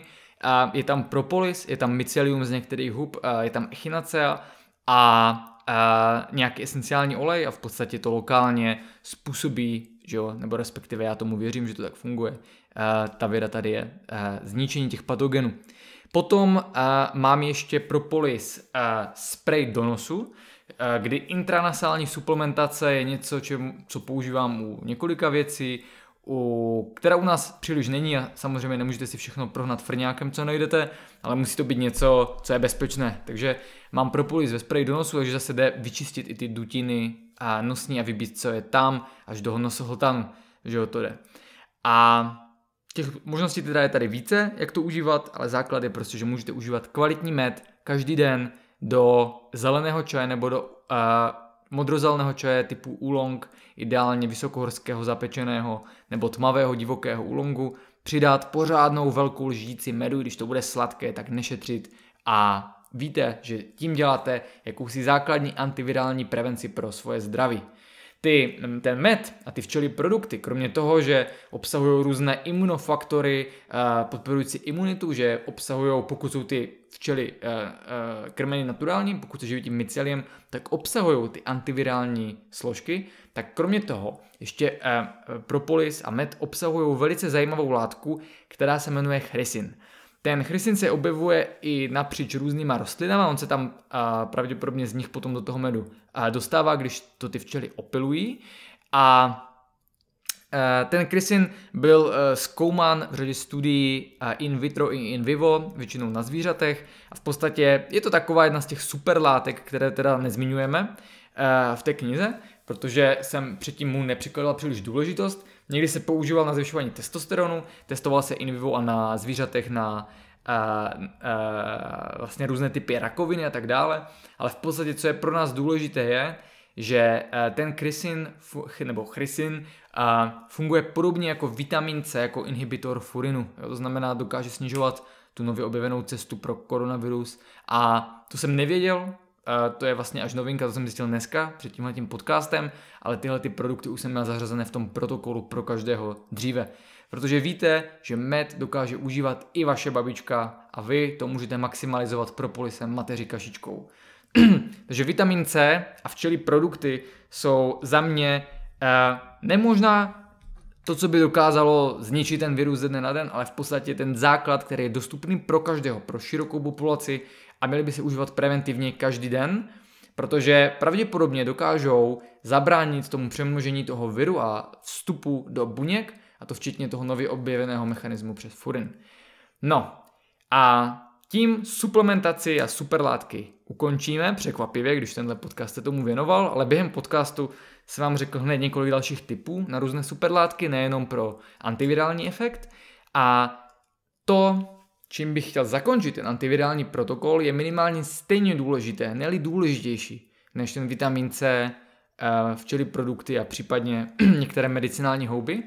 A: a je tam propolis, je tam mycelium z některých hub, a je tam echinacea a a nějaký esenciální olej a v podstatě to lokálně způsobí, že jo, nebo respektive já tomu věřím, že to tak funguje. A ta věda tady je a zničení těch patogenů. Potom a mám ještě propolis a spray do nosu, a kdy intranasální suplementace je něco, čem, co používám u několika věcí, u, která u nás příliš není a samozřejmě nemůžete si všechno prohnat frňákem, co najdete, ale musí to být něco, co je bezpečné. Takže mám propolis ve spreji do nosu, takže zase jde vyčistit i ty dutiny a nosní a vybít, co je tam, až do nosohltanu, že jo, to jde. A těch možností teda je tady více, jak to užívat, ale základ je prostě, že můžete užívat kvalitní med každý den do zeleného čaje nebo do uh, modrozeleného čaje typu oolong, ideálně vysokohorského zapečeného nebo tmavého divokého oolongu, přidat pořádnou velkou lžíci medu, když to bude sladké, tak nešetřit a víte, že tím děláte jakousi základní antivirální prevenci pro svoje zdraví. Ty, ten med a ty včely produkty, kromě toho, že obsahují různé imunofaktory podporující imunitu, že obsahují, pokud jsou ty včely krmeny naturální, pokud se živí tím myceliem, tak obsahují ty antivirální složky, tak kromě toho ještě propolis a med obsahují velice zajímavou látku, která se jmenuje chrysin. Ten chrysin se objevuje i napříč různýma rostlinama, on se tam a, pravděpodobně z nich potom do toho medu a, dostává, když to ty včely opilují. A, a ten chrysin byl a, zkoumán v řadě studií a, in vitro i in vivo, většinou na zvířatech. A v podstatě je to taková jedna z těch superlátek, které teda nezmiňujeme a, v té knize, protože jsem předtím mu nepřikládal příliš důležitost. Někdy se používal na zvyšování testosteronu, testoval se in vivo a na zvířatech na a, a, vlastně různé typy rakoviny a tak dále, ale v podstatě, co je pro nás důležité, je, že ten chrysin, nebo chrysin funguje podobně jako vitamin C, jako inhibitor furinu. To znamená, dokáže snižovat tu nově objevenou cestu pro koronavirus a to jsem nevěděl. Uh, to je vlastně až novinka, to jsem zjistil dneska před tímhletím podcastem, ale tyhle ty produkty už jsem měl zařazené v tom protokolu pro každého dříve. Protože víte, že med dokáže užívat i vaše babička a vy to můžete maximalizovat propolisem, mateří kašičkou. Takže vitamin C a včelí produkty jsou za mě uh, nemožná to, co by dokázalo zničit ten virus ze dne na den, ale v podstatě ten základ, který je dostupný pro každého, pro širokou populaci a měli by se užívat preventivně každý den, protože pravděpodobně dokážou zabránit tomu přemnožení toho viru a vstupu do buněk, a to včetně toho nově objeveného mechanismu přes furin. No a tím suplementaci a superlátky ukončíme, překvapivě, když tenhle podcast se tomu věnoval, ale během podcastu jsem vám řekl hned několik dalších typů na různé superlátky, nejenom pro antivirální efekt. A to, čím bych chtěl zakončit ten antivirální protokol, je minimálně stejně důležité, ne-li důležitější, než ten vitamin C, včely produkty a případně některé medicinální houby.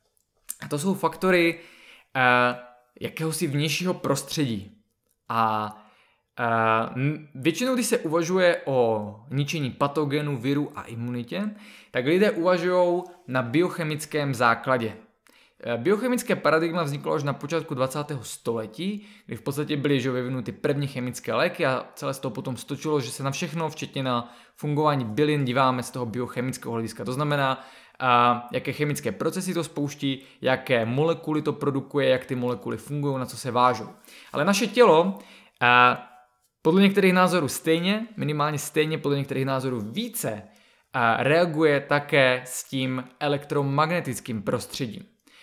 A: A to jsou faktory jakéhosi vnějšího prostředí. A Uh, většinou, když se uvažuje o ničení patogenů, viru a imunitě, tak lidé uvažují na biochemickém základě. Uh, biochemické paradigma vzniklo až na počátku dvacátého století, kdy v podstatě byly že, vyvinuty první chemické léky a celé z toho potom stočilo, že se na všechno, včetně na fungování bylin, díváme z toho biochemického hlediska. To znamená, uh, jaké chemické procesy to spouští, jaké molekuly to produkuje, jak ty molekuly fungují, na co se vážou. Ale naše tělo uh, podle některých názorů stejně, minimálně stejně, podle některých názorů více, a reaguje také s tím elektromagnetickým prostředím.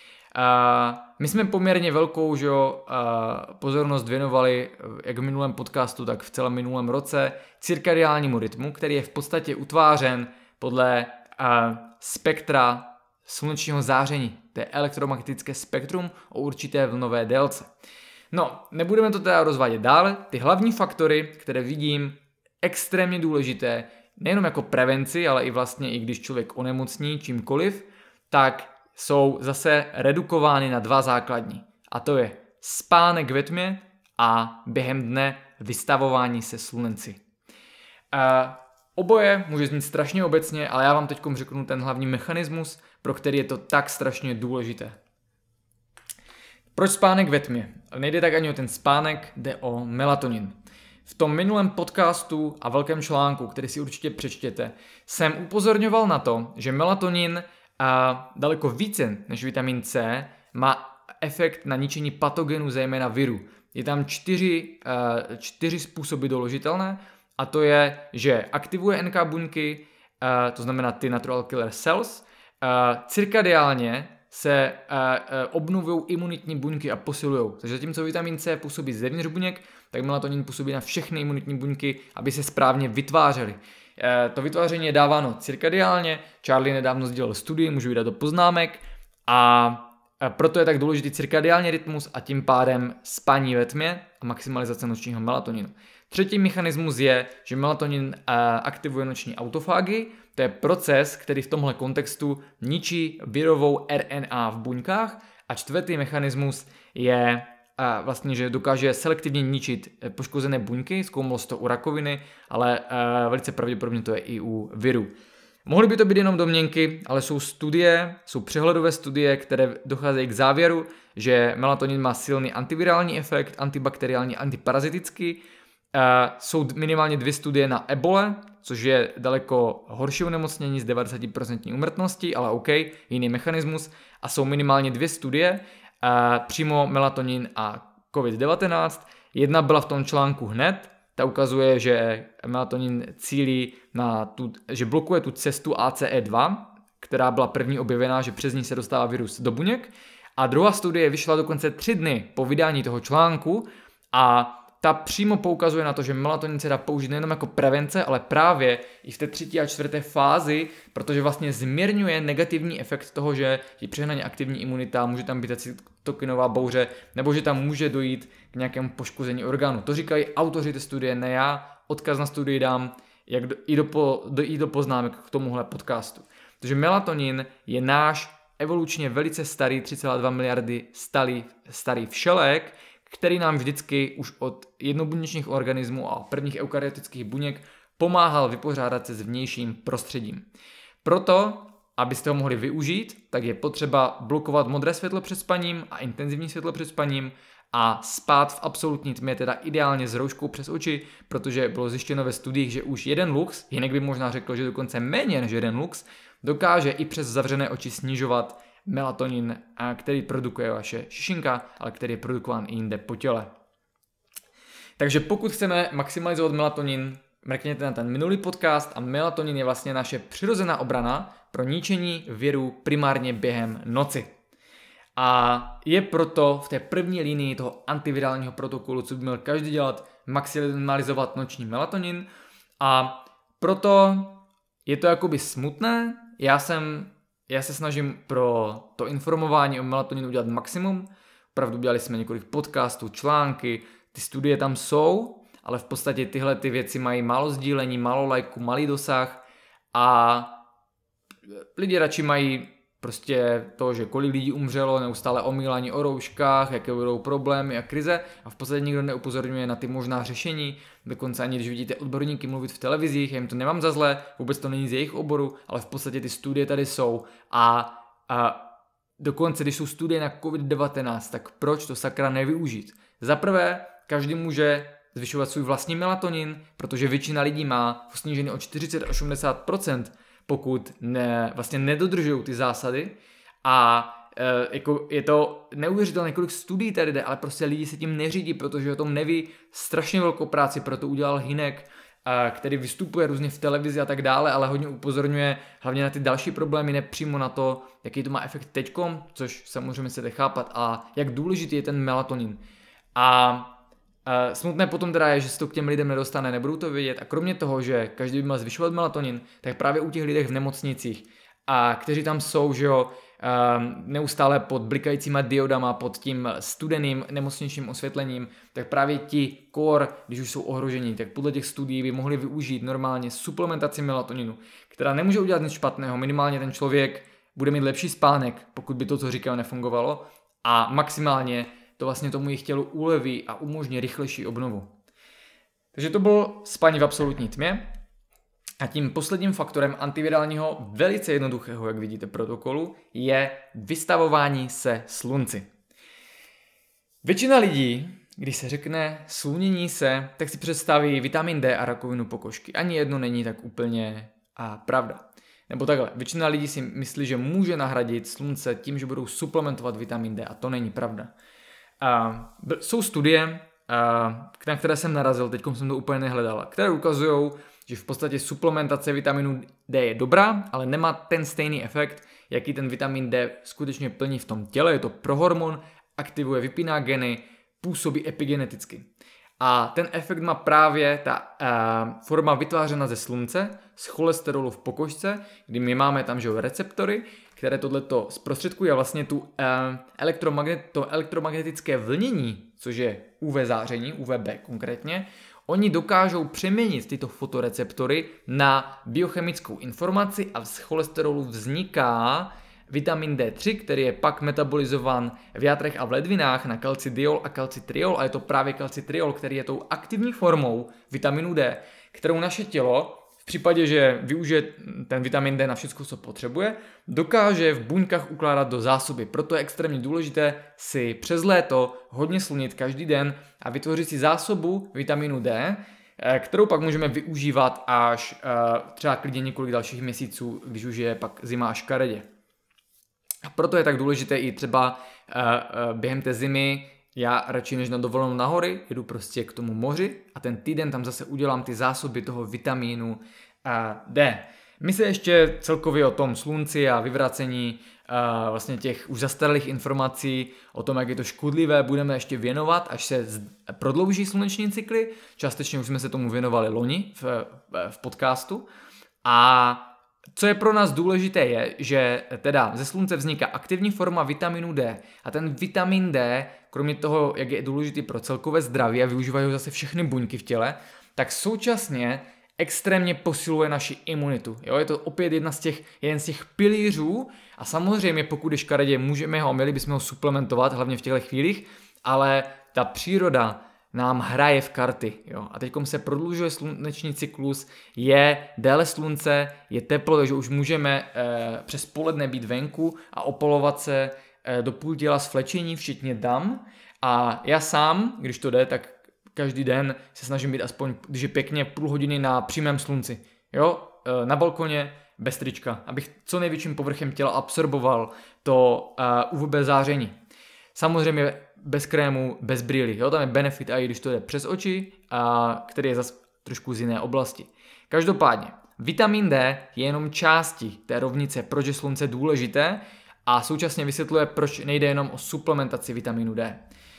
A: A my jsme poměrně velkou že jo, pozornost věnovali, jak v minulém podcastu, tak v celém minulém roce, cirkadiálnímu rytmu, který je v podstatě utvářen podle a, spektra slunečního záření. To je elektromagnetické spektrum o určité vlnové délce. No, nebudeme to teda rozvádět dále. Ty hlavní faktory, které vidím extrémně důležité, nejenom jako prevenci, ale i vlastně i když člověk onemocní čímkoliv, tak jsou zase redukovány na dva základní. A to je spánek ve tmě a během dne vystavování se slunci. Uh, oboje může znít strašně obecně, ale já vám teď řeknu ten hlavní mechanismus, pro který je to tak strašně důležité. Proč spánek ve tmě? Nejde tak ani o ten spánek, jde o melatonin. V tom minulém podcastu a velkém článku, který si určitě přečtěte, jsem upozorňoval na to, že melatonin a daleko více než vitamin C má efekt na ničení patogenů, zejména virů. Je tam čtyři, čtyři způsoby doložitelné a to je, že aktivuje N K buňky, to znamená ty natural killer cells, cirkadiálně se obnovují imunitní buňky a posilují. Takže zatímco vitamin C působí zevnitř buněk, tak melatonin působí na všechny imunitní buňky, aby se správně vytvářely. To vytváření je dáváno cirkadiálně, Charlie nedávno sdělal studii, můžu vydat do poznámek a proto je tak důležitý cirkadiální rytmus a tím pádem spání ve tmě a maximalizace nočního melatoninu. Třetí mechanismus je, že melatonin aktivuje noční autofágii, to je proces, který v tomhle kontextu ničí virovou R N A v buňkách. A čtvrtý mechanismus je vlastně, že dokáže selektivně ničit poškozené buňky, zkoumalo se to u rakoviny, ale velice pravděpodobně to je i u viru. Mohly by to být jenom domněnky, ale jsou studie, jsou přehledové studie, které docházejí k závěru, že melatonin má silný antivirální efekt, antibakteriální, antiparazitický. Uh, jsou minimálně dvě studie na ebole, což je daleko horší onemocnění s devadesát procent úmrtností, ale OK, jiný mechanismus. A jsou minimálně dvě studie, uh, přímo melatonin a covid devatenáct. Jedna byla v tom článku hned, ta ukazuje, že melatonin cílí na tu, že blokuje tu cestu A C E dva, která byla první objevená, že přes ní se dostává virus do buněk. A druhá studie vyšla dokonce tři dny po vydání toho článku a ta přímo poukazuje na to, že melatonin se dá použít nejenom jako prevence, ale právě i v té třetí a čtvrté fázi, protože vlastně zmírňuje negativní efekt toho, že je přehnaně aktivní imunita, může tam být cytokinová bouře, nebo že tam může dojít k nějakému poškození orgánu. To říkají autoři té studie, ne já. Odkaz na studii dám jak do, i, do, po, do, i do poznámek k tomuhle podcastu. Takže melatonin je náš evolučně velice starý, tři celé dva miliardy starý, starý všelék, který nám vždycky už od jednobuněčných organismů a prvních eukaryotických buněk pomáhal vypořádat se s vnějším prostředím. Proto, abyste ho mohli využít, tak je potřeba blokovat modré světlo před spaním a intenzivní světlo před spaním a spát v absolutní tmě, teda ideálně s rouškou přes oči, protože bylo zjištěno ve studiích, že už jeden lux, jinak by možná řekl, že dokonce méně než jeden lux, dokáže i přes zavřené oči snižovat melatonin, který produkuje vaše šišinka, ale který je produkován i jinde po těle. Takže pokud chceme maximalizovat melatonin, mrkněte na ten minulý podcast a melatonin je vlastně naše přirozená obrana pro ničení viru primárně během noci. A je proto v té první linii toho antivirálního protokolu, co by měl každý dělat, maximalizovat noční melatonin a proto je to jakoby smutné. Já jsem Já se snažím pro to informování o melatoninu udělat maximum. Opravdu dělali jsme několik podcastů, články, ty studie tam jsou, ale v podstatě tyhle ty věci mají málo sdílení, málo lajků, malý dosah a lidi radši mají prostě to, že kolik lidí umřelo, neustále omílání o rouškách, jaké budou problémy a krize a v podstatě nikdo neupozorňuje na ty možná řešení, dokonce ani když vidíte odborníky mluvit v televizích, já jim to nemám za zlé, vůbec to není z jejich oboru, ale v podstatě ty studie tady jsou a, a dokonce když jsou studie na covid devatenáct, tak proč to sakra nevyužít? Za prvé, každý může zvyšovat svůj vlastní melatonin, protože většina lidí má snížený o čtyřicet až osmdesát procent, pokud ne, vlastně nedodržují ty zásady a e, jako je to neuvěřitelné, kolik studií tady jde, ale prostě lidi se tím neřídí, protože o tom neví, strašně velkou práci, proto udělal Hynek, e, který vystupuje různě v televizi a tak dále, ale hodně upozorňuje hlavně na ty další problémy, ne přímo na to, jaký to má efekt teďkom, což samozřejmě se jde chápat a jak důležitý je ten melatonin. A Uh, smutné potom teda je, že se to k těm lidem nedostane, nebudou to vědět a kromě toho, že každý by měl zvyšovat melatonin, tak právě u těch lidech v nemocnicích a kteří tam jsou, že jo, uh, neustále pod blikajícíma diodama, pod tím studeným nemocničním osvětlením, tak právě ti core, když už jsou ohrožení, tak podle těch studií by mohli využít normálně suplementaci melatoninu, která nemůže udělat nic špatného, minimálně ten člověk bude mít lepší spánek, pokud by to, co říkal, nefungovalo a maximálně to vlastně tomu jejich tělu uleví a umožní rychlejší obnovu. Takže to bylo spání v absolutní tmě. A tím posledním faktorem antivirálního, velice jednoduchého, jak vidíte, protokolu, je vystavování se slunci. Většina lidí, když se řekne slunění se, tak si představí vitamin D a rakovinu pokožky. Ani jedno není tak úplně a pravda. Nebo takhle, většina lidí si myslí, že může nahradit slunce tím, že budou suplementovat vitamin D a to není pravda. A jsou studie, a, na které jsem narazil, teď jsem to úplně nehledal, které ukazují, že v podstatě suplementace vitaminu D je dobrá, ale nemá ten stejný efekt, jaký ten vitamin D skutečně plní v tom těle. Je to prohormon, aktivuje, vypíná geny, působí epigeneticky. A ten efekt má právě ta uh, forma vytvářena ze slunce, z cholesterolu v pokožce, kdy my máme tam že receptory, které tohleto zprostředkují a vlastně tu, uh, elektromagnet, to elektromagnetické vlnění, což je U V záření, U V B konkrétně, oni dokážou přeměnit tyto fotoreceptory na biochemickou informaci a z cholesterolu vzniká vitamin D tři, který je pak metabolizován v játrech a v ledvinách na kalcidiol a kalcitriol a je to právě kalcitriol, který je tou aktivní formou vitaminu D, kterou naše tělo v případě, že využije ten vitamin D na všechno, co potřebuje, dokáže v buňkách ukládat do zásoby. Proto je extrémně důležité si přes léto hodně slunit každý den a vytvořit si zásobu vitaminu D, kterou pak můžeme využívat až třeba klidně několik dalších měsíců, když už je pak zima a škaredě. A proto je tak důležité i třeba uh, uh, během té zimy, já radši než na dovolenou na hory, jedu prostě k tomu moři a ten týden tam zase udělám ty zásoby toho vitamínu uh, D. My se ještě celkově o tom slunci a vyvracení uh, vlastně těch už zastaralých informací, o tom, jak je to škodlivé, budeme ještě věnovat, až se z- prodlouží sluneční cykly. Částečně už jsme se tomu věnovali loni v, v podcastu. A co je pro nás důležité je, že teda ze slunce vzniká aktivní forma vitaminu D a ten vitamin D, kromě toho, jak je důležitý pro celkové zdraví a využívají ho zase všechny buňky v těle, tak současně extrémně posiluje naši imunitu. Jo? Je to opět jedna z těch, jeden z těch pilířů a samozřejmě pokud je škaredě, můžeme ho, měli bychom ho suplementovat, hlavně v těchto chvílích, ale ta příroda nám hraje v karty. Jo? A teď se prodlužuje sluneční cyklus, je déle slunce, je teplo, takže už můžeme e, přes poledne být venku a opalovat se e, do půl těla s flečení, včetně dam. A já sám, když to jde, tak každý den se snažím být aspoň, když je pěkně, půl hodiny na přímém slunci. Jo? E, na balkoně, bez trička, abych co největším povrchem těla absorboval to e, U V B záření. Samozřejmě bez krému, bez brýlí. Jo? Tam je benefit i když to jde přes oči, a který je zase trošku z jiné oblasti. Každopádně, vitamin D je jenom částí té rovnice, proč je slunce důležité a současně vysvětluje, proč nejde jenom o suplementaci vitaminu D.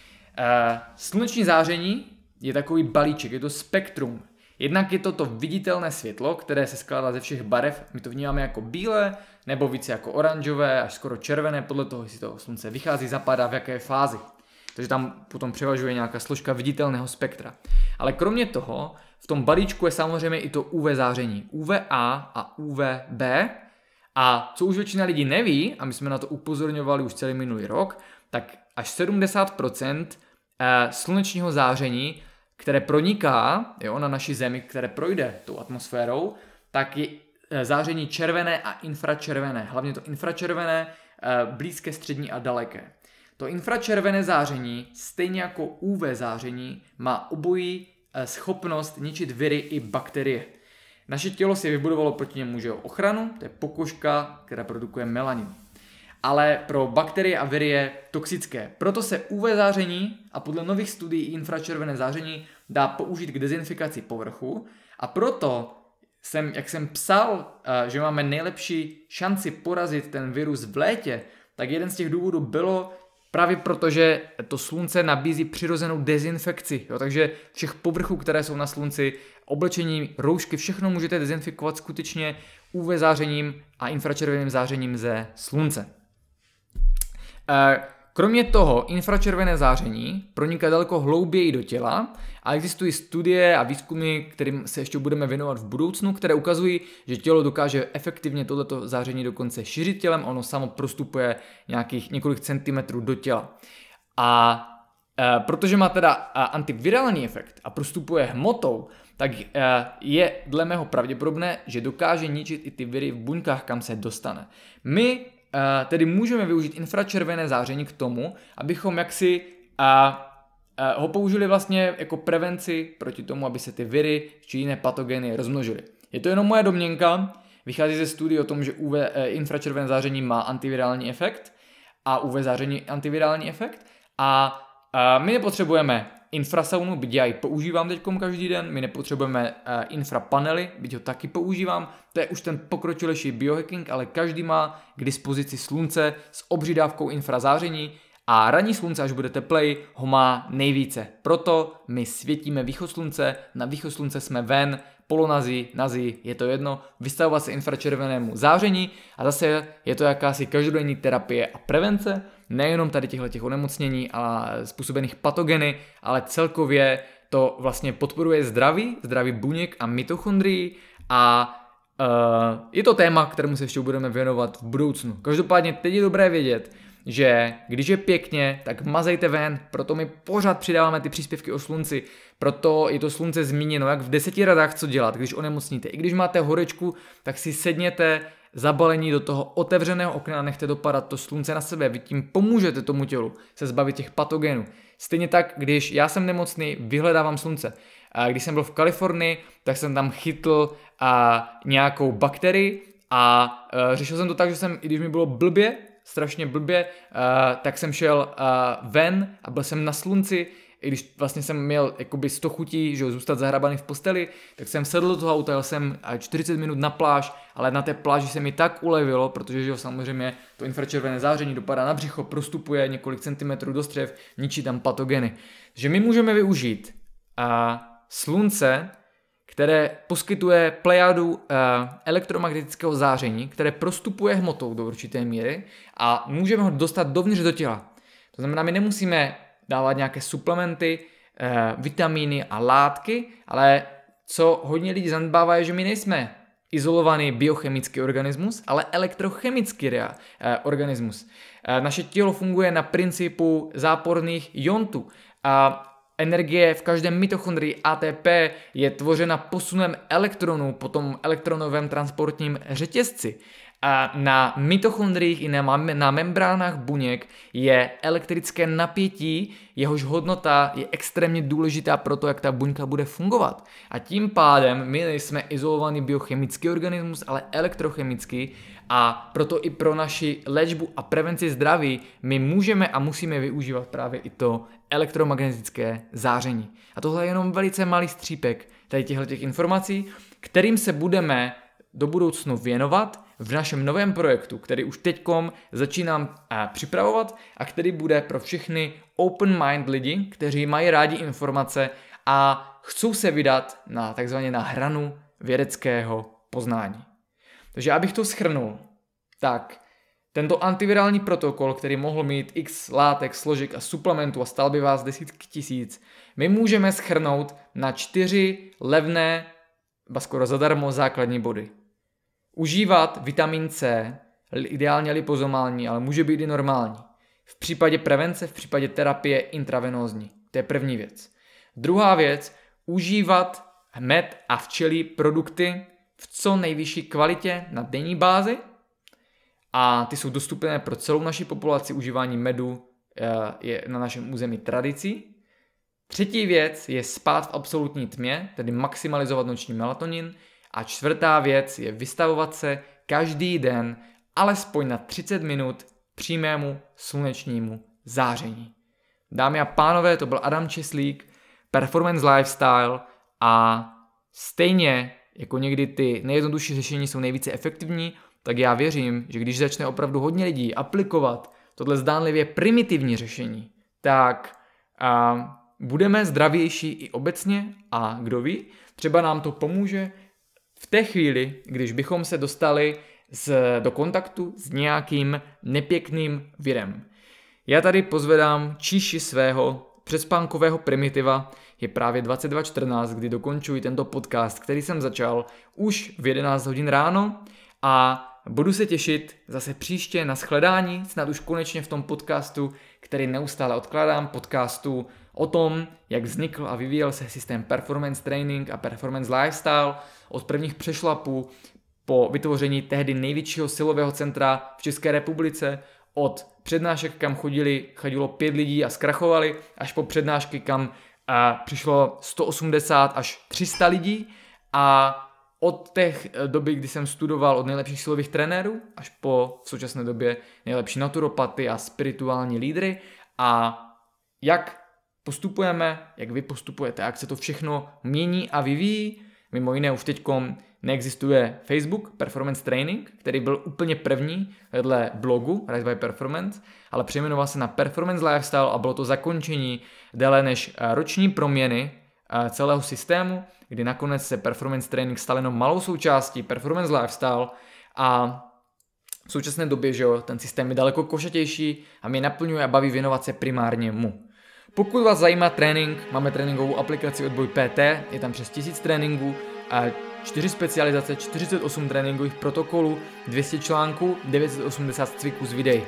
A: E, sluneční záření je takový balíček, je to spektrum. Jednak je to to viditelné světlo, které se skládá ze všech barev, my to vnímáme jako bílé, nebo více jako oranžové, až skoro červené, podle toho, jestli to slunce vychází, zapadá, v jaké fázi. Takže tam potom převažuje nějaká složka viditelného spektra. Ale kromě toho, v tom balíčku je samozřejmě i to U V záření. U V A a U V B. A co už většina lidí neví, a my jsme na to upozorňovali už celý minulý rok, tak až sedmdesát procent slunečního záření, které proniká jo, na naší Zemi, které projde tou atmosférou, tak je záření červené a infračervené. Hlavně to infračervené, blízké, střední a daleké. To infračervené záření, stejně jako U V záření, má obojí schopnost ničit viry i bakterie. Naše tělo si vybudovalo proti němu že ochranu, to je pokožka, která produkuje melanin. Ale pro bakterie a viry je toxické. Proto se U V záření a podle nových studií infračervené záření dá použít k dezinfikaci povrchu a proto jsem, jak jsem psal, že máme nejlepší šanci porazit ten virus v létě, tak jeden z těch důvodů bylo právě proto, že to slunce nabízí přirozenou dezinfekci. Jo? Takže všech povrchů, které jsou na slunci, oblečení, roušky, všechno můžete dezinfikovat skutečně U V zářením a infračerveným zářením ze slunce. Kromě toho infračervené záření proniká daleko hlouběji do těla a existují studie a výzkumy, kterým se ještě budeme věnovat v budoucnu, které ukazují, že tělo dokáže efektivně tohleto záření dokonce šířit tělem, ono samo prostupuje nějakých několik centimetrů do těla. A e, protože má teda antivirální efekt a prostupuje hmotou, tak e, je dle mého pravděpodobné, že dokáže ničit i ty viry v buňkách, kam se dostane. My tedy můžeme využít infračervené záření k tomu, abychom jaksi a ho použili vlastně jako prevenci proti tomu, aby se ty viry či jiné patogeny rozmnožily. Je to jenom moje domněnka, vychází ze studií o tom, že U V, infračervené záření má antivirální efekt a U V záření antivirální efekt a, a my nepotřebujeme infrasaunu, byť já ji používám teďkom každý den, my nepotřebujeme uh, infrapanely, byť ho taky používám, to je už ten pokročilejší biohacking, ale každý má k dispozici slunce s obří dávkou infrazáření a ranní slunce, až bude teplej, ho má nejvíce. Proto my světíme východ slunce, na východ slunce jsme ven, polonazí, nazí, je to jedno, vystavovat se infračervenému záření a zase je to jakási každodenní terapie a prevence, nejenom tady těchto onemocnění a způsobených patogeny, ale celkově to vlastně podporuje zdraví, zdraví buněk a mitochondrií a uh, je to téma, kterému se ještě budeme věnovat v budoucnu. Každopádně teď je dobré vědět, že když je pěkně, tak mazejte ven, proto my pořád přidáváme ty příspěvky o slunci, proto je to slunce zmíněno jak v deseti radách, co dělat, když onemocníte. I když máte horečku, tak si sedněte zabalení do toho otevřeného okna a nechte dopadat to slunce na sebe, vy tím pomůžete tomu tělu se zbavit těch patogenů. Stejně tak, když já jsem nemocný, vyhledávám slunce. A když jsem byl v Kalifornii, tak jsem tam chytl a, nějakou bakterii a, a řešil jsem to tak, že jsem, i když mi bylo blbě, strašně blbě, uh, tak jsem šel uh, ven a byl jsem na slunci, i když vlastně jsem měl jakoby sto chutí, že zůstat zahrabaný v posteli, tak jsem sedl do toho auta, jel jsem čtyřicet minut na pláž, ale na té pláži se mi tak ulevilo, protože že jo, samozřejmě to infračervené záření dopadá na břicho, prostupuje několik centimetrů do střev, ničí tam patogeny. Takže my můžeme využít uh, slunce, které poskytuje plejadu uh, elektromagnetického záření, které prostupuje hmotou do určité míry a můžeme ho dostat dovnitř do těla. To znamená, my nemusíme dávat nějaké suplementy, uh, vitamíny a látky, ale co hodně lidí zanedbává je, že my nejsme izolovaný biochemický organismus, ale elektrochemický rea, uh, organismus. Uh, naše tělo funguje na principu záporných iontů a energie v každém mitochondrii A T P je tvořena posunem elektronů po tom elektronovém transportním řetězci. A na mitochondriích i na, na membránách buněk je elektrické napětí, jehož hodnota je extrémně důležitá pro to, jak ta buňka bude fungovat. A tím pádem my nejsme izolovaný biochemický organismus, ale elektrochemický a proto i pro naši léčbu a prevenci zdraví my můžeme a musíme využívat právě i to elektromagnetické záření. A tohle je jenom velice malý střípek tady těchto informací, kterým se budeme do budoucnu věnovat v našem novém projektu, který už teďkom začínám připravovat a který bude pro všechny open mind lidi, kteří mají rádi informace a chcou se vydat na takzvaně na hranu vědeckého poznání. Takže abych to shrnul, tak tento antivirální protokol, který mohl mít x látek, složek a suplementů a stál by vás desítky tisíc, my můžeme shrnout na čtyři levné, ba skoro zadarmo základní body. Užívat vitamin C, ideálně lipozomální, ale může být i normální. V případě prevence, v případě terapie intravenózní. To je první věc. Druhá věc, užívat med a včelí produkty v co nejvyšší kvalitě na denní bázi a ty jsou dostupné pro celou naši populaci. Užívání medu je na našem území tradicí. Třetí věc je spát v absolutní tmě, tedy maximalizovat noční melatonin. A čtvrtá věc je vystavovat se každý den alespoň na třicet minut přímému slunečnímu záření. Dámy a pánové, to byl Adam Česlík, Performance Lifestyle a stejně jako někdy ty nejjednodušší řešení jsou nejvíce efektivní, tak já věřím, že když začne opravdu hodně lidí aplikovat tohle zdánlivě primitivní řešení, tak a, budeme zdravější i obecně a kdo ví, třeba nám to pomůže v té chvíli, když bychom se dostali z, do kontaktu s nějakým nepěkným virem. Já tady pozvedám číši svého předspánkového primitiva, je právě dvacet dva čtrnáct, kdy dokončuji tento podcast, který jsem začal už v jedenáct hodin ráno a budu se těšit zase příště na shledání, snad už konečně v tom podcastu, který neustále odkládám, podcastu o tom, jak vznikl a vyvíjel se systém Performance Training a Performance Lifestyle od prvních přešlapů po vytvoření tehdy největšího silového centra v České republice, od přednášek, kam chodili, chodilo pět lidí a zkrachovali, až po přednášky, kam a, přišlo sto osmdesát až tři sta lidí a od těch doby, kdy jsem studoval od nejlepších silových trenérů, až po v současné době nejlepší naturopaty a spirituální lídry a jak postupujeme, jak vy postupujete, jak se to všechno mění a vyvíjí. Mimo jiné už teďkom neexistuje Facebook Performance Training, který byl úplně první vedle blogu Rise by Performance, ale přejmenoval se na Performance Lifestyle a bylo to zakončení déle než roční proměny celého systému, kdy nakonec se Performance Training stal jenom malou součástí Performance Lifestyle a v současné době, že jo, ten systém je daleko košatější a mě naplňuje a baví věnovat se primárně mu. Pokud vás zajímá trénink, máme tréninkovou aplikaci Odboj P T, je tam přes tisíc tréninků, čtyři specializace, čtyřicet osm tréninkových protokolů, dvě stě článků, devět set osmdesát cviků z videí.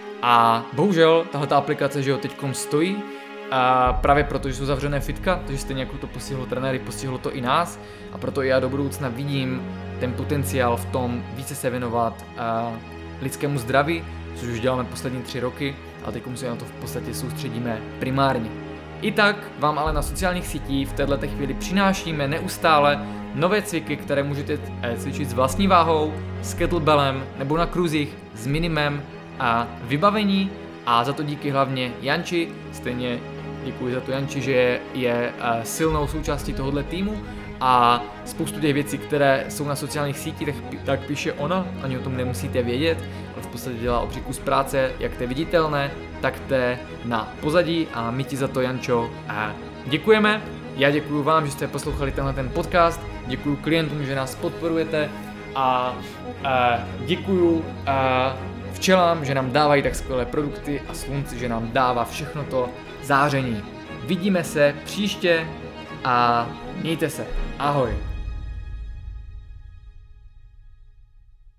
A: A bohužel tahle aplikace, že jo, teďkom stojí, a právě proto, že jsou zavřené fitka, takže stejně jako to postihlo trenéry, postihlo to i nás a proto i já do budoucna vidím ten potenciál v tom více se věnovat uh, lidskému zdraví, což už děláme poslední tři roky, ale teď se na to v podstatě soustředíme primárně. I tak vám ale na sociálních sítích v této chvíli přinášíme neustále nové cviky, které můžete cvičit s vlastní váhou, s kettlebellem nebo na kruzích s minimem a vybavení a za to díky hlavně Janči, stejně děkuji za to Janči, že je, je silnou součástí tohohle týmu a spoustu těch věcí, které jsou na sociálních sítích, tak, tak píše ona, ani o tom nemusíte vědět, ale v podstatě dělá obří kus práce, jak to je viditelné, tak to je na pozadí a my ti za to, Jančo, a děkujeme. Já děkuji vám, že jste poslouchali tenhle ten podcast, děkuji klientům, že nás podporujete a, a děkuji a včelám, že nám dávají tak skvělé produkty a slunci, že nám dává všechno to záření. Vidíme se příště a mějte se. Ahoj.